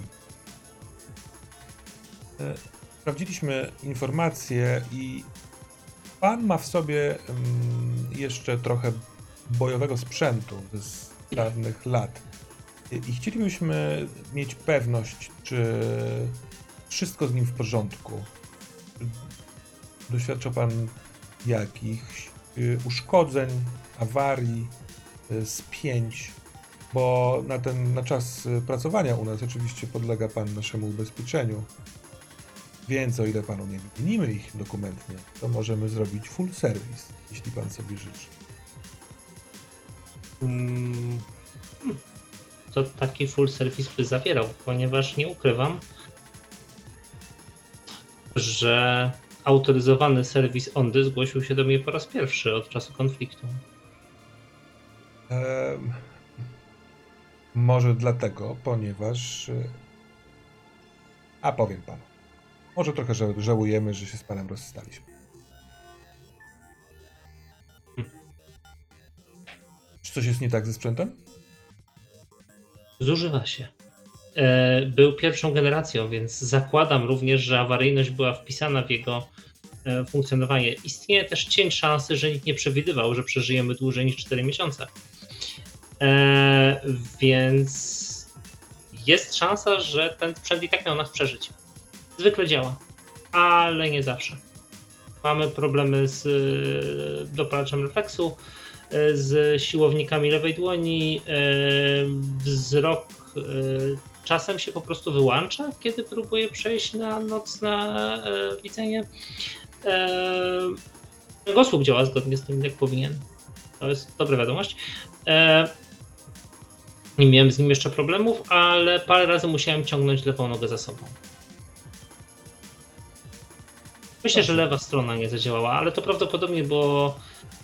Sprawdziliśmy informacje i pan ma w sobie jeszcze trochę bojowego sprzętu z dawnych lat. I chcielibyśmy mieć pewność, czy wszystko z nim w porządku. Doświadcza pan jakichś uszkodzeń, awarii, spięć, bo na czas pracowania u nas oczywiście podlega pan naszemu ubezpieczeniu. Więc o ile panu nie wymienimy ich dokumentnie, to możemy zrobić full service, jeśli pan sobie życzy. To taki full service by zawierał, ponieważ nie ukrywam, że autoryzowany serwis Ondy zgłosił się do mnie po raz pierwszy od czasu konfliktu. Może dlatego, ponieważ... powiem panu. Może trochę żałujemy, że się z panem rozstaliśmy. Czy coś jest nie tak ze sprzętem? Zużywa się. Był pierwszą generacją, więc zakładam również, że awaryjność była wpisana w jego funkcjonowanie. Istnieje też cień szansy, że nikt nie przewidywał, że przeżyjemy dłużej niż 4 miesiące. Więc jest szansa, że ten sprzęt i tak miał nas przeżyć. Zwykle działa, ale nie zawsze. Mamy problemy z dopalaczem refleksu, z siłownikami lewej dłoni, wzrok czasem się po prostu wyłącza, kiedy próbuję przejść na nocne widzenie. Kręgosłup działa zgodnie z tym, jak powinien. To jest dobra wiadomość. Nie miałem z nim jeszcze problemów, ale parę razy musiałem ciągnąć lewą nogę za sobą. Myślę, że lewa strona nie zadziałała, ale to prawdopodobnie było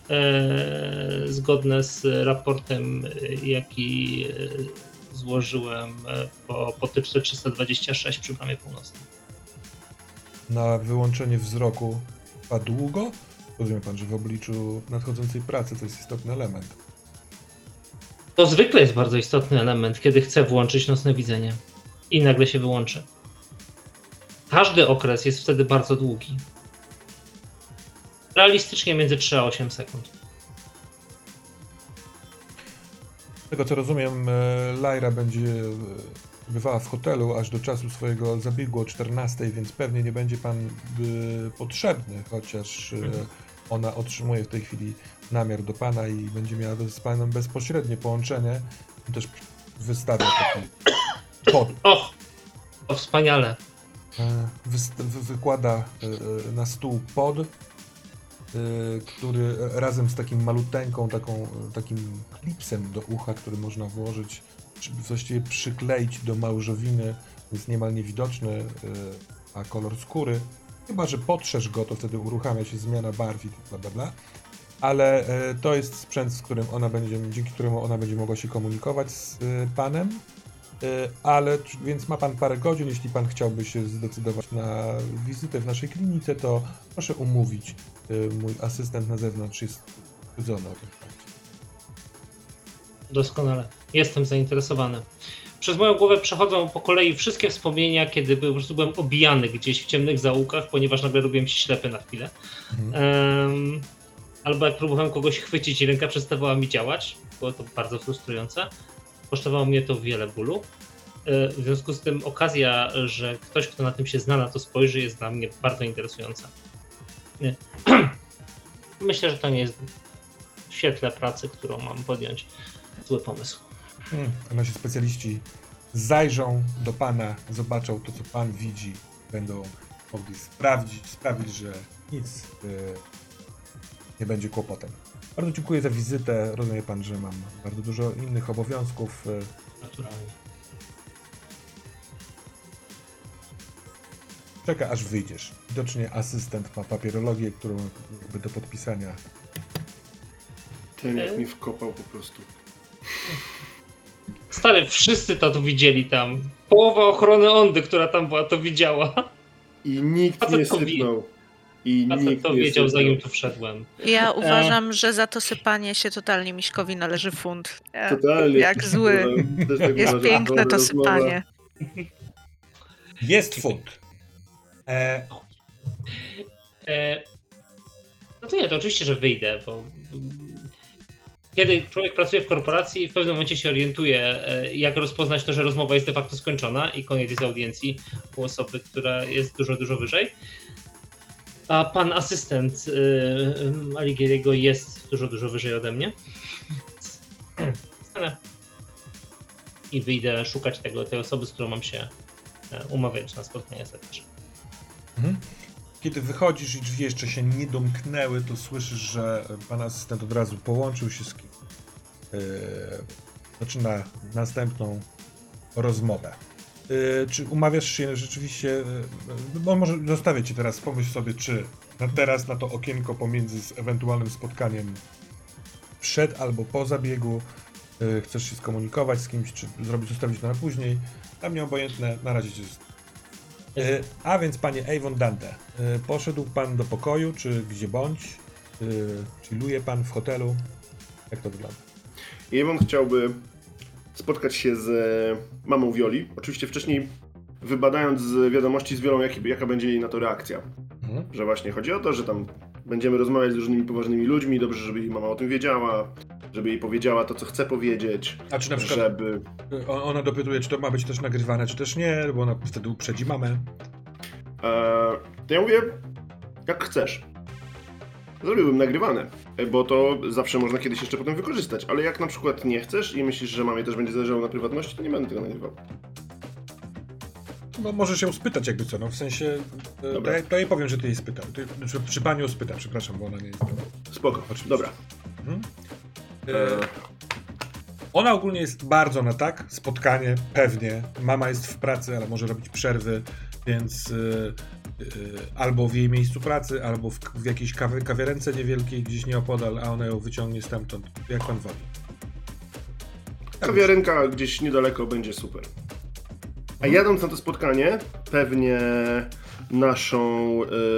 zgodne z raportem, jaki złożyłem po potyczce 326 przy Bramie Północnej. Na wyłączenie wzroku trwa długo? Rozumie pan, że w obliczu nadchodzącej pracy to jest istotny element. To zwykle jest bardzo istotny element, kiedy chcę włączyć nocne widzenie i nagle się wyłączy. Każdy okres jest wtedy bardzo długi. Realistycznie między 3 a 8 sekund. Z tego co rozumiem, Lyra będzie bywała w hotelu aż do czasu swojego zabiegu o 14, więc pewnie nie będzie pan potrzebny, chociaż ona otrzymuje w tej chwili namiar do pana i będzie miała z panem bezpośrednie połączenie. Też wystawia taki kod. Och, to wspaniale. Wykłada na stół pod, który razem z takim maluteńką, takim klipsem do ucha, który można włożyć, właściwie przykleić do małżowiny, jest niemal niewidoczny, a kolor skóry. Chyba że potrzesz go, to wtedy uruchamia się zmiana barw i bla bla bla. Ale to jest sprzęt, dzięki któremu ona będzie mogła się komunikować z panem. Więc ma pan parę godzin, jeśli pan chciałby się zdecydować na wizytę w naszej klinice, to proszę umówić. Mój asystent na zewnątrz jest zgodzony o tym. Doskonale. Jestem zainteresowany. przez moją głowę przechodzą po kolei wszystkie wspomnienia, kiedy po prostu byłem obijany gdzieś w ciemnych zaułkach, ponieważ nagle robiłem się ślepy na chwilę. Albo jak próbowałem kogoś chwycić i ręka przestawała mi działać. Było to bardzo frustrujące. Kosztowało mnie to wiele bólu. W związku z tym okazja, że ktoś, kto na tym się zna, na to spojrzy, jest dla mnie bardzo interesująca. Myślę, że to nie jest w świetle pracy, którą mam podjąć, zły pomysł. Nasi specjaliści zajrzą do pana, zobaczą to, co pan widzi, będą mogli sprawić, że nic nie będzie kłopotem. Bardzo dziękuję za wizytę. Rozumie pan, że mam bardzo dużo innych obowiązków. Naturalnie. Czeka, aż wyjdziesz. Widocznie asystent ma papierologię, którą jakby do podpisania. Ten jak mi wkopał po prostu. Stary, wszyscy to widzieli tam. Połowa ochrony Ondy, która tam była, to widziała. I nikt nie sypnął. Facet to wiedział, zanim tu wszedłem. Ja uważam, że za to sypanie się totalnie Miśkowi należy funt. Totalnie. Jak zły. Tak Jest uważam, piękne to rozmowa. sypanie. Jest funt. No to nie, to oczywiście, że wyjdę, bo kiedy człowiek pracuje w korporacji, w pewnym momencie się orientuje, jak rozpoznać to, że rozmowa jest de facto skończona i koniec jest audiencji u osoby, która jest dużo, dużo wyżej. A pan asystent Alighieriego jest dużo, dużo wyżej ode mnie. I wyjdę szukać tej osoby, z którą mam się umawiać na spotkanie też. Kiedy wychodzisz i drzwi jeszcze się nie domknęły, to słyszysz, że pan asystent od razu połączył się z kim. Zaczyna następną rozmowę. Czy umawiasz się rzeczywiście, bo może zostawię ci teraz, pomyśl sobie, czy teraz na to okienko pomiędzy z ewentualnym spotkaniem przed albo po zabiegu chcesz się skomunikować z kimś, czy zostawić to na później. Tam nieobojętne, na razie cię jest. A więc panie Avon Dante, poszedł pan do pokoju, czy gdzie bądź? Chilluje pan w hotelu? Jak to wygląda? Avon chciałby spotkać się z mamą Violi. Oczywiście wcześniej wybadając z wiadomości z Violą, jaka będzie jej na to reakcja. Że właśnie chodzi o to, że tam będziemy rozmawiać z różnymi poważnymi ludźmi, dobrze, żeby jej mama o tym wiedziała, żeby jej powiedziała to, co chce powiedzieć. A czy na przykład ona dopytuje, czy to ma być też nagrywane, czy też nie, bo ona wtedy uprzedzi mamę. To ja mówię, jak chcesz. Zrobiłbym nagrywane, bo to zawsze można kiedyś jeszcze potem wykorzystać, ale jak na przykład nie chcesz i myślisz, że mamie też będzie zależało na prywatności, to nie będę tego nagrywał. No możesz ją spytać jakby co, no w sensie, to jej powiem, że ty jej spytał. Czy pani ją spyta, przepraszam, bo ona nie jest... Spoko, oczywiście. Dobra. Ona ogólnie jest bardzo na tak, spotkanie, pewnie. Mama jest w pracy, ale może robić przerwy, więc albo w jej miejscu pracy, albo w jakiejś kawiarence niewielkiej, gdzieś nieopodal, a ona ją wyciągnie stamtąd, jak pan woli. Kawiarenka gdzieś niedaleko będzie super. A jadąc na to spotkanie, pewnie naszą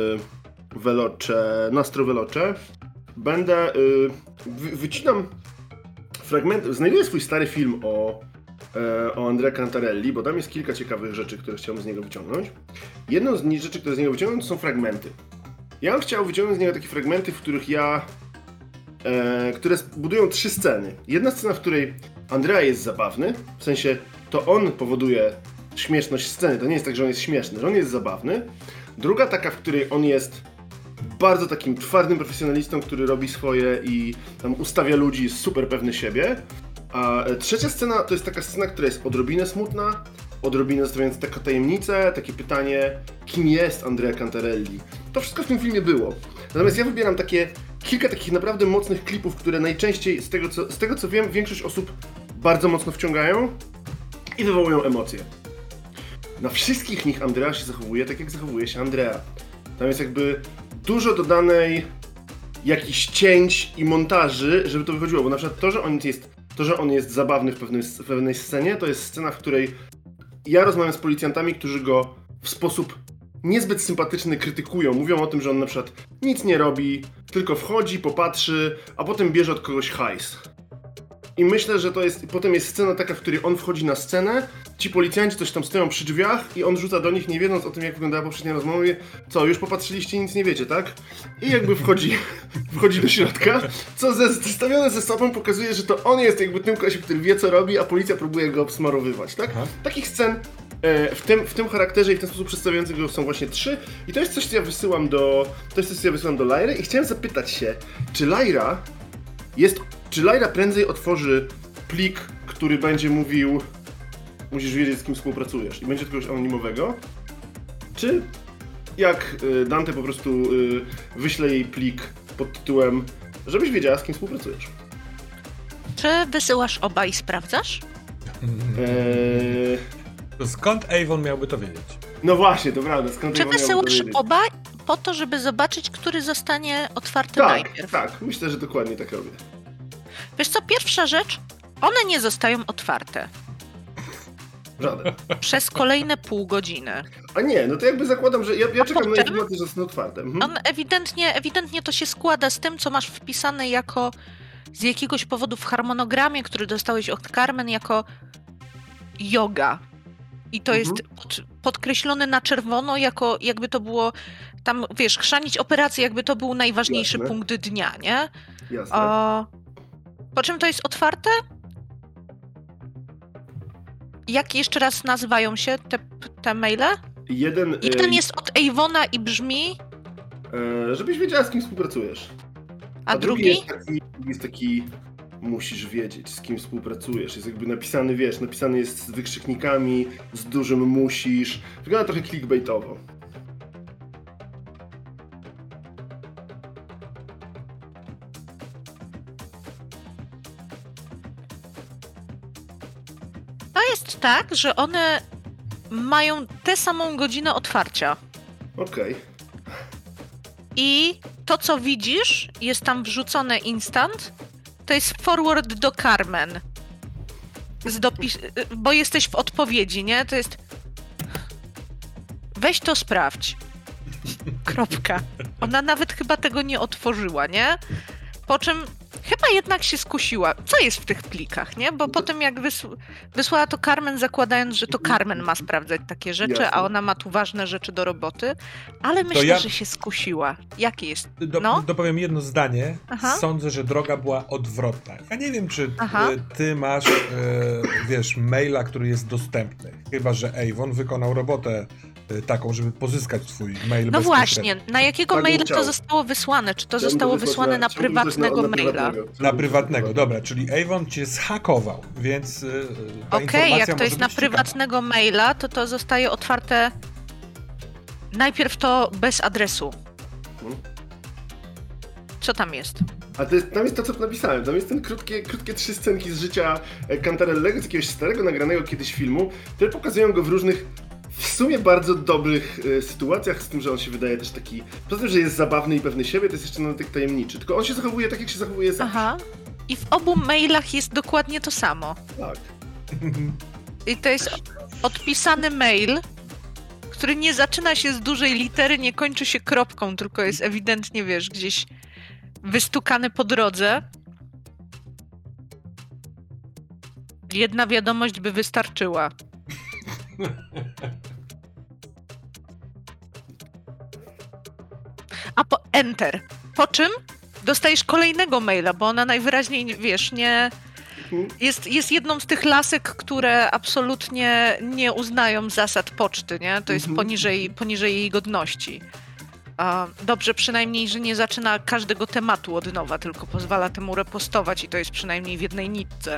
Nastro Veloce, będę, wycinam fragmenty, znajduję swój stary film o Andrea Cantarelli, bo tam jest kilka ciekawych rzeczy, które chciałbym z niego wyciągnąć. Jedną z rzeczy, które z niego wyciągnąć, to są fragmenty. Ja bym chciał wyciągnąć z niego takie fragmenty, w których które budują 3 sceny. Jedna scena, w której Andrea jest zabawny, w sensie to on powoduje śmieszność sceny, to nie jest tak, że on jest śmieszny, że on jest zabawny. Druga taka, w której on jest bardzo takim twardym profesjonalistą, który robi swoje i tam ustawia ludzi, jest super pewny siebie. A trzecia scena to jest taka scena, która jest odrobinę smutna, odrobinę zostawiając taką tajemnicę, takie pytanie, kim jest Andrea Cantarelli. To wszystko w tym filmie było. Natomiast ja wybieram kilka takich naprawdę mocnych klipów, które najczęściej, z tego co wiem, większość osób bardzo mocno wciągają i wywołują emocje. Na wszystkich nich Andrea się zachowuje tak, jak zachowuje się Andrea. Tam jest jakby dużo dodanej jakichś cięć i montaży, żeby to wychodziło, bo na przykład to, że on jest zabawny w pewnej scenie, to jest scena, w której ja rozmawiam z policjantami, którzy go w sposób niezbyt sympatyczny krytykują. Mówią o tym, że on na przykład nic nie robi, tylko wchodzi, popatrzy, a potem bierze od kogoś hajs. i myślę, że to jest, potem jest scena taka, w której on wchodzi na scenę, ci policjanci coś tam stoją przy drzwiach i on rzuca do nich, nie wiedząc o tym, jak wyglądała poprzednia rozmowa, mówi, co, już popatrzyliście i nic nie wiecie, tak? I jakby wchodzi do środka, co zestawione ze sobą pokazuje, że to on jest jakby tym kolesiem, który wie, co robi, a policja próbuje go obsmarowywać, tak? Aha. Takich scen w tym charakterze i w ten sposób przedstawiających go są właśnie 3 i to jest coś, co ja wysyłam do Lyry i chciałem zapytać się, czy Lyra prędzej otworzy plik, który będzie mówił, musisz wiedzieć, z kim współpracujesz i będzie od kogoś anonimowego, czy jak Dante po prostu wyśle jej plik pod tytułem, żebyś wiedziała, z kim współpracujesz. Czy wysyłasz oba i sprawdzasz? To skąd Avon miałby to wiedzieć? No właśnie, to prawda. Skąd Czy Avon miałby to wysyłasz wiedzieć? oba po to, żeby zobaczyć, który zostanie otwarty Tak, najpierw? tak. Myślę, że dokładnie tak robię. Wiesz co, pierwsza rzecz, one nie zostają otwarte Żaden. przez kolejne pół godziny. A nie, no to jakby zakładam, że ja czekam na potem? informacje, że są otwarte. Mhm. On ewidentnie to się składa z tym, co masz wpisane jako z jakiegoś powodu w harmonogramie, który dostałeś od Carmen jako yoga. I to jest podkreślone na czerwono, jako jakby to było tam, wiesz, chrzanić operację, jakby to był najważniejszy Jasne. punkt dnia, nie? Jasne. Po czym to jest otwarte? Jak jeszcze raz nazywają się te maile? Jeden jest od Avona i brzmi, żebyś wiedziała, z kim współpracujesz. a drugi? Jest taki, musisz wiedzieć, z kim współpracujesz. Jest jakby napisany, wiesz, napisany jest z wykrzyknikami, z dużym musisz. Wygląda trochę clickbaitowo. To jest tak, że one mają tę samą godzinę otwarcia. Okej. I to, co widzisz, jest tam wrzucone instant, to jest forward do Carmen. Bo jesteś w odpowiedzi, nie? To jest... Weź to sprawdź. Kropka. Ona nawet chyba tego nie otworzyła, nie? Po czym chyba jednak się skusiła. Co jest w tych plikach, nie? Bo potem jak wysłała to Carmen, zakładając, że to Carmen ma sprawdzać takie rzeczy, Jasne. a ona ma tu ważne rzeczy do roboty. Ale myślę, że się skusiła. Jakie jest? Dopowiem jedno zdanie. Aha. Sądzę, że droga była odwrotna. Ja nie wiem, czy Aha. ty masz, wiesz, maila, który jest dostępny. Chyba że Avon wykonał robotę taką, żeby pozyskać twój mail No bezpośrednio. właśnie, na jakiego Tak bym maila chciał. to zostało wysłane? Czy to Chciałbym zostało wysłać wysłane na chciałbym wysłać prywatnego maila? Na prywatnego, dobra, czyli Avon cię zhakował, więc ta Okej, informacja jak to może jest na być ciekawa. prywatnego maila, to zostaje otwarte najpierw to bez adresu. Co tam jest? A tam jest to, co napisałem. Tam jest ten krótkie 3 scenki z życia Cantarellego, z jakiegoś starego, nagranego kiedyś filmu, które pokazują go w różnych, w sumie bardzo dobrych sytuacjach, z tym, że on się wydaje też taki, poza tym, że jest zabawny i pewny siebie, to jest jeszcze na tych tajemniczy. Tylko on się zachowuje tak, jak się zachowuje zawsze. Aha. I w obu mailach jest dokładnie to samo. Tak. I to jest odpisany mail, który nie zaczyna się z dużej litery, nie kończy się kropką, tylko jest ewidentnie, wiesz, gdzieś wystukany po drodze. Jedna wiadomość by wystarczyła. A po enter. Po czym dostajesz kolejnego maila, bo ona najwyraźniej, wiesz, nie... Jest jedną z tych lasek, które absolutnie nie uznają zasad poczty, nie? To jest poniżej jej godności. Dobrze przynajmniej, że nie zaczyna każdego tematu od nowa, tylko pozwala temu repostować i to jest przynajmniej w jednej nitce.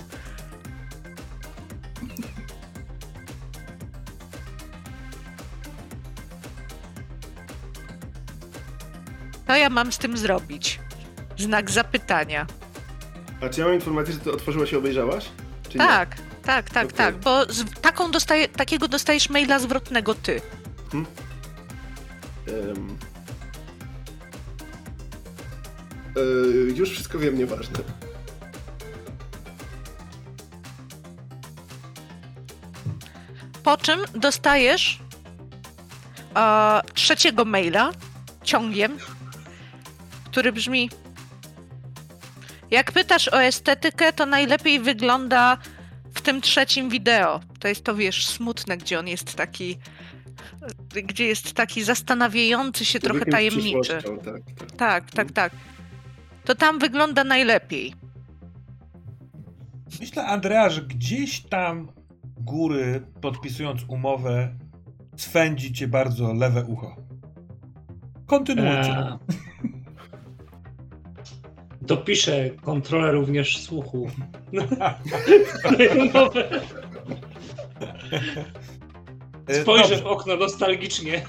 Co ja mam z tym zrobić? Znak zapytania. A czy ja mam informację, że ty otworzyłaś i obejrzałaś? Czy nie? Tak, Okej. tak, bo takiego dostajesz maila zwrotnego ty. Już wszystko wiem, nieważne. Po czym dostajesz trzeciego maila ciągiem, który brzmi: Jak pytasz o estetykę, to najlepiej wygląda w tym trzecim wideo. To jest to, wiesz, smutne, gdzie on jest taki... Gdzie jest taki zastanawiający się, trochę tajemniczy. Tak. To tam wygląda najlepiej. Myślę, Andrea, że gdzieś tam góry, podpisując umowę, swędzi cię bardzo lewe ucho. Kontynuujcie. Dopiszę kontrolę również słuchu. Spojrzę w okno nostalgicznie.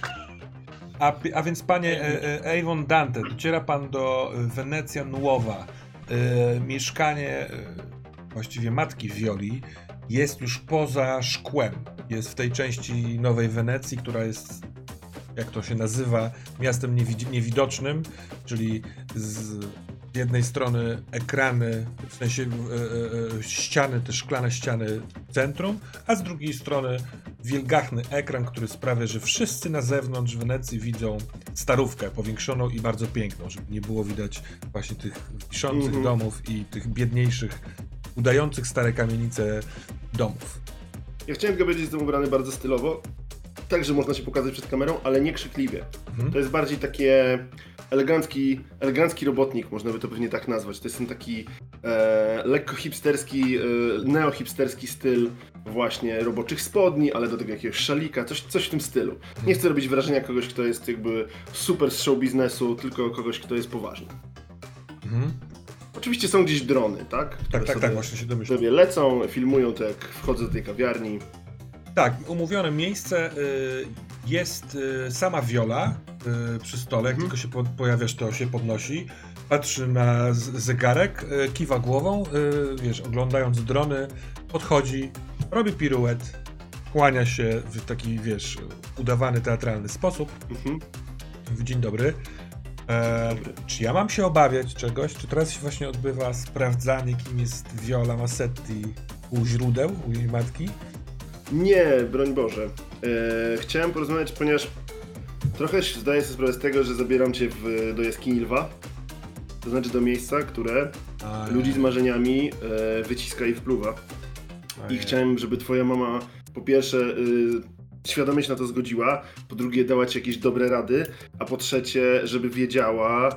A więc, panie Avon Dante, dociera pan do Wenecja Nuova. Mieszkanie właściwie matki Violi jest już poza szkłem. Jest w tej części Nowej Wenecji, która jest, jak to się nazywa, miastem niewidocznym, czyli z jednej strony ekrany, w sensie ściany, te szklane ściany centrum, a z drugiej strony wielgachny ekran, który sprawia, że wszyscy na zewnątrz Wenecji widzą starówkę powiększoną i bardzo piękną, żeby nie było widać właśnie tych wiszących domów i tych biedniejszych, udających stare kamienice domów. Ja chciałem tylko powiedzieć, że jestem ubrany bardzo stylowo, tak, że można się pokazać przed kamerą, ale nie krzykliwie. To jest bardziej takie elegancki robotnik, można by to pewnie tak nazwać. To jest ten taki lekko hipsterski, neo-hipsterski styl właśnie roboczych spodni, ale do tego jakiegoś szalika, coś w tym stylu. Nie chcę robić wrażenia kogoś, kto jest jakby super z show biznesu, tylko kogoś, kto jest poważny. Oczywiście są gdzieś drony, tak? Tak, właśnie się domyślam. Sobie lecą, filmują to, jak wchodzę do tej kawiarni. Tak, umówione miejsce, jest sama Viola przy stole, jak tylko się pojawiasz, to się podnosi, patrzy na zegarek, kiwa głową, wiesz, oglądając drony, podchodzi, robi piruet, kłania się w taki, wiesz, udawany teatralny sposób. Dzień dobry. Czy ja mam się obawiać czegoś? Czy teraz się właśnie odbywa sprawdzanie, kim jest Viola Massetti u źródeł, u jej matki? Nie, broń Boże. Chciałem porozmawiać, ponieważ trochę zdaję sobie sprawę z tego, że zabieram cię do jaskini lwa. To znaczy do miejsca, które ludzi z marzeniami wyciska i wpluwa. I chciałem, żeby twoja mama po pierwsze świadomie się na to zgodziła, po drugie dała ci jakieś dobre rady, a po trzecie, żeby wiedziała,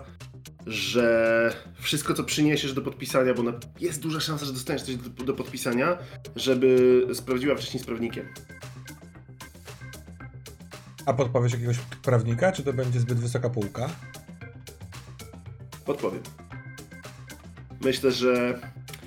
że wszystko, co przyniesiesz do podpisania, bo jest duża szansa, że dostaniesz coś do podpisania, żeby sprawdziła wcześniej z prawnikiem. A podpowiesz jakiegoś prawnika, czy to będzie zbyt wysoka półka? Podpowiem. Myślę, że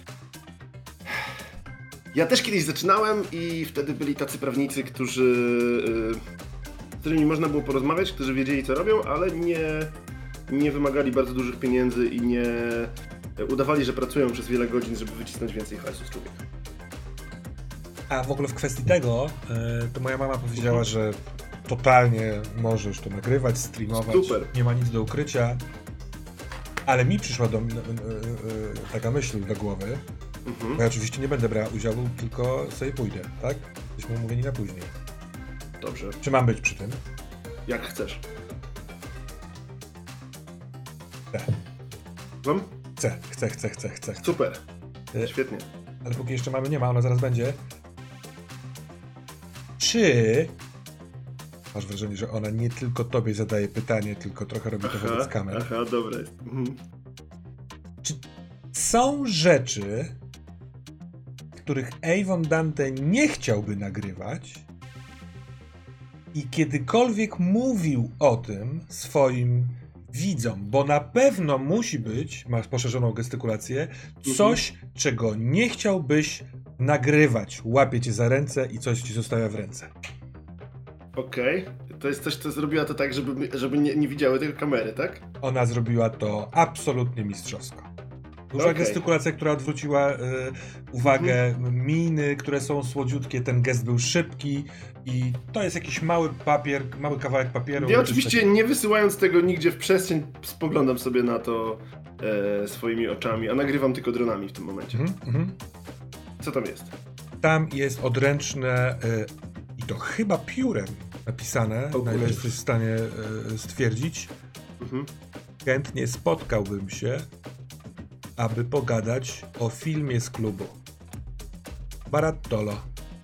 ja też kiedyś zaczynałem i wtedy byli tacy prawnicy, z którymi można było porozmawiać, którzy wiedzieli, co robią, ale nie wymagali bardzo dużych pieniędzy i nie udawali, że pracują przez wiele godzin, żeby wycisnąć więcej hajsu z człowieka. A w ogóle w kwestii tego, to moja mama powiedziała, że totalnie możesz to nagrywać, streamować, super. Nie ma nic do ukrycia, ale mi przyszła taka myśl do głowy, bo ja oczywiście nie będę brał udziału, tylko sobie pójdę, tak? Jesteśmy umówieni na później. Dobrze. Czy mam być przy tym? Jak chcesz. Chcę. Wam? Chcę. Super. Świetnie. Ale póki jeszcze mamy nie ma, ona zaraz będzie. Czy masz wrażenie, że ona nie tylko tobie zadaje pytanie, tylko trochę robi to wobec kamer? Aha, dobra jest. Czy są rzeczy, których Avon Dante nie chciałby nagrywać i kiedykolwiek mówił o tym swoim widzom, bo na pewno musi być, masz poszerzoną gestykulację, coś, czego nie chciałbyś nagrywać. Łapie cię za ręce i coś ci zostawia w ręce. Okej. To jest coś, co zrobiła to tak, żeby nie widziały tego kamery, tak? Ona zrobiła to absolutnie mistrzowsko. Duża gestykulacja, która odwróciła uwagę, miny, które są słodziutkie, ten gest był szybki i to jest jakiś mały papier, mały kawałek papieru. Ja oczywiście nie wysyłając tego nigdzie w przestrzeń, spoglądam sobie na to swoimi oczami, a nagrywam tylko dronami w tym momencie. Co tam jest? Tam jest odręczne i to chyba piórem napisane, na ile jesteś w stanie stwierdzić. Chętnie spotkałbym się, aby pogadać o filmie z klubu. Barattolo.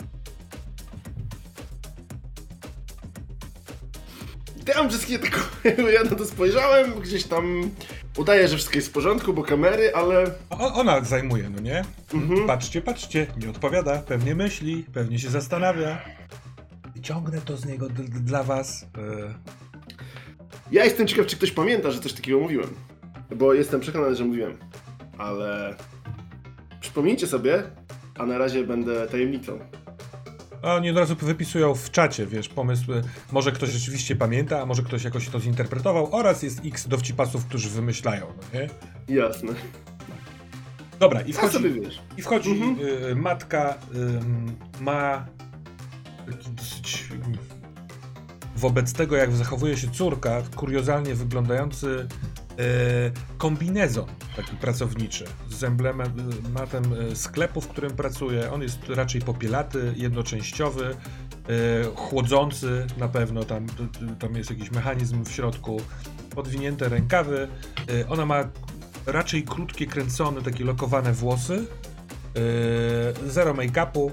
Ja mam wszystkie tylko... Ja na to spojrzałem, gdzieś tam... Udaję, że wszystko jest w porządku, bo kamery, ale... Ona zajmuje, no nie? Patrzcie, nie odpowiada, pewnie myśli, pewnie się zastanawia. Wyciągnę to z niego dla was. Ja jestem ciekaw, czy ktoś pamięta, że coś takiego mówiłem. Bo jestem przekonany, że mówiłem. Ale... Przypomnijcie sobie, a na razie będę tajemnicą. A oni od razu wypisują w czacie, wiesz, pomysły. Może ktoś rzeczywiście pamięta, a może ktoś jakoś to zinterpretował. Oraz jest x dowcipasów, którzy wymyślają, no nie? Jasne. Dobra, i wchodzi matka, ma taki dosyć... Wobec tego, jak zachowuje się córka, kuriozalnie wyglądający kombinezon taki pracowniczy z emblematem sklepu, w którym pracuje. On jest raczej popielaty, jednoczęściowy, chłodzący na pewno, tam jest jakiś mechanizm w środku, podwinięte rękawy. Ona ma raczej krótkie, kręcone, takie lokowane włosy, zero make-upu.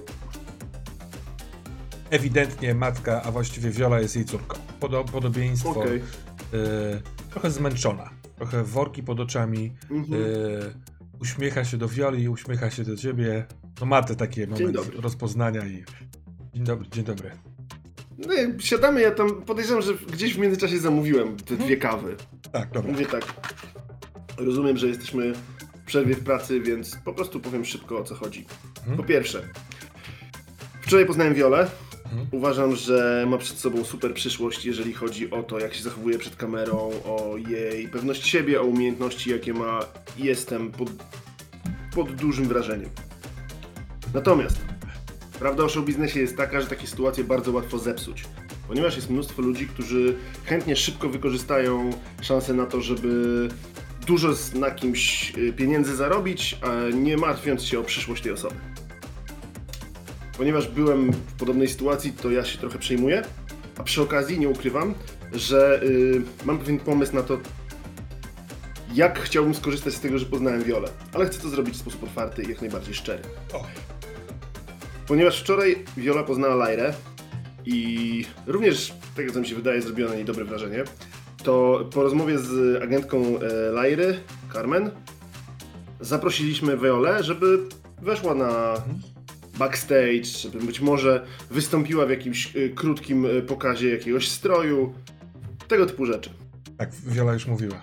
Ewidentnie matka, a właściwie Viola jest jej córką. Podobieństwo. Trochę zmęczona. Trochę worki pod oczami. Uśmiecha się do Violi, uśmiecha się do ciebie. No ma te takie momenty rozpoznania i... Dzień dobry. No, siadamy, ja tam podejrzewam, że gdzieś w międzyczasie zamówiłem te 2 kawy. Tak, dobra. Mówię tak. Rozumiem, że jesteśmy w przerwie w pracy, więc po prostu powiem szybko, o co chodzi. Po pierwsze, wczoraj poznałem Violę. Uważam, że ma przed sobą super przyszłość, jeżeli chodzi o to, jak się zachowuje przed kamerą, o jej pewność siebie, o umiejętności, jakie ma. Jestem pod dużym wrażeniem. Natomiast prawda o showbiznesie jest taka, że takie sytuacje bardzo łatwo zepsuć. Ponieważ jest mnóstwo ludzi, którzy chętnie szybko wykorzystają szansę na to, żeby dużo na kimś pieniędzy zarobić, a nie martwiąc się o przyszłość tej osoby. Ponieważ byłem w podobnej sytuacji, to ja się trochę przejmuję, a przy okazji nie ukrywam, że mam pewien pomysł na to, jak chciałbym skorzystać z tego, że poznałem Violę, ale chcę to zrobić w sposób otwarty i jak najbardziej szczery. Ponieważ wczoraj Viola poznała Lairę i również, tak jak mi się wydaje, zrobiła na niej dobre wrażenie, to po rozmowie z agentką Lairy, Carmen, zaprosiliśmy Violę, żeby weszła na backstage, żeby być może wystąpiła w jakimś krótkim pokazie jakiegoś stroju, tego typu rzeczy. Tak, Viola już mówiła.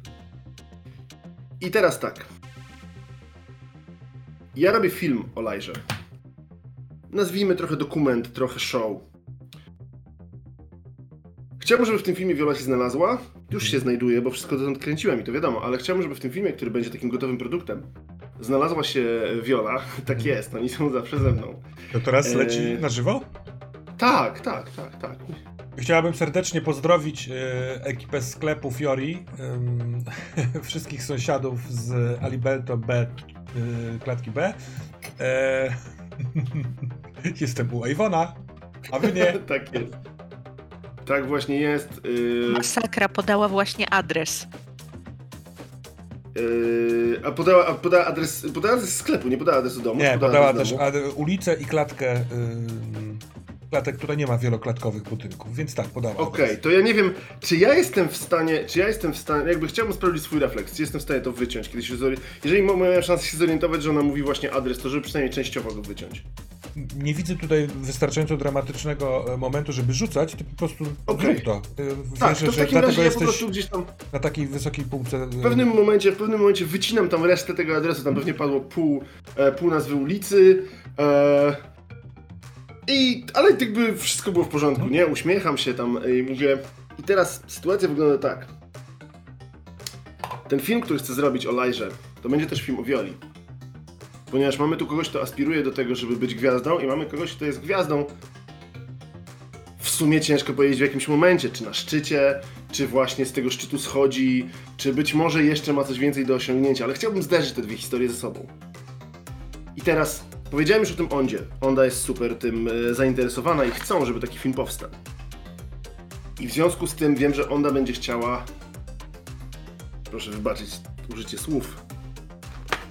I teraz tak. Ja robię film o Lairze. Nazwijmy trochę dokument, trochę show. Chciałbym, żeby w tym filmie Viola się znalazła. Już się znajduje, bo wszystko dotąd kręciłem i to wiadomo, ale chciałbym, żeby w tym filmie, który będzie takim gotowym produktem, znalazła się Viola. Tak jest, oni są zawsze ze mną. To teraz leci na żywo? Tak. Chciałabym serdecznie pozdrowić ekipę sklepu Fiori, wszystkich sąsiadów z Alibelto B, klatki B. Jestem u Iwona, a wy nie. Tak jest. Tak właśnie jest. Masakra podała właśnie adres. A podała adres sklepu, nie podała adresu domu. Nie, podała też ulicę i klatkę, która nie ma wieloklatkowych budynków, więc tak, podała adres. Okej, to ja nie wiem, czy ja jestem w stanie, jakby chciałbym sprawdzić swój refleks, czy jestem w stanie to wyciąć, kiedy się jeżeli miałem szansę się zorientować, że ona mówi właśnie adres, to żeby przynajmniej częściowo go wyciąć. Nie widzę tutaj wystarczająco dramatycznego momentu, żeby rzucać, ty po prostu zrób to. Tak, to w takim razie ja po prostu gdzieś tam na takiej wysokiej półce. W pewnym momencie wycinam tam resztę tego adresu, tam pewnie padło pół nazwy ulicy, ale jakby wszystko było w porządku, nie? Uśmiecham się tam i mówię... I teraz sytuacja wygląda tak. Ten film, który chcę zrobić o Lairze, to będzie też film o Violi. Ponieważ mamy tu kogoś, kto aspiruje do tego, żeby być gwiazdą i mamy kogoś, kto jest gwiazdą w sumie ciężko powiedzieć w jakimś momencie, czy na szczycie, czy właśnie z tego szczytu schodzi, czy być może jeszcze ma coś więcej do osiągnięcia, ale chciałbym zderzyć te dwie historie ze sobą. I teraz powiedziałem już o tym Ondzie. Onda jest super tym zainteresowana i chcą, żeby taki film powstał. I w związku z tym wiem, że Onda będzie chciała... Proszę wybaczyć użycie słów.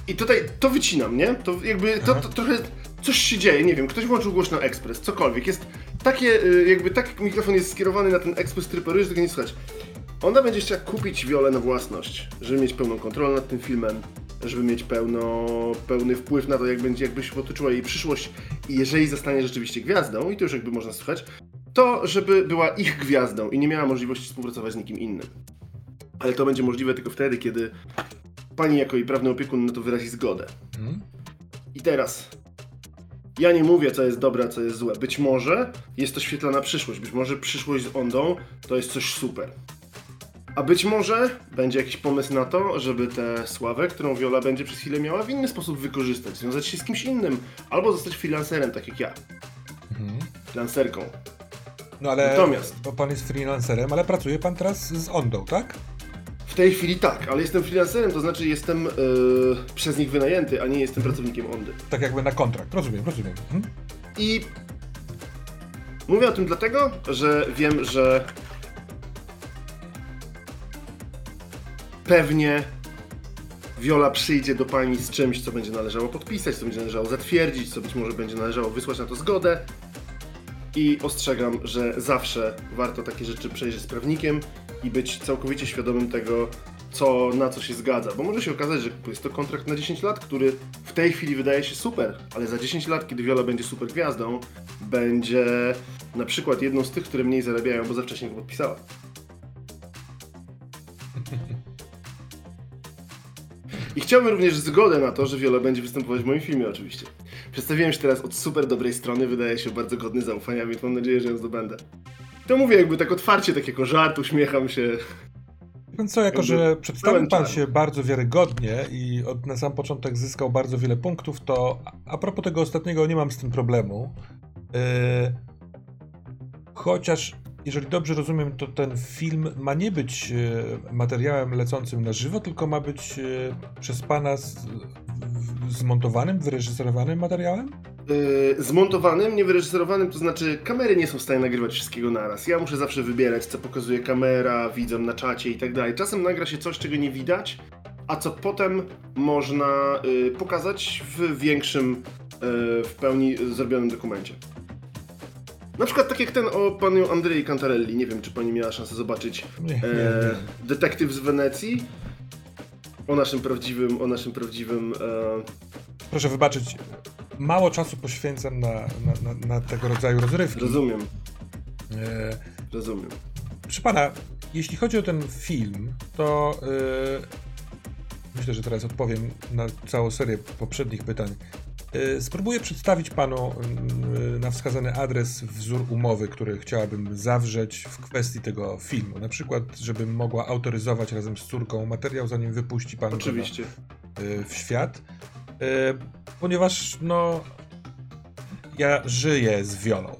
I tutaj to wycinam, nie? To jakby to trochę coś się dzieje, nie wiem, ktoś włączył głośno ekspres, cokolwiek. Jest takie, jakby tak mikrofon jest skierowany na ten ekspres, który paruje, że tego nie słychać. Ona będzie chciała kupić Violę na własność, żeby mieć pełną kontrolę nad tym filmem, żeby mieć pełny wpływ na to, jakby się potoczyła jej przyszłość i jeżeli zostanie rzeczywiście gwiazdą, i to już jakby można słuchać, to żeby była ich gwiazdą i nie miała możliwości współpracować z nikim innym. Ale to będzie możliwe tylko wtedy, kiedy pani jako jej prawny opiekun na to wyrazi zgodę. I teraz, ja nie mówię, co jest dobre, a co jest złe. Być może jest to świetlana przyszłość, być może przyszłość z Ondą to jest coś super. A być może będzie jakiś pomysł na to, żeby tę sławę, którą Viola będzie przez chwilę miała, w inny sposób wykorzystać, związać się z kimś innym, albo zostać freelancerem, tak jak ja. Freelancerką. No ale, natomiast, bo pan jest freelancerem, ale pracuje pan teraz z Ondą, tak? W tej chwili tak, ale jestem freelancerem, to znaczy jestem przez nich wynajęty, a nie jestem pracownikiem Ondy. Tak jakby na kontrakt, rozumiem. I mówię o tym dlatego, że wiem, że pewnie Viola przyjdzie do pani z czymś, co będzie należało podpisać, co będzie należało zatwierdzić, co być może będzie należało wysłać na to zgodę. I ostrzegam, że zawsze warto takie rzeczy przejrzeć z prawnikiem i być całkowicie świadomym tego, na co się zgadza. Bo może się okazać, że jest to kontrakt na 10 lat, który w tej chwili wydaje się super, ale za 10 lat, kiedy Viola będzie super gwiazdą, będzie na przykład jedną z tych, które mniej zarabiają, bo za wcześnie go podpisała. I chciałbym również zgodę na to, że Viola będzie występować w moim filmie oczywiście. Przedstawiłem się teraz od super dobrej strony, wydaje się bardzo godny zaufania, więc mam nadzieję, że ją zdobędę. To mówię jakby tak otwarcie, tak jako żart, uśmiecham się. Więc co, jako że przedstawił pan się bardzo wiarygodnie i na sam początek zyskał bardzo wiele punktów, to a propos tego ostatniego nie mam z tym problemu. Chociaż, jeżeli dobrze rozumiem, to ten film ma nie być materiałem lecącym na żywo, tylko ma być przez pana zmontowanym, wyreżyserowanym materiałem? Zmontowanym, niewyreżyserowanym, to znaczy kamery nie są w stanie nagrywać wszystkiego naraz. Ja muszę zawsze wybierać, co pokazuje kamera, widzom na czacie i tak dalej. Czasem nagra się coś, czego nie widać, a co potem można pokazać w większym, w pełni zrobionym dokumencie. Na przykład tak jak ten o panu Andrei Cantarelli. Nie wiem, czy pani miała szansę zobaczyć Nie. Detektyw z Wenecji. O naszym prawdziwym... Proszę wybaczyć, mało czasu poświęcam na tego rodzaju rozrywki. Rozumiem. Rozumiem. Proszę pana, jeśli chodzi o ten film, to myślę, że teraz odpowiem na całą serię poprzednich pytań. Spróbuję przedstawić panu na wskazany adres wzór umowy, który chciałabym zawrzeć w kwestii tego filmu. Na przykład, żebym mogła autoryzować razem z córką materiał, zanim wypuści pan oczywiście go w świat. Ponieważ, ja żyję z Violą.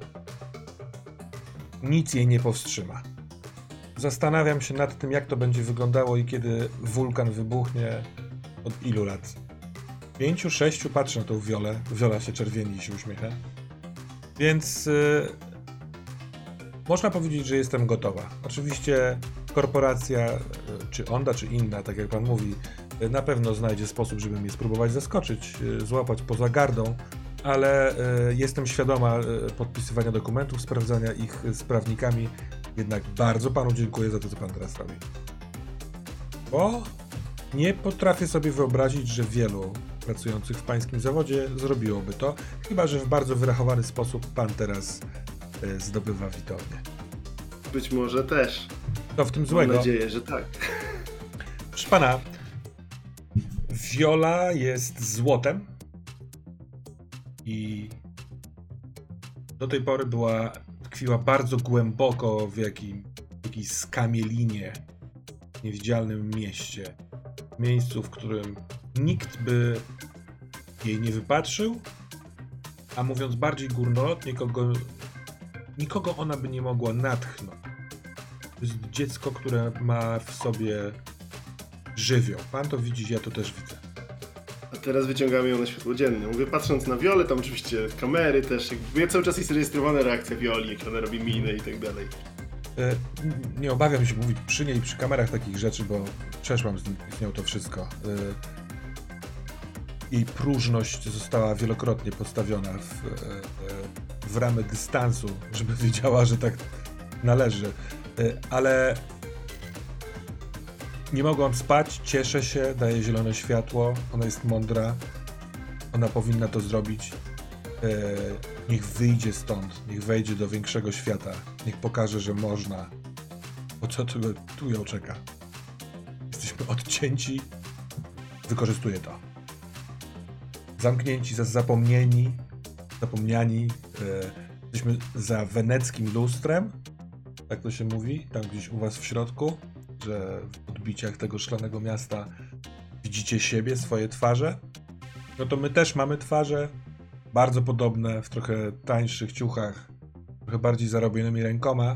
Nic jej nie powstrzyma. Zastanawiam się nad tym, jak to będzie wyglądało i kiedy wulkan wybuchnie. Od ilu lat? 5, 6, patrzę na tą Violę. Viola się czerwieni i się uśmiecha. Więc można powiedzieć, że jestem gotowa. Oczywiście korporacja, czy Onda, czy inna, tak jak pan mówi, na pewno znajdzie sposób, żeby mnie spróbować zaskoczyć, złapać poza gardą, ale jestem świadoma podpisywania dokumentów, sprawdzania ich z prawnikami. Jednak bardzo panu dziękuję za to, co pan teraz robi. Bo nie potrafię sobie wyobrazić, że wielu pracujących w pańskim zawodzie zrobiłoby to, chyba że w bardzo wyrachowany sposób pan teraz zdobywa widownię. Być może też. To w tym złego. Mam nadzieję, że tak. Proszę pana, Viola jest złotem i do tej pory tkwiła bardzo głęboko w jakiejś skamielinie, w niewidzialnym mieście. W miejscu, w którym nikt by jej nie wypatrzył, a mówiąc bardziej górnolotnie, nikogo ona by nie mogła natchnąć. To jest dziecko, które ma w sobie żywioł. Pan to widzi, ja to też widzę. A teraz wyciągamy ją na światło dzienne. Mówię, patrząc na Violę, tam oczywiście kamery też, jakby cały czas jest rejestrowana reakcja Violi, jak ona robi minę i tak dalej. Nie obawiam się mówić przy niej, przy kamerach takich rzeczy, bo przeszłam z nią to wszystko. jej próżność została wielokrotnie postawiona w ramy dystansu, żeby wiedziała, że tak należy. Ale nie mogłam spać, cieszę się, daję zielone światło, ona jest mądra, ona powinna to zrobić. Niech wyjdzie stąd, niech wejdzie do większego świata, niech pokaże, że można. Bo co tu ją czeka? Jesteśmy odcięci, wykorzystuję to. Zamknięci, zapomniani. Jesteśmy za weneckim lustrem, tak to się mówi, tam gdzieś u was w środku, że w odbiciach tego szklanego miasta widzicie siebie, swoje twarze. No to my też mamy twarze bardzo podobne, w trochę tańszych ciuchach, trochę bardziej zarobionymi rękoma.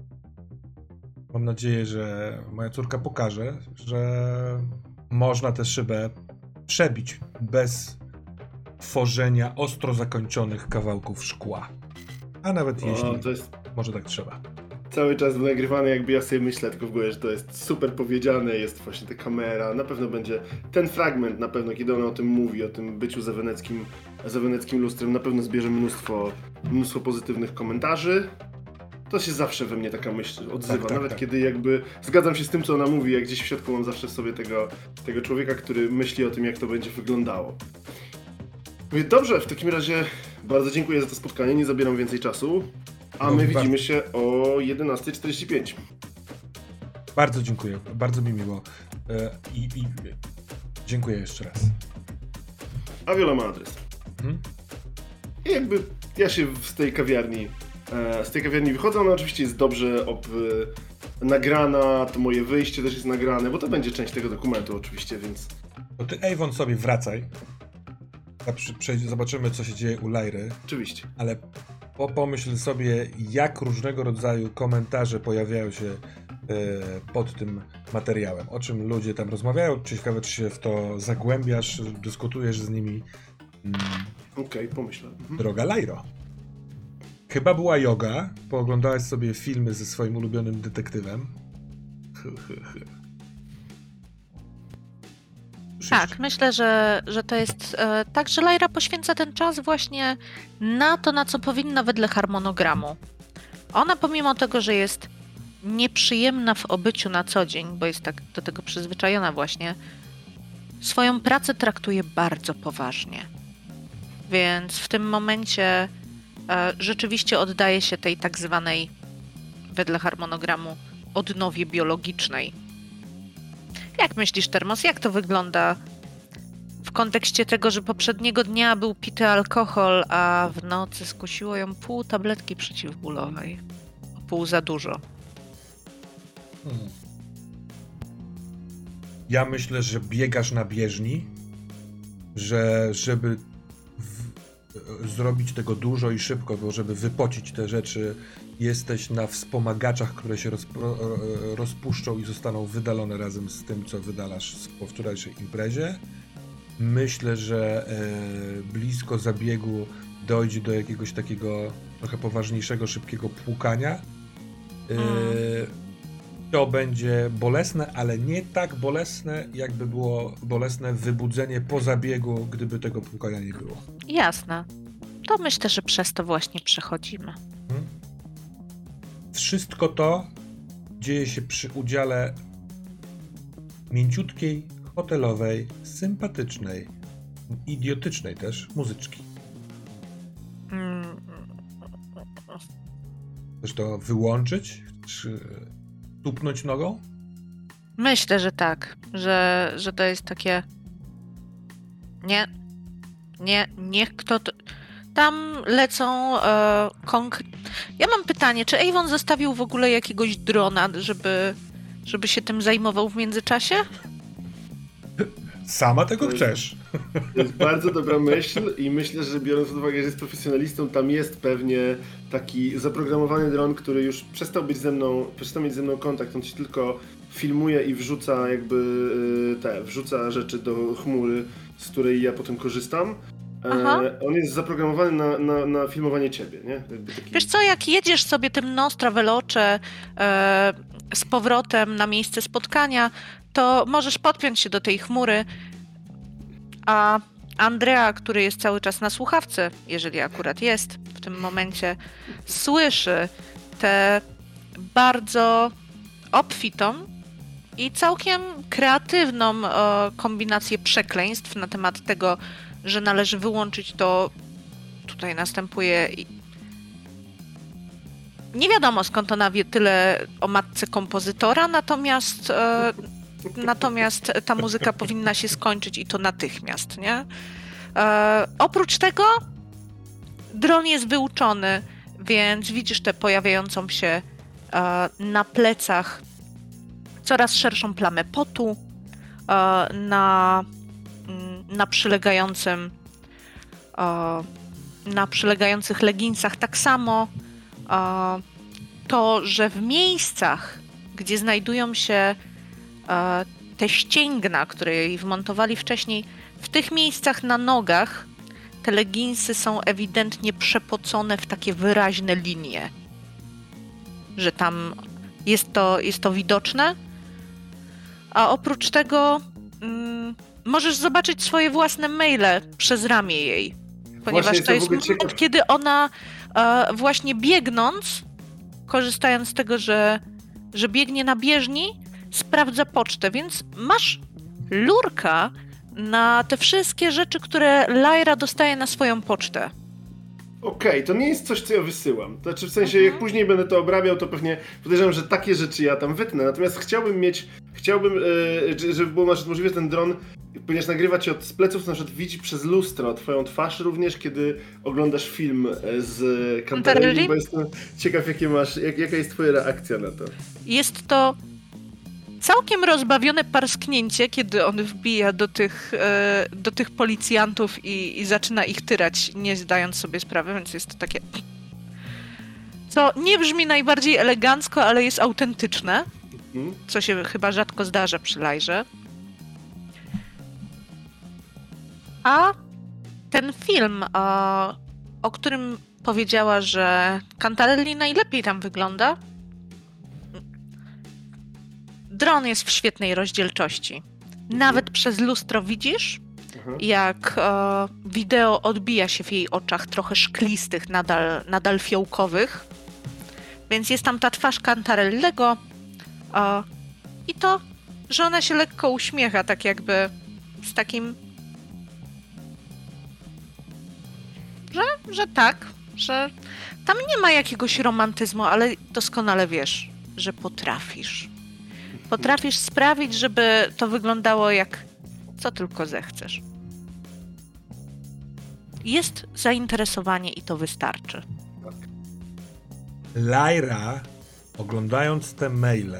Mam nadzieję, że moja córka pokaże, że można tę szybę przebić bez tworzenia ostro zakończonych kawałków szkła. A nawet jeśli może tak trzeba. Cały czas nagrywany, jakby ja sobie myślę tylko w głowie, że to jest super powiedziane, jest właśnie ta kamera, na pewno będzie ten fragment, na pewno kiedy ona o tym mówi, o tym byciu za weneckim lustrem, na pewno zbierze mnóstwo pozytywnych komentarzy. To się zawsze we mnie taka myśl odzywa, nawet kiedy jakby zgadzam się z tym, co ona mówi, jak gdzieś w środku mam zawsze w sobie tego człowieka, który myśli o tym, jak to będzie wyglądało. Mówię, dobrze, w takim razie bardzo dziękuję za to spotkanie, nie zabieram więcej czasu. A my widzimy się o 11:45. Bardzo dziękuję, bardzo mi miło. I dziękuję jeszcze raz. A Viola ma adres. I jakby ja się z tej kawiarni wychodzę, ona oczywiście jest dobrze nagrana, to moje wyjście też jest nagrane, bo to będzie część tego dokumentu oczywiście, więc... To ty, Avon, sobie wracaj. Zobaczymy, co się dzieje u Lyry. Oczywiście. Ale pomyśl sobie, jak różnego rodzaju komentarze pojawiają się pod tym materiałem. O czym ludzie tam rozmawiają. Ciekawe, czy się w to zagłębiasz, dyskutujesz z nimi. Okej, pomyślę. Droga Lyro. Chyba była joga. Pooglądałaś sobie filmy ze swoim ulubionym detektywem. Tak, myślę, że to jest tak, że Lyra poświęca ten czas właśnie na to, na co powinna wedle harmonogramu. Ona pomimo tego, że jest nieprzyjemna w obyciu na co dzień, bo jest tak do tego przyzwyczajona właśnie, swoją pracę traktuje bardzo poważnie. Więc w tym momencie rzeczywiście oddaje się tej tak zwanej, wedle harmonogramu, odnowie biologicznej. Jak myślisz, Termos, jak to wygląda w kontekście tego, że poprzedniego dnia był pity alkohol, a w nocy skusiło ją pół tabletki przeciwbólowej? O pół za dużo. Ja myślę, że biegasz na bieżni, że żeby zrobić tego dużo i szybko, bo żeby wypocić te rzeczy, jesteś na wspomagaczach, które się rozpuszczą i zostaną wydalone razem z tym, co wydalasz po wczorajszej imprezie. Myślę, że blisko zabiegu dojdzie do jakiegoś takiego trochę poważniejszego, szybkiego płukania. To będzie bolesne, ale nie tak bolesne, jakby było bolesne wybudzenie po zabiegu, gdyby tego płukania nie było. Jasne. To myślę, że przez to właśnie przechodzimy. Wszystko to dzieje się przy udziale mięciutkiej, hotelowej, sympatycznej, idiotycznej też muzyczki. Chcesz to wyłączyć? Czy tupnąć nogą? Myślę, że tak. Że to jest takie... Nie, niech kto... Tam lecą Ja mam pytanie, czy Avon zostawił w ogóle jakiegoś drona, żeby się tym zajmował w międzyczasie? Sama tego chcesz. To jest bardzo dobra myśl i myślę, że biorąc pod uwagę, że jest profesjonalistą, tam jest pewnie taki zaprogramowany dron, który już przestał mieć ze mną kontakt. On ci tylko filmuje i wrzuca wrzuca rzeczy do chmury, z której ja potem korzystam. On jest zaprogramowany na filmowanie ciebie, nie? Wiesz co, jak jedziesz sobie tym Nostra Veloce z powrotem na miejsce spotkania, to możesz podpiąć się do tej chmury, a Andrea, który jest cały czas na słuchawce, jeżeli akurat jest w tym momencie, słyszy tę bardzo obfitą i całkiem kreatywną kombinację przekleństw na temat tego, że należy wyłączyć to. Tutaj następuje. Nie wiadomo, skąd ona wie tyle o matce kompozytora, natomiast ta muzyka powinna się skończyć i to natychmiast, nie? Oprócz tego dron jest wyuczony, więc widzisz tę pojawiającą się na plecach coraz szerszą plamę potu, na przylegających leginsach tak samo. To, że w miejscach, gdzie znajdują się te ścięgna, które jej wmontowali wcześniej, w tych miejscach na nogach te leginsy są ewidentnie przepocone w takie wyraźne linie. Że tam jest to widoczne. A oprócz tego możesz zobaczyć swoje własne maile przez ramię jej. Ponieważ to jest moment, kiedy ona właśnie biegnąc, korzystając z tego, że biegnie na bieżni, sprawdza pocztę, więc masz lurka na te wszystkie rzeczy, które Lyra dostaje na swoją pocztę. Okej, to nie jest coś, co ja wysyłam. To znaczy w sensie, jak później będę to obrabiał, to pewnie podejrzewam, że takie rzeczy ja tam wytnę. Natomiast chciałbym, żeby było możliwe, że ten dron, ponieważ nagrywa cię z pleców, to na przykład widzi przez lustro twoją twarz również, kiedy oglądasz film z Cantarelli, bo jestem ciekaw, jaka jest twoja reakcja na to. Jest to całkiem rozbawione parsknięcie, kiedy on wbija do tych policjantów i zaczyna ich tyrać, nie zdając sobie sprawy, więc jest to takie... Co nie brzmi najbardziej elegancko, ale jest autentyczne, co się chyba rzadko zdarza przy Lyrze. A ten film, o którym powiedziała, że Cantarelli najlepiej tam wygląda, dron jest w świetnej rozdzielczości. Nawet przez lustro widzisz, jak wideo odbija się w jej oczach, trochę szklistych, nadal fiołkowych. Więc jest tam ta twarz Cantarellego i to, że ona się lekko uśmiecha, tak jakby z takim... Że tak, że tam nie ma jakiegoś romantyzmu, ale doskonale wiesz, że potrafisz. Potrafisz sprawić, żeby to wyglądało jak co tylko zechcesz. Jest zainteresowanie i to wystarczy. Lyra, oglądając te maile,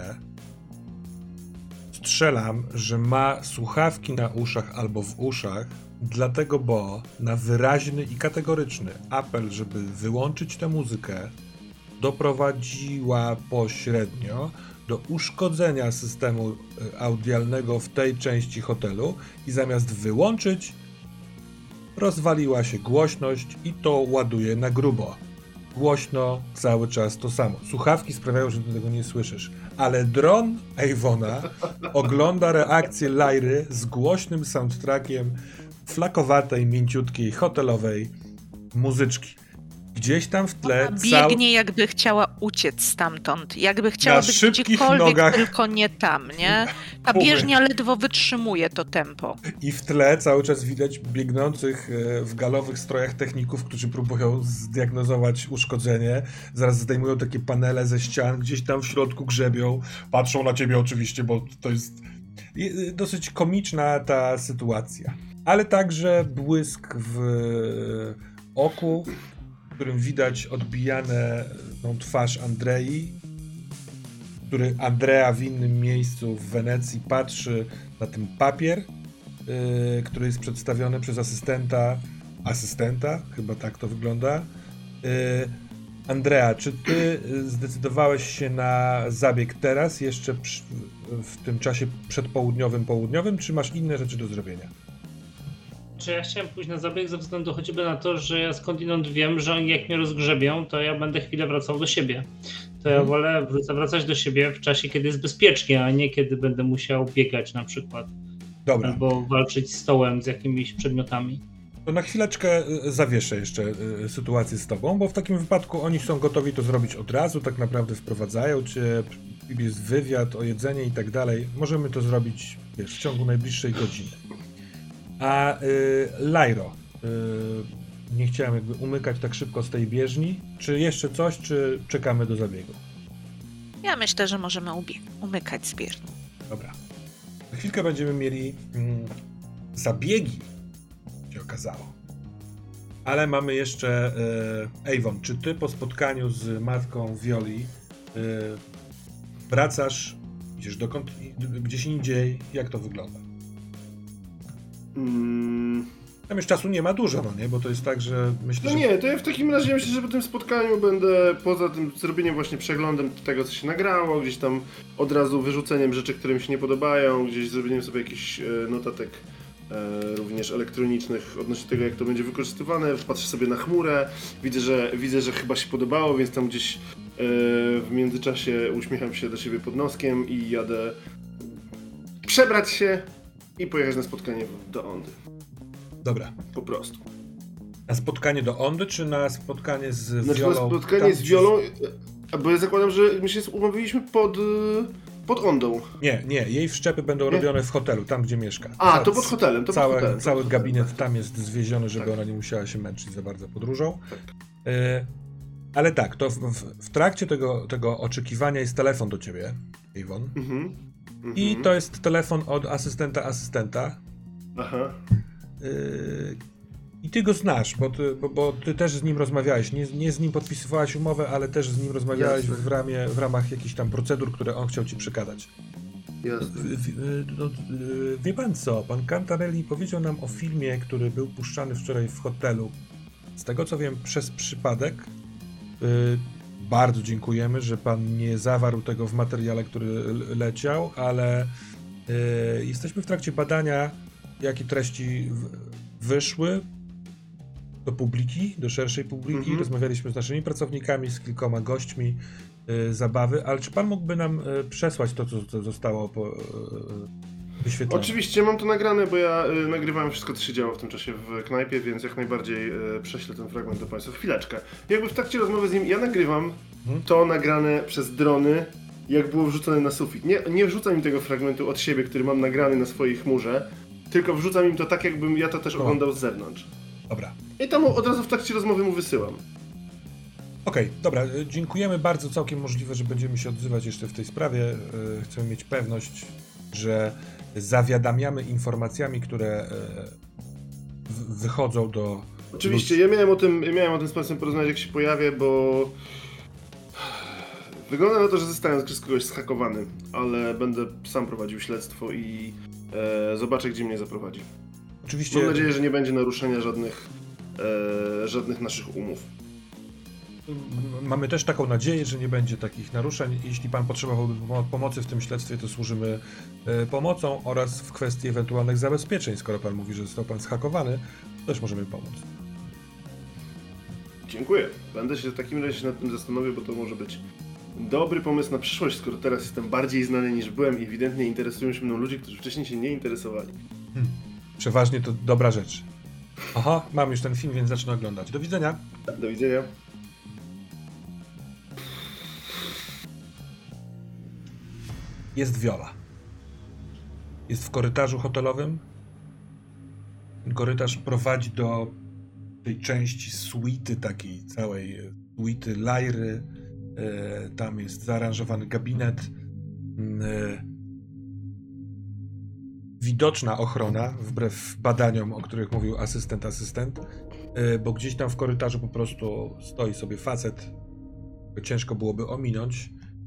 strzelam, że ma słuchawki na uszach albo w uszach, dlatego, bo na wyraźny i kategoryczny apel, żeby wyłączyć tę muzykę, doprowadziła pośrednio do uszkodzenia systemu audialnego w tej części hotelu i zamiast wyłączyć, rozwaliła się głośność i to ładuje na grubo. Głośno, cały czas to samo. Słuchawki sprawiają, że ty tego nie słyszysz. Ale dron Avona ogląda reakcję Lyry z głośnym soundtrackiem flakowatej, mięciutkiej, hotelowej muzyczki. Gdzieś tam w tle... Ona biegnie, jakby chciała uciec stamtąd. Jakby chciała być gdziekolwiek, nogach. Tylko nie tam, nie? Ta bieżnia ledwo wytrzymuje to tempo. I w tle cały czas widać biegnących w galowych strojach techników, którzy próbują zdiagnozować uszkodzenie. Zaraz zdejmują takie panele ze ścian, gdzieś tam w środku grzebią. Patrzą na ciebie oczywiście, bo to jest dosyć komiczna ta sytuacja. Ale także błysk w oku, w którym widać odbijane twarz Andrei, który Andrea w innym miejscu w Wenecji patrzy na ten papier, który jest przedstawiony przez asystenta, chyba tak to wygląda. Andrea, czy ty zdecydowałeś się na zabieg teraz, jeszcze w tym czasie przedpołudniowym, czy masz inne rzeczy do zrobienia? Czy ja chciałem pójść na zabieg ze względu chociażby na to, że ja skądinąd wiem, że oni jak mnie rozgrzebią, to ja będę chwilę wracał do siebie. To ja wolę wracać do siebie w czasie, kiedy jest bezpiecznie, a nie kiedy będę musiał biegać na przykład Dobra. Albo walczyć stołem z jakimiś przedmiotami. To na chwileczkę zawieszę jeszcze sytuację z tobą, bo w takim wypadku oni są gotowi to zrobić od razu, tak naprawdę wprowadzają cię, jest wywiad o jedzenie i tak dalej. Możemy to zrobić, wiesz, w ciągu najbliższej godziny. A Lairo, nie chciałem jakby umykać tak szybko z tej bieżni. Czy jeszcze coś, czy czekamy do zabiegu? Ja myślę, że możemy umykać z bieżni. Dobra. Za chwilkę będziemy mieli zabiegi, się okazało. Ale mamy jeszcze Avon, czy ty po spotkaniu z matką Violi wracasz, idziesz gdzieś indziej? Jak to wygląda? Tam już czasu nie ma dużo, no nie? Bo to jest tak, że myślę, No nie, to ja w takim razie myślę, że po tym spotkaniu będę, poza tym zrobieniem właśnie przeglądem tego, co się nagrało, gdzieś tam od razu wyrzuceniem rzeczy, które mi się nie podobają, gdzieś zrobieniem sobie jakichś notatek również elektronicznych odnośnie tego, jak to będzie wykorzystywane. Patrzę sobie na chmurę, widzę, że chyba się podobało, więc tam gdzieś w międzyczasie uśmiecham się do siebie pod noskiem i jadę przebrać się i pojechać na spotkanie do Ondy. Dobra. Po prostu. Na spotkanie do Ondy, czy na spotkanie z Violą? Znaczy na spotkanie z Violą, bo ja zakładam, że my się umówiliśmy pod Ondą. Nie, jej wszczepy będą robione w hotelu, tam gdzie mieszka. To pod hotelem. Cały gabinet tak. Tam jest zwieziony, żeby tak. ona nie musiała się męczyć za bardzo podróżą. Tak. Ale tak, to w trakcie tego oczekiwania jest telefon do ciebie, Avon. I to jest telefon od asystenta. Aha. I ty go znasz, bo ty też z nim rozmawiałeś. Nie z nim podpisywałeś umowę, ale też z nim rozmawiałeś w ramach jakichś tam procedur, które on chciał ci przekazać. Jasne. Wie pan co, pan Cantarelli powiedział nam o filmie, który był puszczany wczoraj w hotelu. Z tego co wiem, przez przypadek. Bardzo dziękujemy, że pan nie zawarł tego w materiale, który leciał, ale jesteśmy w trakcie badania, jakie treści wyszły do publiki, do szerszej publiki. Rozmawialiśmy z naszymi pracownikami, z kilkoma gośćmi zabawy, ale czy pan mógłby nam przesłać to, co zostało wyświetlone? Oczywiście, mam to nagrane, bo ja nagrywałem wszystko, co się działo w tym czasie w knajpie, więc jak najbardziej prześlę ten fragment do państwa. Chwileczkę. Jakby w trakcie rozmowy z nim, ja nagrywam to nagrane przez drony, jak było wrzucone na sufit. Nie wrzucam im tego fragmentu od siebie, który mam nagrany na swojej chmurze, tylko wrzucam im to tak, jakbym ja to też oglądał z zewnątrz. Dobra. I tam od razu w trakcie rozmowy mu wysyłam. Okej, dobra, dziękujemy bardzo. Całkiem możliwe, że będziemy się odzywać jeszcze w tej sprawie. Chcemy mieć pewność, że zawiadamiamy informacjami, które wychodzą do... Oczywiście, ja miałem o tym z państwem porozmawiać, jak się pojawię, bo wygląda na to, że zostałem przez kogoś zhakowany, ale będę sam prowadził śledztwo i zobaczę, gdzie mnie zaprowadzi. Oczywiście... Mam nadzieję, że nie będzie naruszenia żadnych naszych umów. Mamy też taką nadzieję, że nie będzie takich naruszeń. Jeśli pan potrzebowałby pomocy w tym śledztwie, to służymy pomocą oraz w kwestii ewentualnych zabezpieczeń. Skoro pan mówi, że został pan zhakowany, to też możemy pomóc. Dziękuję. Będę się w takim razie nad tym zastanowił, bo to może być dobry pomysł na przyszłość, skoro teraz jestem bardziej znany niż byłem i ewidentnie interesują się mną ludzie, którzy wcześniej się nie interesowali. Przeważnie to dobra rzecz. Aha, mam już ten film, więc zacznę oglądać. Do widzenia. Do widzenia. Jest Viola. Jest w korytarzu hotelowym. Ten korytarz prowadzi do tej części suity, takiej całej suity Lairy. Tam jest zaaranżowany gabinet. Widoczna ochrona, wbrew badaniom, o których mówił asystent, bo gdzieś tam w korytarzu po prostu stoi sobie facet. Ciężko byłoby ominąć.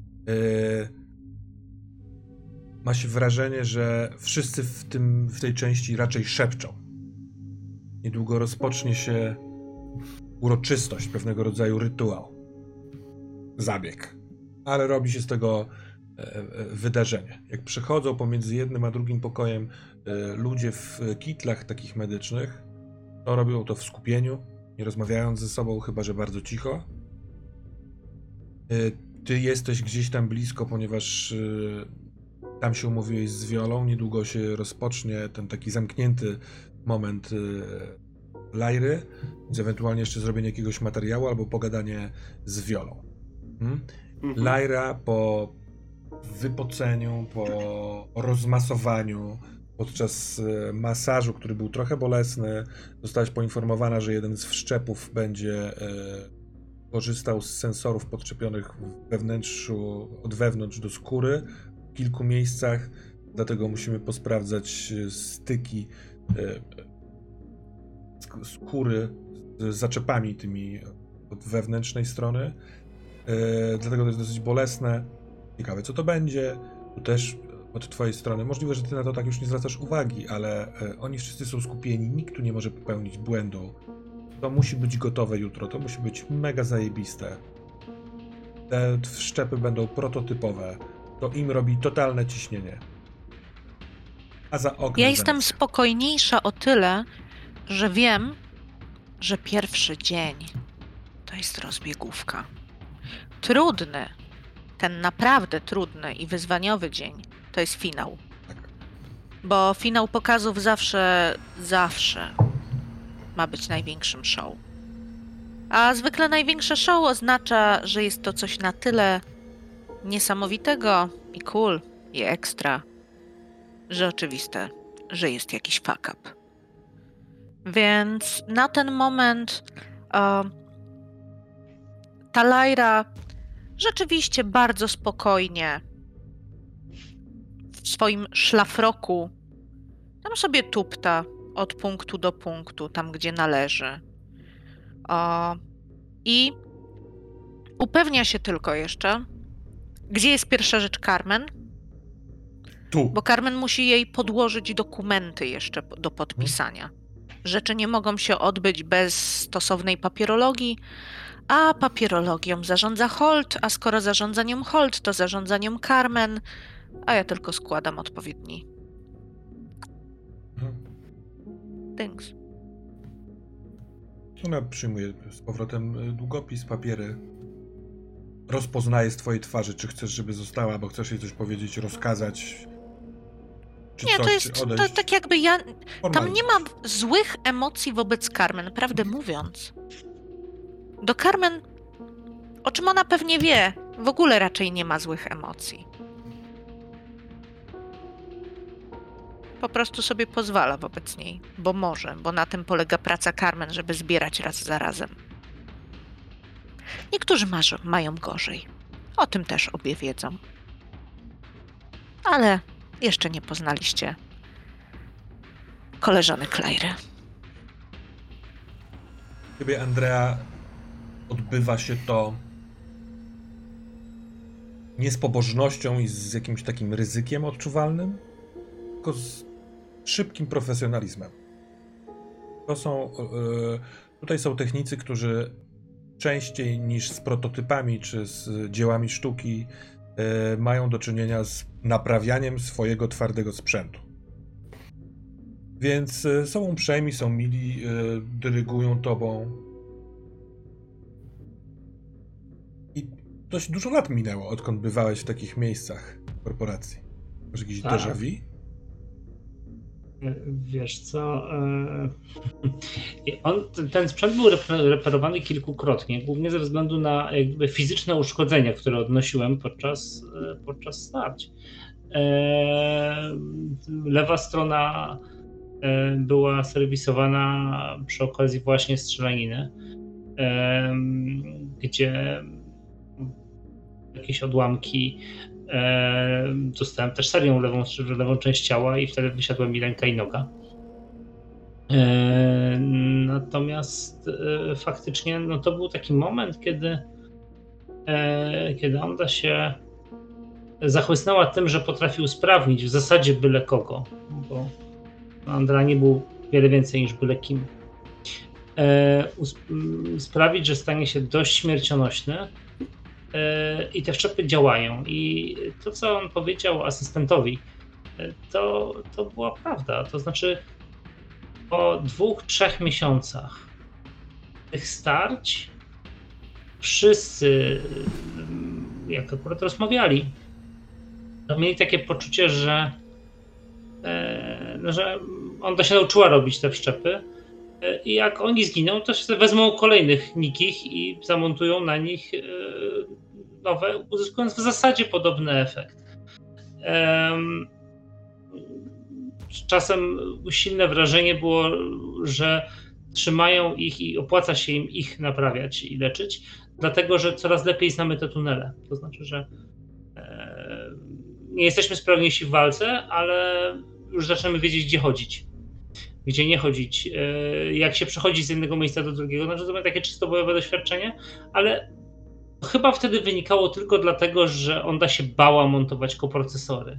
Ma się wrażenie, że wszyscy w tej części raczej szepczą. Niedługo rozpocznie się uroczystość, pewnego rodzaju rytuał. Zabieg. Ale robi się z tego wydarzenie. Jak przechodzą pomiędzy jednym a drugim pokojem ludzie w kitlach takich medycznych, to robią to w skupieniu, nie rozmawiając ze sobą, chyba że bardzo cicho. Ty jesteś gdzieś tam blisko, ponieważ Tam się umówiłeś z Wiolą, niedługo się rozpocznie ten taki zamknięty moment Lajry, więc ewentualnie jeszcze zrobienie jakiegoś materiału albo pogadanie z Wiolą. Lajra po wypoceniu, po rozmasowaniu, podczas masażu, który był trochę bolesny, zostałaś poinformowana, że jeden z wszczepów będzie korzystał z sensorów podczepionych od wewnątrz do skóry w kilku miejscach, dlatego musimy posprawdzać styki skóry z zaczepami tymi od wewnętrznej strony, dlatego to jest dosyć bolesne. Ciekawe, co to będzie. Tu też od twojej strony. Możliwe, że ty na to tak już nie zwracasz uwagi, ale oni wszyscy są skupieni, nikt tu nie może popełnić błędu. To musi być gotowe jutro, to musi być mega zajebiste. Te wszczepy będą prototypowe. To im robi totalne ciśnienie. A za oknem Ja jestem spokojniejsza o tyle, że wiem, że pierwszy dzień to jest rozbiegówka. Trudny, ten naprawdę trudny i wyzwaniowy dzień to jest finał. Tak. Bo finał pokazów zawsze ma być największym show. A zwykle największe show oznacza, że jest to coś na tyle niesamowitego i cool i ekstra, że oczywiste, że jest jakiś fuck up. Więc na ten moment ta Lajra rzeczywiście bardzo spokojnie w swoim szlafroku tam sobie tupta od punktu do punktu, tam gdzie należy. I upewnia się tylko jeszcze, gdzie jest pierwsza rzecz Carmen. Tu. Bo Carmen musi jej podłożyć dokumenty jeszcze do podpisania. Rzeczy nie mogą się odbyć bez stosownej papierologii, a papierologią zarządza Holt, a skoro zarządza nią Holt, to zarządza nią Carmen, a ja tylko składam odpowiedni things. Ona przyjmuje z powrotem długopis, papiery. Rozpoznaje z twojej twarzy, czy chcesz, żeby została, bo chcesz jej coś powiedzieć, rozkazać. Czy nie, coś, to jest to, tak jakby ja... Tam nie ma złych emocji wobec Carmen, prawdę mówiąc. Do Carmen, o czym ona pewnie wie, w ogóle raczej nie ma złych emocji. Po prostu sobie pozwala wobec niej, bo może, bo na tym polega praca Carmen, żeby zbierać raz za razem. Niektórzy mają gorzej. O tym też obie wiedzą. Ale jeszcze nie poznaliście koleżanek Lajry. Ciebie, Andrea, odbywa się to nie z pobożnością i z jakimś takim ryzykiem odczuwalnym, tylko z szybkim profesjonalizmem. Tutaj są technicy, którzy częściej niż z prototypami czy z dziełami sztuki mają do czynienia z naprawianiem swojego twardego sprzętu. Więc są uprzejmi, są mili, dyrygują tobą. I dość dużo lat minęło, odkąd bywałeś w takich miejscach korporacji. Masz jakiś déjà vu? Wiesz co, ten sprzęt był reperowany kilkukrotnie, głównie ze względu na jakby fizyczne uszkodzenia, które odnosiłem podczas starć. Lewa strona była serwisowana przy okazji właśnie strzelaniny, gdzie jakieś odłamki. Dostałem też serią lewą część ciała i wtedy wysiadła mi ręka i noga. Natomiast faktycznie no to był taki moment, kiedy Anda się zachłysnęła tym, że potrafi usprawnić w zasadzie byle kogo, bo Andra nie był wiele więcej niż byle kim. Sprawić, że stanie się dość śmiercionośny. I te wszczepy działają. I to, co on powiedział asystentowi, to była prawda. To znaczy, po 2-3 miesiącach tych starć wszyscy, jak akurat rozmawiali, mieli takie poczucie, że ona się nauczyła robić te wszczepy i jak oni zginą, to się wezmą kolejnych nikich i zamontują na nich nowe, uzyskując w zasadzie podobny efekt. Czasem silne wrażenie było, że trzymają ich i opłaca się im ich naprawiać i leczyć, dlatego że coraz lepiej znamy te tunele. To znaczy, że nie jesteśmy sprawniejsi w walce, ale już zaczynamy wiedzieć, gdzie chodzić, gdzie nie chodzić, jak się przechodzi z jednego miejsca do drugiego. Znaczy, to było takie czysto bojowe doświadczenie, ale chyba wtedy wynikało tylko dlatego, że Onda się bała montować koprocesory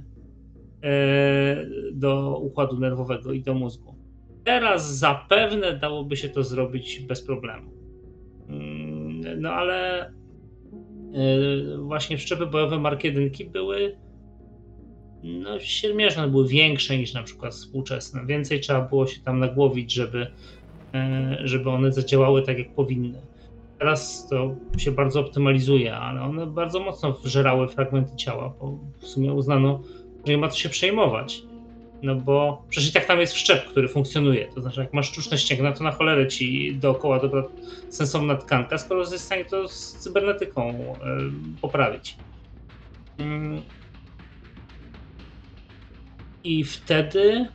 do układu nerwowego i do mózgu. Teraz zapewne dałoby się to zrobić bez problemu. No ale właśnie wszczepy bojowe Mark I były siermiężne, były większe niż na przykład współczesne. Więcej trzeba było się tam nagłowić, żeby one zadziałały tak, jak powinny. Teraz to się bardzo optymalizuje, ale one bardzo mocno wżerały fragmenty ciała, bo w sumie uznano, że nie ma co się przejmować. No bo przecież i tak tam jest wszczep, który funkcjonuje. To znaczy, jak masz sztuczne ścięgna, to na cholerę ci dookoła dobra sensowna tkanka, skoro jest w stanie to z cybernetyką poprawić. I wtedy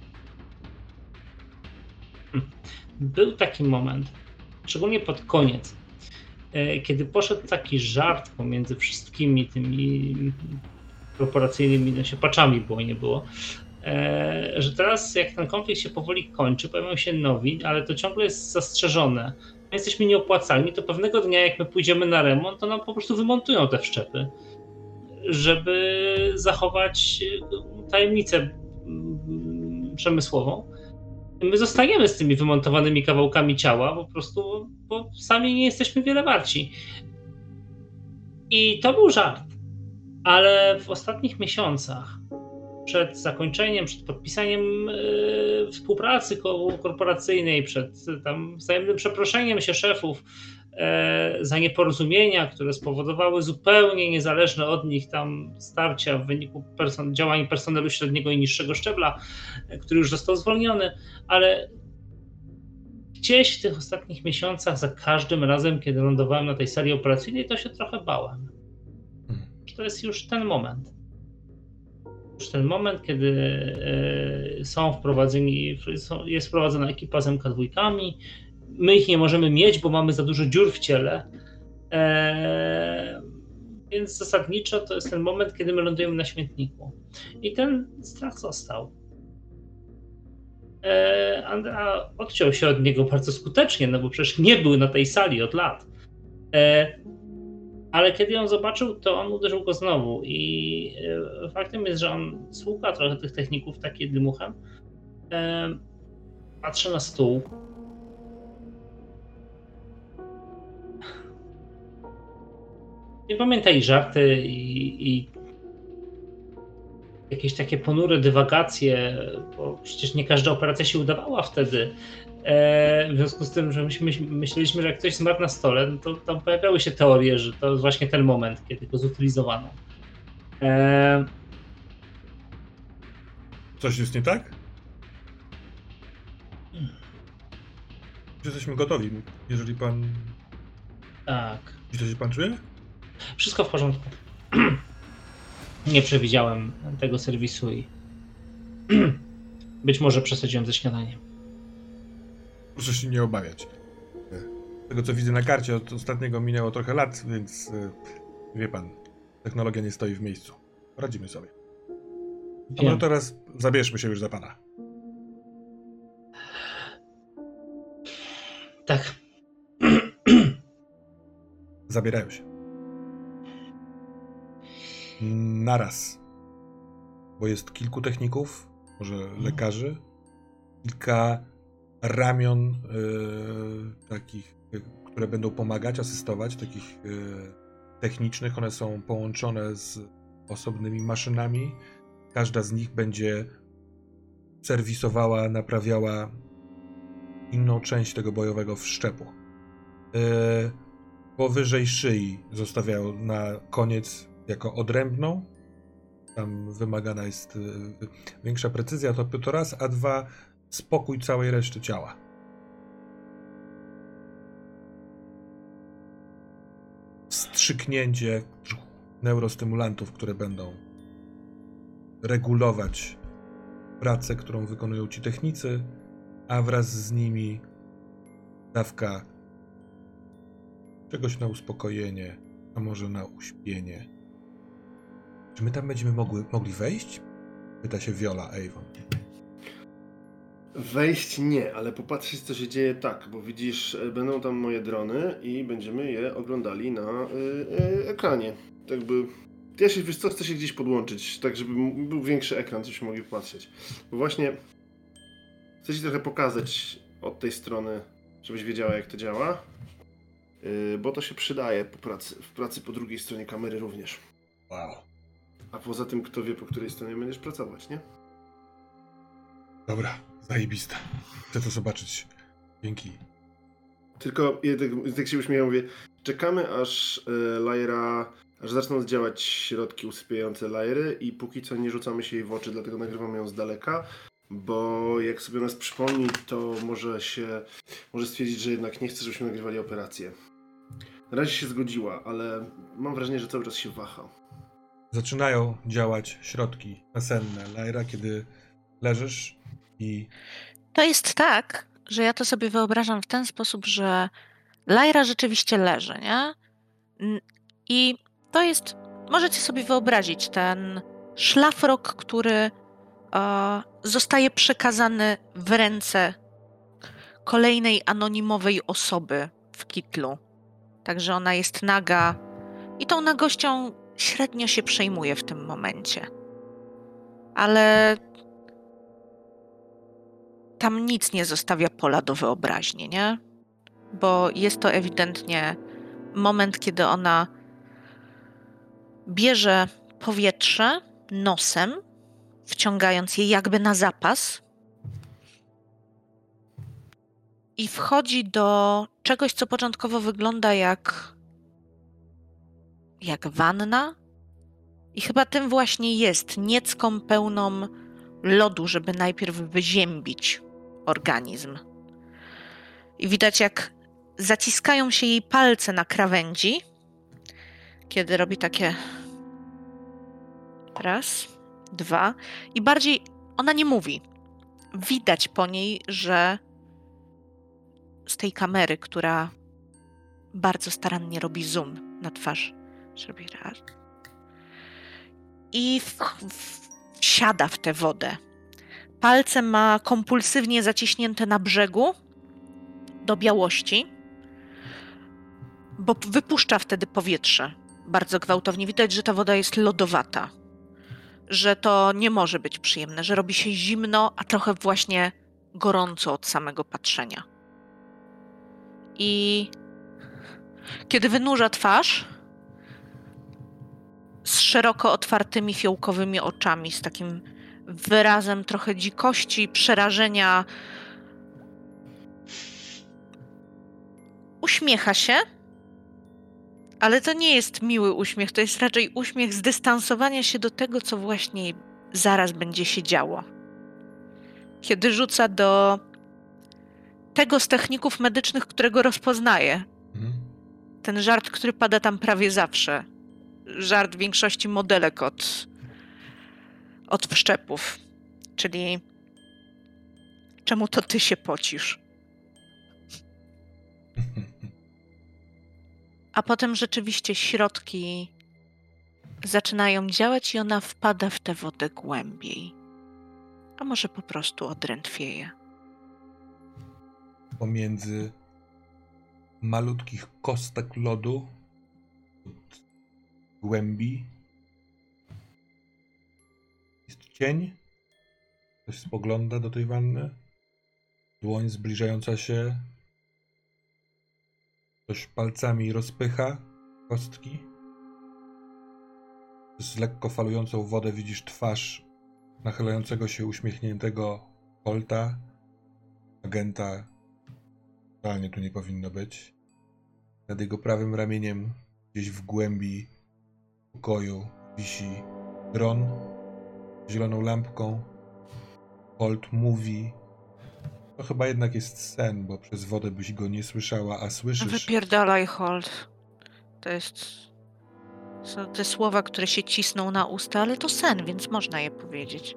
był taki moment, szczególnie pod koniec, kiedy poszedł taki żart pomiędzy wszystkimi tymi korporacyjnymi paczami, było nie było, że teraz jak ten konflikt się powoli kończy, pojawią się nowi, ale to ciągle jest zastrzeżone. My jesteśmy nieopłacalni, to pewnego dnia jak my pójdziemy na remont, to nam po prostu wymontują te wszczepy, żeby zachować tajemnicę przemysłową. My zostajemy z tymi wymontowanymi kawałkami ciała po prostu, bo sami nie jesteśmy wiele warci. I to był żart. Ale w ostatnich miesiącach, przed zakończeniem, przed podpisaniem współpracy korporacyjnej, przed tam wzajemnym przeproszeniem się szefów za nieporozumienia, które spowodowały zupełnie niezależne od nich tam starcia w wyniku działań personelu średniego i niższego szczebla, który już został zwolniony, ale gdzieś w tych ostatnich miesiącach, za każdym razem, kiedy lądowałem na tej sali operacyjnej, to się trochę bałem. To jest już ten moment. Już ten moment, kiedy jest wprowadzona ekipa z MK2, my ich nie możemy mieć, bo mamy za dużo dziur w ciele, więc zasadniczo to jest ten moment, kiedy my lądujemy na śmietniku. I ten strach został. Andrea odciął się od niego bardzo skutecznie, no bo przecież nie był na tej sali od lat. Ale kiedy ją zobaczył, to on uderzył go znowu i faktem jest, że on słucha trochę tych techników takim dmuchem, patrzy na stół. Nie pamiętaj żarty i jakieś takie ponure dywagacje, bo przecież nie każda operacja się udawała wtedy. W związku z tym, że myśleliśmy, że jak ktoś zmarł na stole, no to tam pojawiały się teorie, że to jest właśnie ten moment, kiedy go zutylizowano. Coś jest nie tak? Jesteśmy gotowi, jeżeli pan... Tak. Źle się pan czuje? Wszystko w porządku. Nie przewidziałem tego serwisu i być może przesadziłem ze śniadaniem. Proszę się nie obawiać. Z tego co widzę na karcie, od ostatniego minęło trochę lat, więc wie pan, technologia nie stoi w miejscu. Radzimy sobie. A może teraz zabierzmy się już za pana. Tak. Zabierają się. Naraz. Bo jest kilku techników, może lekarzy, kilka ramion takich, które będą pomagać, asystować, takich technicznych. One są połączone z osobnymi maszynami. Każda z nich będzie serwisowała, naprawiała inną część tego bojowego wszczepu. Powyżej szyi zostawiają na koniec jako odrębną tam wymagana jest większa precyzja, to raz, a dwa, spokój całej reszty ciała. Wstrzyknięcie neurostymulantów, które będą regulować pracę, którą wykonują ci technicy, a wraz z nimi dawka czegoś na uspokojenie, a może na uśpienie. Czy my tam będziemy mogli wejść? Pyta się Viola Avon. Wejść nie, ale popatrzeć, co się dzieje, tak, bo widzisz, będą tam moje drony i będziemy je oglądali na ekranie. Tak by... Ja się, wiesz co, chcę się gdzieś podłączyć, tak żeby był większy ekran, żebyśmy mogli patrzeć. Bo właśnie chcę ci trochę pokazać od tej strony, żebyś wiedziała, jak to działa. Bo to się przydaje w pracy po drugiej stronie kamery również. Wow. A poza tym, kto wie, po której stronie będziesz pracować, nie? Dobra, zajebiste. Chcę to zobaczyć. Dzięki. Tylko, ja tak się uśmiecham, mówię, czekamy aż aż zaczną działać środki usypiające Lairy i póki co nie rzucamy się jej w oczy, dlatego nagrywamy ją z daleka, bo jak sobie nas przypomni, to może stwierdzić, że jednak nie chce, żebyśmy nagrywali operację. Na razie się zgodziła, ale mam wrażenie, że cały czas się waha. Zaczynają działać środki nasenne. Laira, kiedy leżysz i... To jest tak, że ja to sobie wyobrażam w ten sposób, że Laira rzeczywiście leży, nie? I to jest, możecie sobie wyobrazić, ten szlafrok, który zostaje przekazany w ręce kolejnej anonimowej osoby w kitlu. Także ona jest naga i tą nagością średnio się przejmuje w tym momencie. Ale tam nic nie zostawia pola do wyobraźni, nie? Bo jest to ewidentnie moment, kiedy ona bierze powietrze nosem, wciągając je jakby na zapas i wchodzi do czegoś, co początkowo wygląda jak wanna. I chyba tym właśnie jest niecką pełną lodu, żeby najpierw wyziębić organizm. I widać, jak zaciskają się jej palce na krawędzi, kiedy robi takie raz, dwa i bardziej ona nie mówi. Widać po niej, że z tej kamery, która bardzo starannie robi zoom na twarz, zrobi raz i wsiada w tę wodę. Palce ma kompulsywnie zaciśnięte na brzegu do białości, bo wypuszcza wtedy powietrze bardzo gwałtownie. Widać, że ta woda jest lodowata, że to nie może być przyjemne, że robi się zimno, a trochę właśnie gorąco od samego patrzenia. I kiedy wynurza twarz z szeroko otwartymi fiołkowymi oczami, z takim wyrazem trochę dzikości, przerażenia, uśmiecha się, ale to nie jest miły uśmiech, to jest raczej uśmiech zdystansowania się do tego, co właśnie zaraz będzie się działo. Kiedy rzuca do tego z techników medycznych, którego rozpoznaje. Ten żart, który pada tam prawie zawsze. Żart większości modelek od wszczepów. Czyli czemu to ty się pocisz? A potem rzeczywiście środki zaczynają działać i ona wpada w tę wodę głębiej. A może po prostu odrętwieje. Pomiędzy malutkich kostek lodu od głębi jest cień. Ktoś spogląda do tej wanny. Dłoń zbliżająca się. Ktoś palcami rozpycha kostki. Z lekko falującą wodę widzisz twarz nachylającego się uśmiechniętego Colta, agenta. Totalnie tu nie powinno być. Nad jego prawym ramieniem, gdzieś w głębi pokoju, wisi dron z zieloną lampką. Holt mówi. To chyba jednak jest sen, bo przez wodę byś go nie słyszała, a słyszysz... Wypierdalaj, Holt. Są te słowa, które się cisną na usta, ale to sen, więc można je powiedzieć.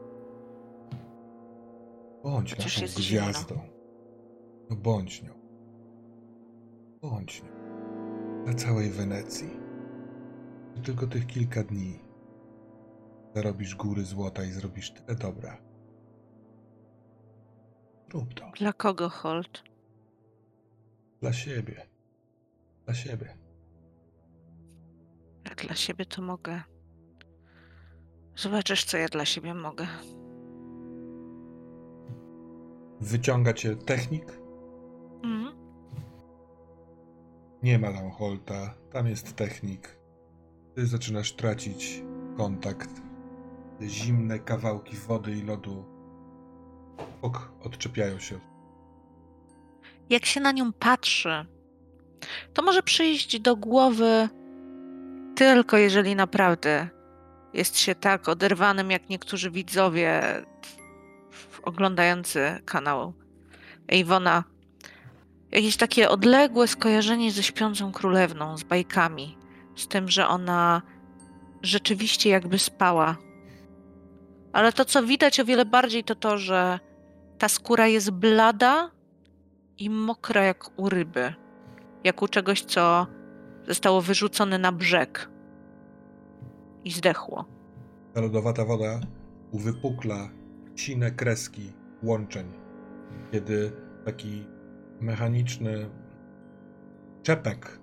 Bądź Chociaż naszą jest gwiazdą. No bądź nią. Bądź nią. Dla całej Wenecji. Tylko tych kilka dni. Zarobisz góry złota i zrobisz tyle dobra. Rób to. Dla kogo, Holt? Dla siebie. Dla siebie. Jak dla siebie to mogę. Zobaczysz, co ja dla siebie mogę. Wyciąga cię technik. Mhm. Nie ma tam Holta. Tam jest technik. Ty zaczynasz tracić kontakt. Te zimne kawałki wody i lodu odczepiają się. Jak się na nią patrzy, to może przyjść do głowy tylko jeżeli naprawdę jest się tak oderwanym, jak niektórzy widzowie oglądający kanał Eivona. Jakieś takie odległe skojarzenie ze Śpiącą Królewną, z bajkami, z tym, że ona rzeczywiście jakby spała. Ale to, co widać o wiele bardziej, to to, że ta skóra jest blada i mokra jak u ryby. Jak u czegoś, co zostało wyrzucone na brzeg i zdechło. Ta lodowata woda uwypukla sine kreski łączeń, kiedy taki mechaniczny czepek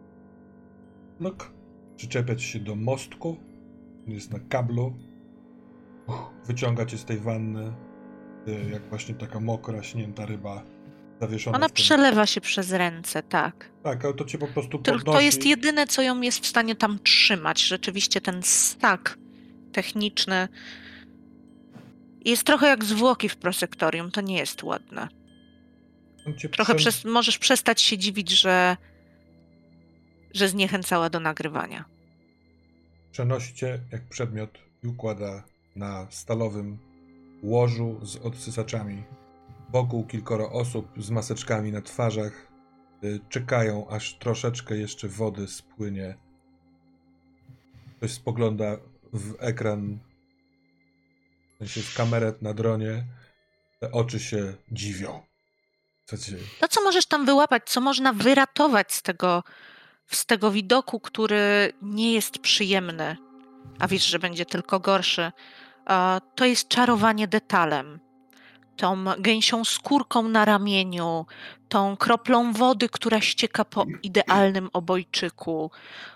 przyczepia ci się do mostku, jest na kablu, wyciąga cię z tej wanny, jak właśnie taka mokra, śnięta ryba zawieszona. Ona przelewa się przez ręce, tak. Tak, ale to cię po prostu podnosi. To jest jedyne, co ją jest w stanie tam trzymać. Rzeczywiście ten stak techniczny jest trochę jak zwłoki w prosektorium. To nie jest ładne. Trochę możesz przestać się dziwić, że zniechęcała do nagrywania. Przenosi cię jak przedmiot i układa na stalowym łożu z odsysaczami. Wokół kilkoro osób z maseczkami na twarzach czekają, aż troszeczkę jeszcze wody spłynie. Ktoś spogląda w ekran, w sensie w kamerę na dronie. Te oczy się dziwią. Co się dzieje? To, co możesz tam wyłapać, co można wyratować z tego widoku, który nie jest przyjemny, a wiesz, że będzie tylko gorszy, to jest czarowanie detalem. Tą gęsią skórką na ramieniu, tą kroplą wody, która ścieka po idealnym obojczyku,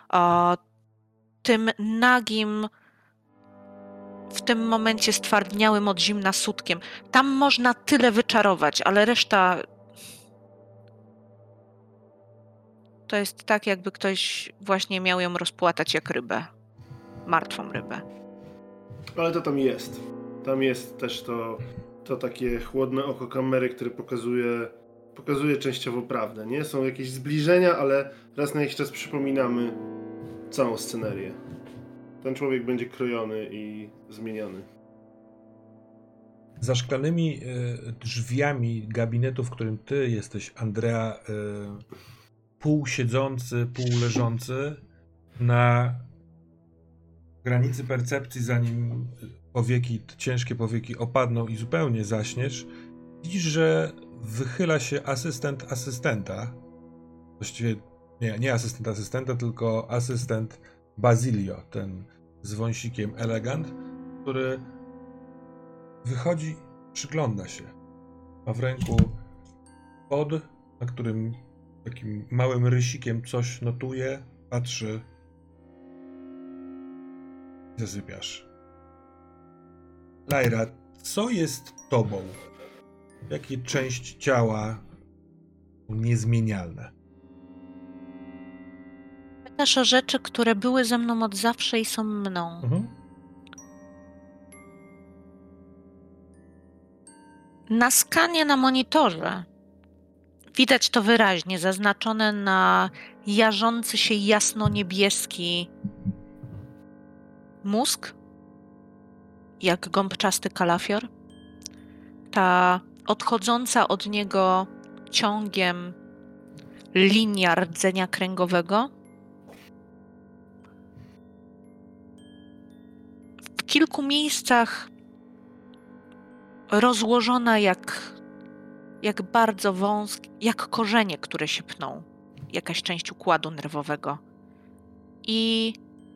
tym nagim, w tym momencie stwardniałym od zimna sutkiem. Tam można tyle wyczarować, ale reszta to jest tak, jakby ktoś właśnie miał ją rozpłatać jak rybę. Martwą rybę. Ale to tam jest. Tam jest też to takie chłodne oko kamery, które pokazuje częściowo prawdę, nie? Są jakieś zbliżenia, ale raz na jakiś czas przypominamy całą scenerię. Ten człowiek będzie krojony i zmieniany. Za szklanymi drzwiami gabinetu, w którym ty jesteś, Andrea, pół siedzący, pół leżący, na granicy percepcji, zanim ciężkie powieki opadną i zupełnie zaśniesz, widzisz, że wychyla się asystent asystenta. Właściwie nie asystent asystenta, tylko asystent Basilio, ten z wąsikiem elegant, który wychodzi, przygląda się. Ma w ręku pod, na którym takim małym rysikiem coś notuje, patrzy i zasypiasz. Lyra, co jest tobą? Jakie część ciała są niezmienialne? Pytasz o rzeczy, które były ze mną od zawsze i są mną. Na skanie na monitorze widać to wyraźnie, zaznaczone na jarzący się jasno-niebieski mózg jak gąbczasty kalafior. Ta odchodząca od niego ciągiem linia rdzenia kręgowego. W kilku miejscach rozłożona jak bardzo wąski, jak korzenie, które się pną. Jakaś część układu nerwowego. I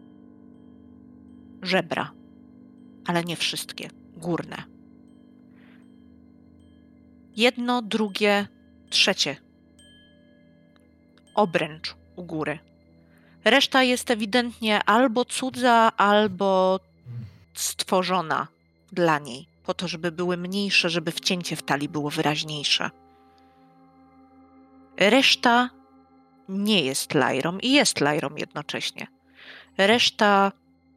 żebra, ale nie wszystkie, górne. Jedno, drugie, trzecie. Obręcz u góry. Reszta jest ewidentnie albo cudza, albo stworzona dla niej, po to, żeby były mniejsze, żeby wcięcie w talii było wyraźniejsze. Reszta nie jest Lairą i jest Lairą jednocześnie. Reszta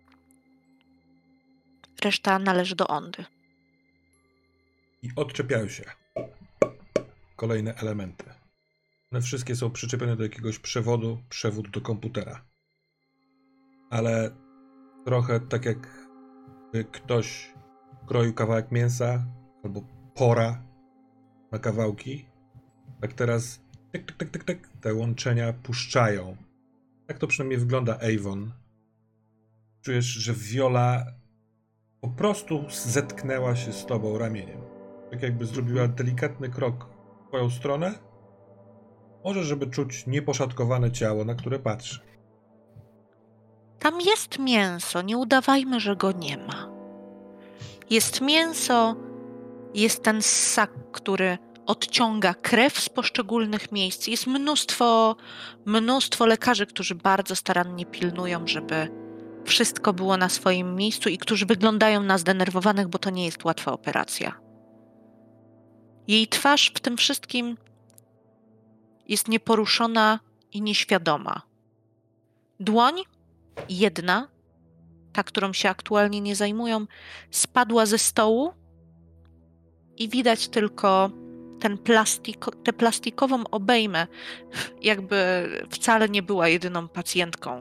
należy do Ondy. I odczepiają się kolejne elementy. One wszystkie są przyczepione do jakiegoś przewodu, przewód do komputera. Ale trochę tak jak ktoś kroił kawałek mięsa albo pora na kawałki, tak teraz tyk, te łączenia puszczają. Tak to przynajmniej wygląda Avon. Czujesz, że Viola po prostu zetknęła się z tobą ramieniem. Tak jakby zrobiła delikatny krok w twoją stronę. Może, żeby czuć nieposzatkowane ciało, na które patrzy. Tam jest mięso, nie udawajmy, że go nie ma. Jest mięso, jest ten ssak, który odciąga krew z poszczególnych miejsc. Jest mnóstwo lekarzy, którzy bardzo starannie pilnują, żeby wszystko było na swoim miejscu i którzy wyglądają na zdenerwowanych, bo to nie jest łatwa operacja. Jej twarz w tym wszystkim jest nieporuszona i nieświadoma. Dłoń, jedna, ta, którą się aktualnie nie zajmują, spadła ze stołu i widać tylko tę plastikową obejmę, jakby wcale nie była jedyną pacjentką.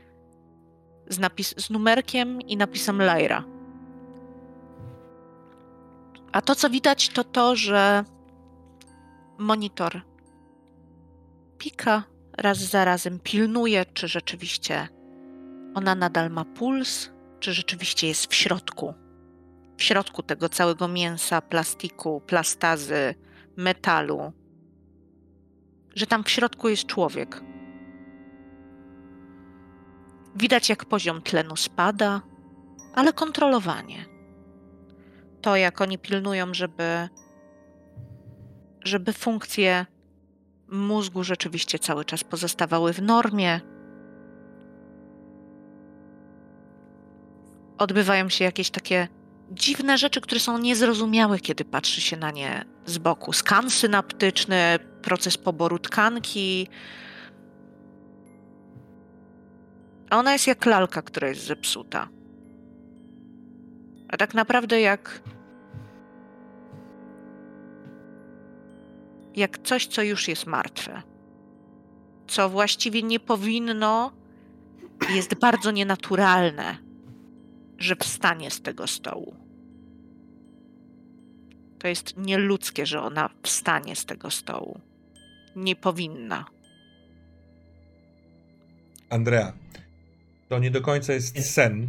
Z numerkiem i napisem Lyra. A to, co widać, to to, że monitor pika raz za razem, pilnuje, czy rzeczywiście ona nadal ma puls, czy rzeczywiście jest w środku tego całego mięsa, plastiku, plastazy, metalu, że tam w środku jest człowiek. Widać, jak poziom tlenu spada, ale kontrolowanie. To, jak oni pilnują, żeby funkcje mózgu rzeczywiście cały czas pozostawały w normie. Odbywają się jakieś takie dziwne rzeczy, które są niezrozumiałe, kiedy patrzy się na nie z boku. Skan synaptyczny, proces poboru tkanki. A ona jest jak lalka, która jest zepsuta. A tak naprawdę jak coś, co już jest martwe. Co właściwie nie powinno, jest bardzo nienaturalne, że wstanie z tego stołu. To jest nieludzkie, że ona wstanie z tego stołu. Nie powinna. Andrea, to nie do końca jest sen,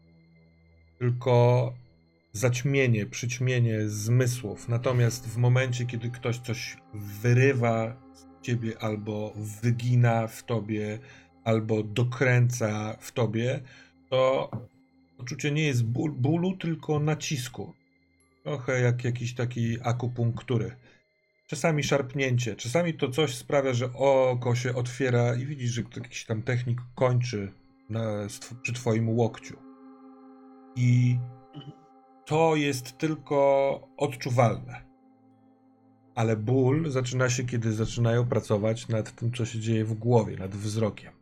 tylko zaćmienie, przyćmienie zmysłów. Natomiast w momencie, kiedy ktoś coś wyrywa z ciebie, albo wygina w tobie, albo dokręca w tobie, to poczucie nie jest bólu, tylko nacisku. Trochę jak jakiś taki akupunktury. Czasami szarpnięcie, czasami to coś sprawia, że oko się otwiera i widzisz, że jakiś tam technik kończy przy twoim łokciu. I to jest tylko odczuwalne. Ale ból zaczyna się, kiedy zaczynają pracować nad tym, co się dzieje w głowie, nad wzrokiem.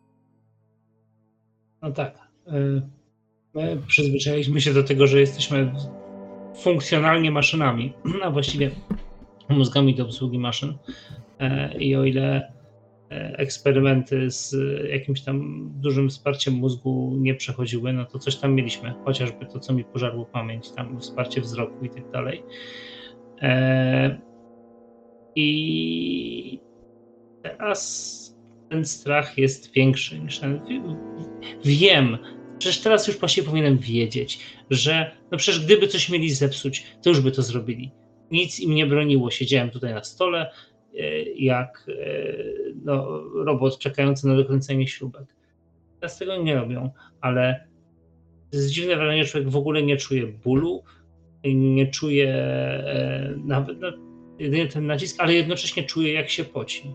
No tak. My przyzwyczailiśmy się do tego, że jesteśmy funkcjonalnie maszynami, a właściwie mózgami do obsługi maszyn. I o ile eksperymenty z jakimś tam dużym wsparciem mózgu nie przechodziły, no to coś tam mieliśmy, chociażby to, co mi pożarło pamięć, tam wsparcie wzroku i tak dalej. I teraz ten strach jest większy niż ten. Wiem, przecież teraz już właściwie powinienem wiedzieć, że no przecież gdyby coś mieli zepsuć, to już by to zrobili. Nic im nie broniło. Siedziałem tutaj na stole, jak robot czekający na dokręcenie śrubek. Teraz tego nie robią, ale to jest dziwne wrażenie, że człowiek w ogóle nie czuje bólu, nie czuje nawet jedynie ten nacisk, ale jednocześnie czuje, jak się poci.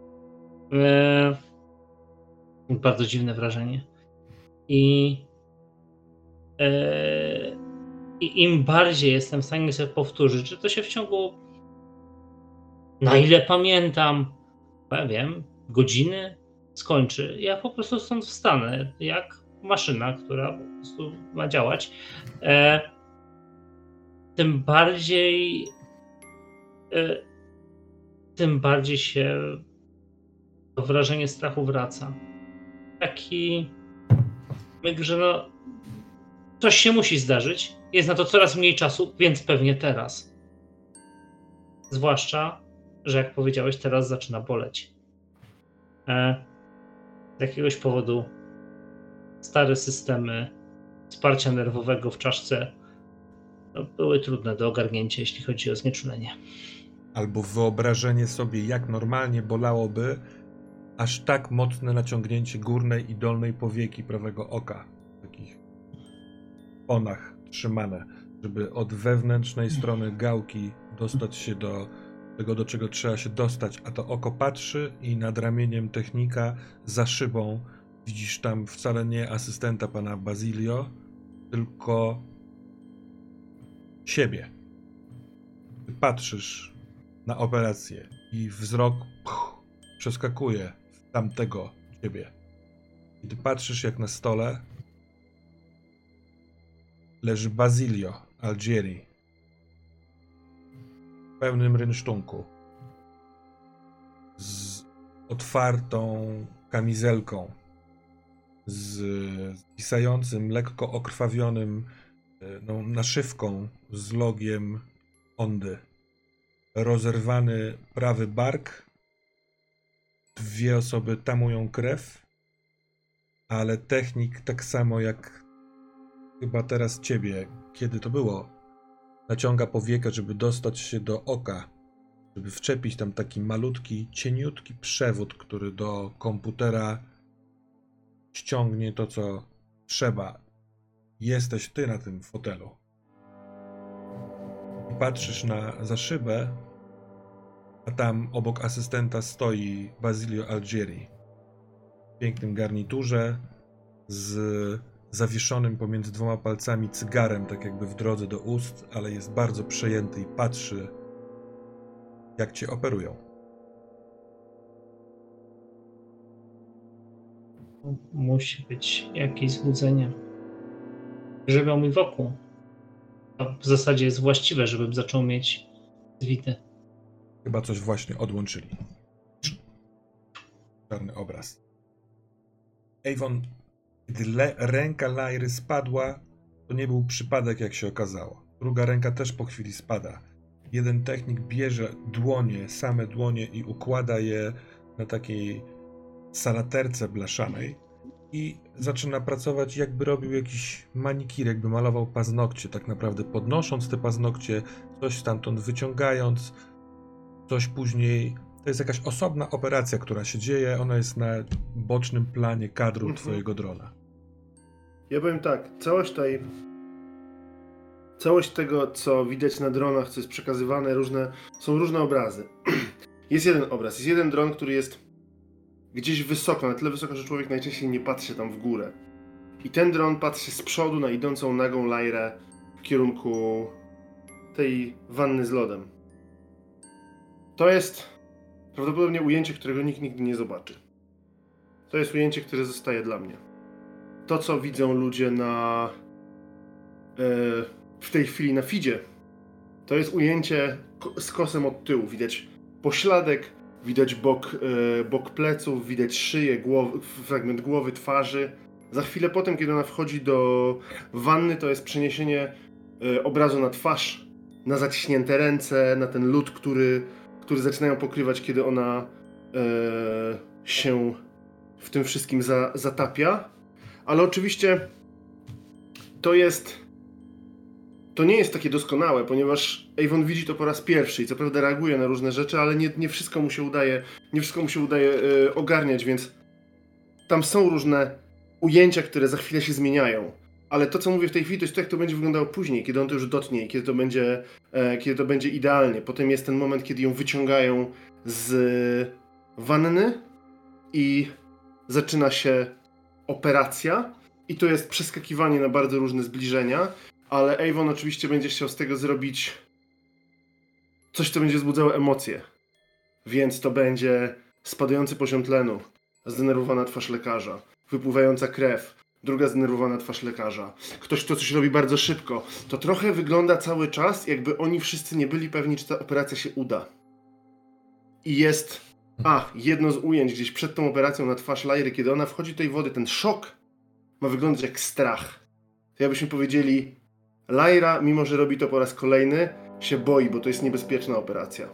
Bardzo dziwne wrażenie. I im bardziej jestem w stanie sobie powtórzyć, że to się w ciągu, na ile pamiętam, wiem, godziny skończy. Ja po prostu stąd wstanę, jak maszyna, która po prostu ma działać. Tym bardziej się to wrażenie strachu wraca. Taki myk, że no coś się musi zdarzyć. Jest na to coraz mniej czasu, więc pewnie teraz. Zwłaszcza, że jak powiedziałeś, teraz zaczyna boleć. Z jakiegoś powodu stare systemy wsparcia nerwowego w czaszce były trudne do ogarnięcia, jeśli chodzi o znieczulenie. Albo wyobrażenie sobie, jak normalnie bolałoby aż tak mocne naciągnięcie górnej i dolnej powieki prawego oka. W takich ponach trzymane, żeby od wewnętrznej strony gałki dostać się do tego, do czego trzeba się dostać, a to oko patrzy i nad ramieniem technika za szybą widzisz tam wcale nie asystenta pana Basilio, tylko siebie. Ty patrzysz na operację i wzrok przeskakuje w tamtego ciebie. I ty patrzysz, jak na stole leży Basilio Algieri w pełnym rynsztunku z otwartą kamizelką, z pisającym, lekko okrwawionym naszywką z logiem Ondy. Rozerwany prawy bark. 2 osoby tamują krew, ale technik tak samo jak chyba teraz ciebie, kiedy to było, naciąga powiekę, żeby dostać się do oka, żeby wczepić tam taki malutki, cieniutki przewód, który do komputera ściągnie to, co trzeba. Jesteś ty na tym fotelu. I patrzysz za szybę, a tam obok asystenta stoi Basilio Algieri w pięknym garniturze z zawieszonym pomiędzy 2 palcami cygarem, tak jakby w drodze do ust, ale jest bardzo przejęty i patrzy, jak cię operują. Musi być jakieś złudzenie. Grzebią mi wokół. To w zasadzie jest właściwe, żebym zaczął mieć zwity. Chyba coś właśnie odłączyli. Czarny obraz. Avon, gdy ręka Lyry spadła, to nie był przypadek, jak się okazało. Druga ręka też po chwili spada. Jeden technik bierze dłonie, same dłonie i układa je na takiej salaterce blaszanej i zaczyna pracować, jakby robił jakiś manikir, jakby malował paznokcie, tak naprawdę podnosząc te paznokcie, coś stamtąd wyciągając, coś później. To jest jakaś osobna operacja, która się dzieje, ona jest na bocznym planie kadru twojego drona. Ja powiem tak, całość tego, co widać na dronach, co jest przekazywane, są różne obrazy. Jest jeden obraz, jest jeden dron, który jest gdzieś wysoko, na tyle wysoko, że człowiek najczęściej nie patrzy tam w górę. I ten dron patrzy z przodu na idącą nagą Lyrę w kierunku tej wanny z lodem. To jest prawdopodobnie ujęcie, którego nikt nigdy nie zobaczy. To jest ujęcie, które zostaje dla mnie. To, co widzą ludzie w tej chwili na feedzie, to jest ujęcie z kosem od tyłu. Widać pośladek widać bok pleców, widać szyję, fragment głowy, twarzy. Za chwilę potem, kiedy ona wchodzi do wanny, to jest przeniesienie obrazu na twarz, na zaciśnięte ręce, na ten lód, który zaczynają pokrywać, kiedy ona się w tym wszystkim zatapia. Ale oczywiście to nie jest takie doskonałe, ponieważ Avon widzi to po raz pierwszy i co prawda reaguje na różne rzeczy, ale nie wszystko mu się udaje ogarniać, więc tam są różne ujęcia, które za chwilę się zmieniają. Ale to, co mówię w tej chwili, to jest to, jak to będzie wyglądało później, kiedy on to już dotknie i kiedy to będzie idealnie. Potem jest ten moment, kiedy ją wyciągają z wanny i zaczyna się operacja. I to jest przeskakiwanie na bardzo różne zbliżenia, ale Avon oczywiście będzie chciał z tego zrobić coś, co będzie wzbudzało emocje. Więc to będzie spadający poziom tlenu, zdenerwowana twarz lekarza, wypływająca krew, druga zdenerwowana twarz lekarza. Ktoś, kto coś robi bardzo szybko. To trochę wygląda cały czas, jakby oni wszyscy nie byli pewni, czy ta operacja się uda. I jest jedno z ujęć gdzieś przed tą operacją na twarz Lyry, kiedy ona wchodzi do tej wody, ten szok ma wyglądać jak strach. To jakbyśmy powiedzieli, Lyra, mimo że robi to po raz kolejny, się boi, bo to jest niebezpieczna operacja.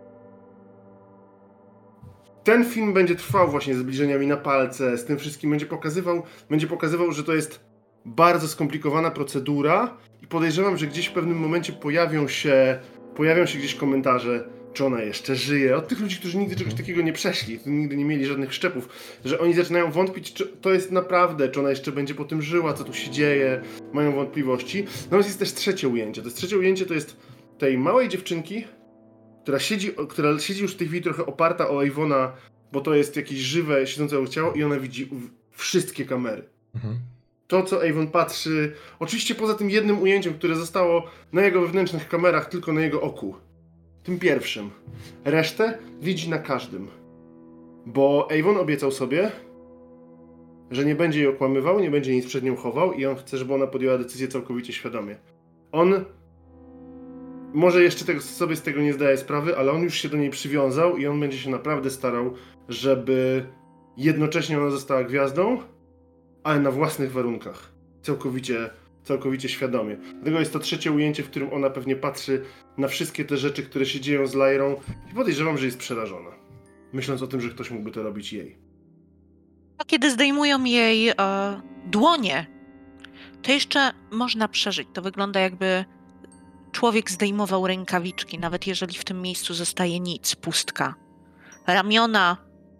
Ten film będzie trwał właśnie z zbliżeniami na palce, z tym wszystkim będzie pokazywał, że to jest bardzo skomplikowana procedura i podejrzewam, że gdzieś w pewnym momencie pojawią się gdzieś komentarze, czy ona jeszcze żyje. Od tych ludzi, którzy nigdy czegoś takiego nie przeszli, nigdy nie mieli żadnych szczepów, że oni zaczynają wątpić, czy to jest naprawdę, czy ona jeszcze będzie po tym żyła, co tu się dzieje, mają wątpliwości. Natomiast jest też trzecie ujęcie. Trzecie ujęcie to jest tej małej dziewczynki, która siedzi już w tej chwili trochę oparta o Avona, bo to jest jakieś żywe, siedzące ciało i ona widzi wszystkie kamery. To, co Avon patrzy, oczywiście poza tym jednym ujęciem, które zostało na jego wewnętrznych kamerach, tylko na jego oku. Tym pierwszym. Resztę widzi na każdym. Bo Avon obiecał sobie, że nie będzie jej okłamywał, nie będzie nic przed nią chował i on chce, żeby ona podjęła decyzję całkowicie świadomie. On może jeszcze sobie z tego nie zdaje sprawy, ale on już się do niej przywiązał i on będzie się naprawdę starał, żeby jednocześnie ona została gwiazdą, ale na własnych warunkach. Całkowicie świadomie. Dlatego jest to trzecie ujęcie, w którym ona pewnie patrzy na wszystkie te rzeczy, które się dzieją z Lyrą i podejrzewam, że jest przerażona. Myśląc o tym, że ktoś mógłby to robić jej. A kiedy zdejmują jej dłonie, to jeszcze można przeżyć. To wygląda, jakby człowiek zdejmował rękawiczki, nawet jeżeli w tym miejscu zostaje nic, pustka. Ramiona.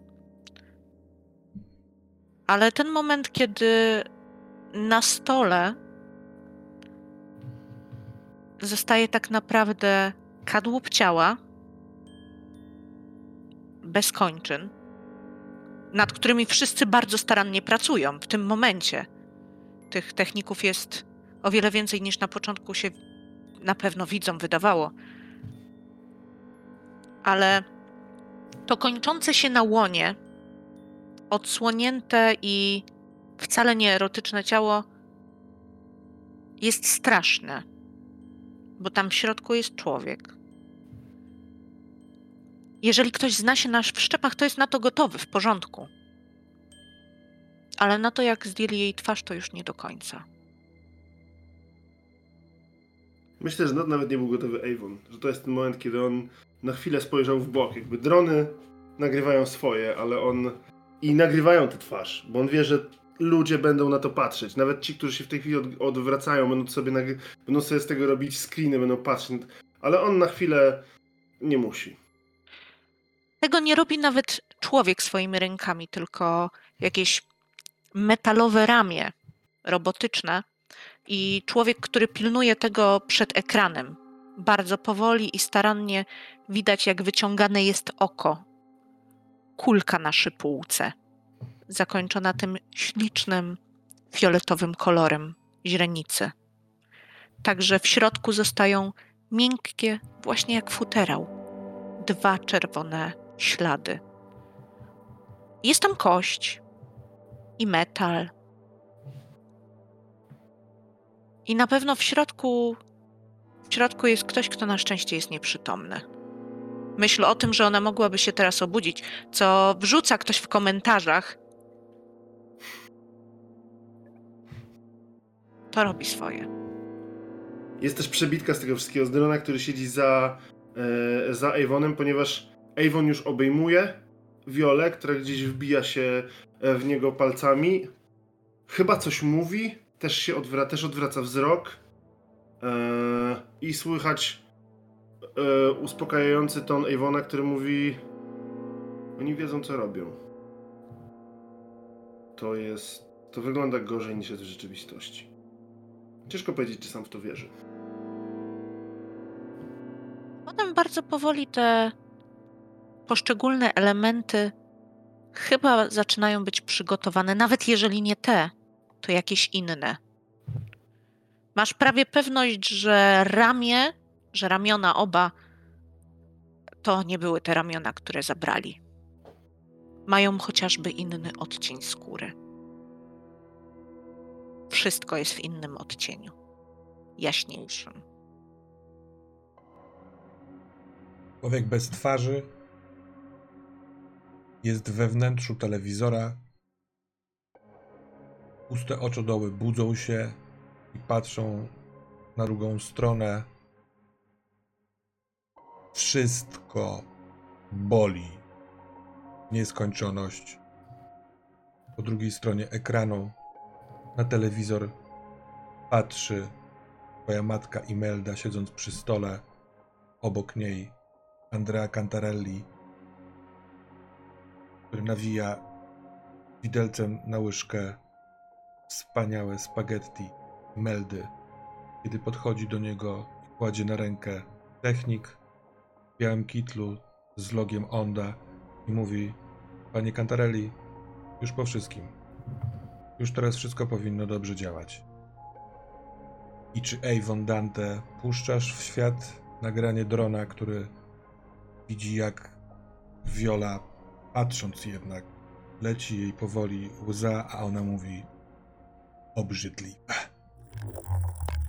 Ale ten moment, kiedy na stole zostaje tak naprawdę kadłub ciała bez kończyn, nad którymi wszyscy bardzo starannie pracują w tym momencie. Tych techników jest o wiele więcej niż na początku się na pewno widzom wydawało. Ale to kończące się na łonie, odsłonięte i wcale nie erotyczne ciało jest straszne, bo tam w środku jest człowiek. Jeżeli ktoś zna się na wszczepach, to jest na to gotowy, w porządku. Ale na to, jak zdjęli jej twarz, to już nie do końca. Myślę, że nawet nie był gotowy Avon, że to jest ten moment, kiedy on na chwilę spojrzał w bok. Jakby drony nagrywają swoje, ale i nagrywają tę twarz, bo on wie, że ludzie będą na to patrzeć. Nawet ci, którzy się w tej chwili odwracają, będą sobie z tego robić screeny, będą patrzeć. Ale on na chwilę nie musi. Tego nie robi nawet człowiek swoimi rękami, tylko jakieś metalowe ramię robotyczne i człowiek, który pilnuje tego przed ekranem. Bardzo powoli i starannie widać, jak wyciągane jest oko. Kulka na szypułce, zakończona tym ślicznym, fioletowym kolorem źrenicy. Także w środku zostają miękkie, właśnie jak futerał, 2 czerwone ślady. Jest tam kość i metal. I na pewno w środku jest ktoś, kto na szczęście jest nieprzytomny. Myśl o tym, że ona mogłaby się teraz obudzić, co wrzuca ktoś w komentarzach, to robi swoje. Jest też przebitka z tego wszystkiego z Dylana, który siedzi za Avonem, ponieważ Avon już obejmuje Violę, która gdzieś wbija się w niego palcami. Chyba coś mówi, też odwraca wzrok i słychać uspokajający ton Avona, który mówi: oni wiedzą, co robią. To wygląda gorzej niż jest w rzeczywistości. Ciężko powiedzieć, czy sam w to wierzy. Potem bardzo powoli te poszczególne elementy chyba zaczynają być przygotowane, nawet jeżeli nie te, to jakieś inne. Masz prawie pewność, że ramiona oba to nie były te ramiona, które zabrali. Mają chociażby inny odcień skóry. Wszystko jest w innym odcieniu. Jaśniejszym. Człowiek bez twarzy jest we wnętrzu telewizora. Puste oczodoły budzą się i patrzą na drugą stronę. Wszystko boli. Nieskończoność. Po drugiej stronie ekranu na telewizor patrzy twoja matka Imelda, siedząc przy stole. Obok niej Andrea Cantarelli, który nawija widelcem na łyżkę wspaniałe spaghetti Imeldy. Kiedy podchodzi do niego i kładzie na rękę technik w białym kitlu z logiem Onda i mówi: panie Cantarelli, już po wszystkim. Już teraz wszystko powinno dobrze działać. I czy Avon Dante puszczasz w świat nagranie drona, który widzi, jak Viola, patrząc jednak, leci jej powoli łza, a ona mówi: obrzydliwe.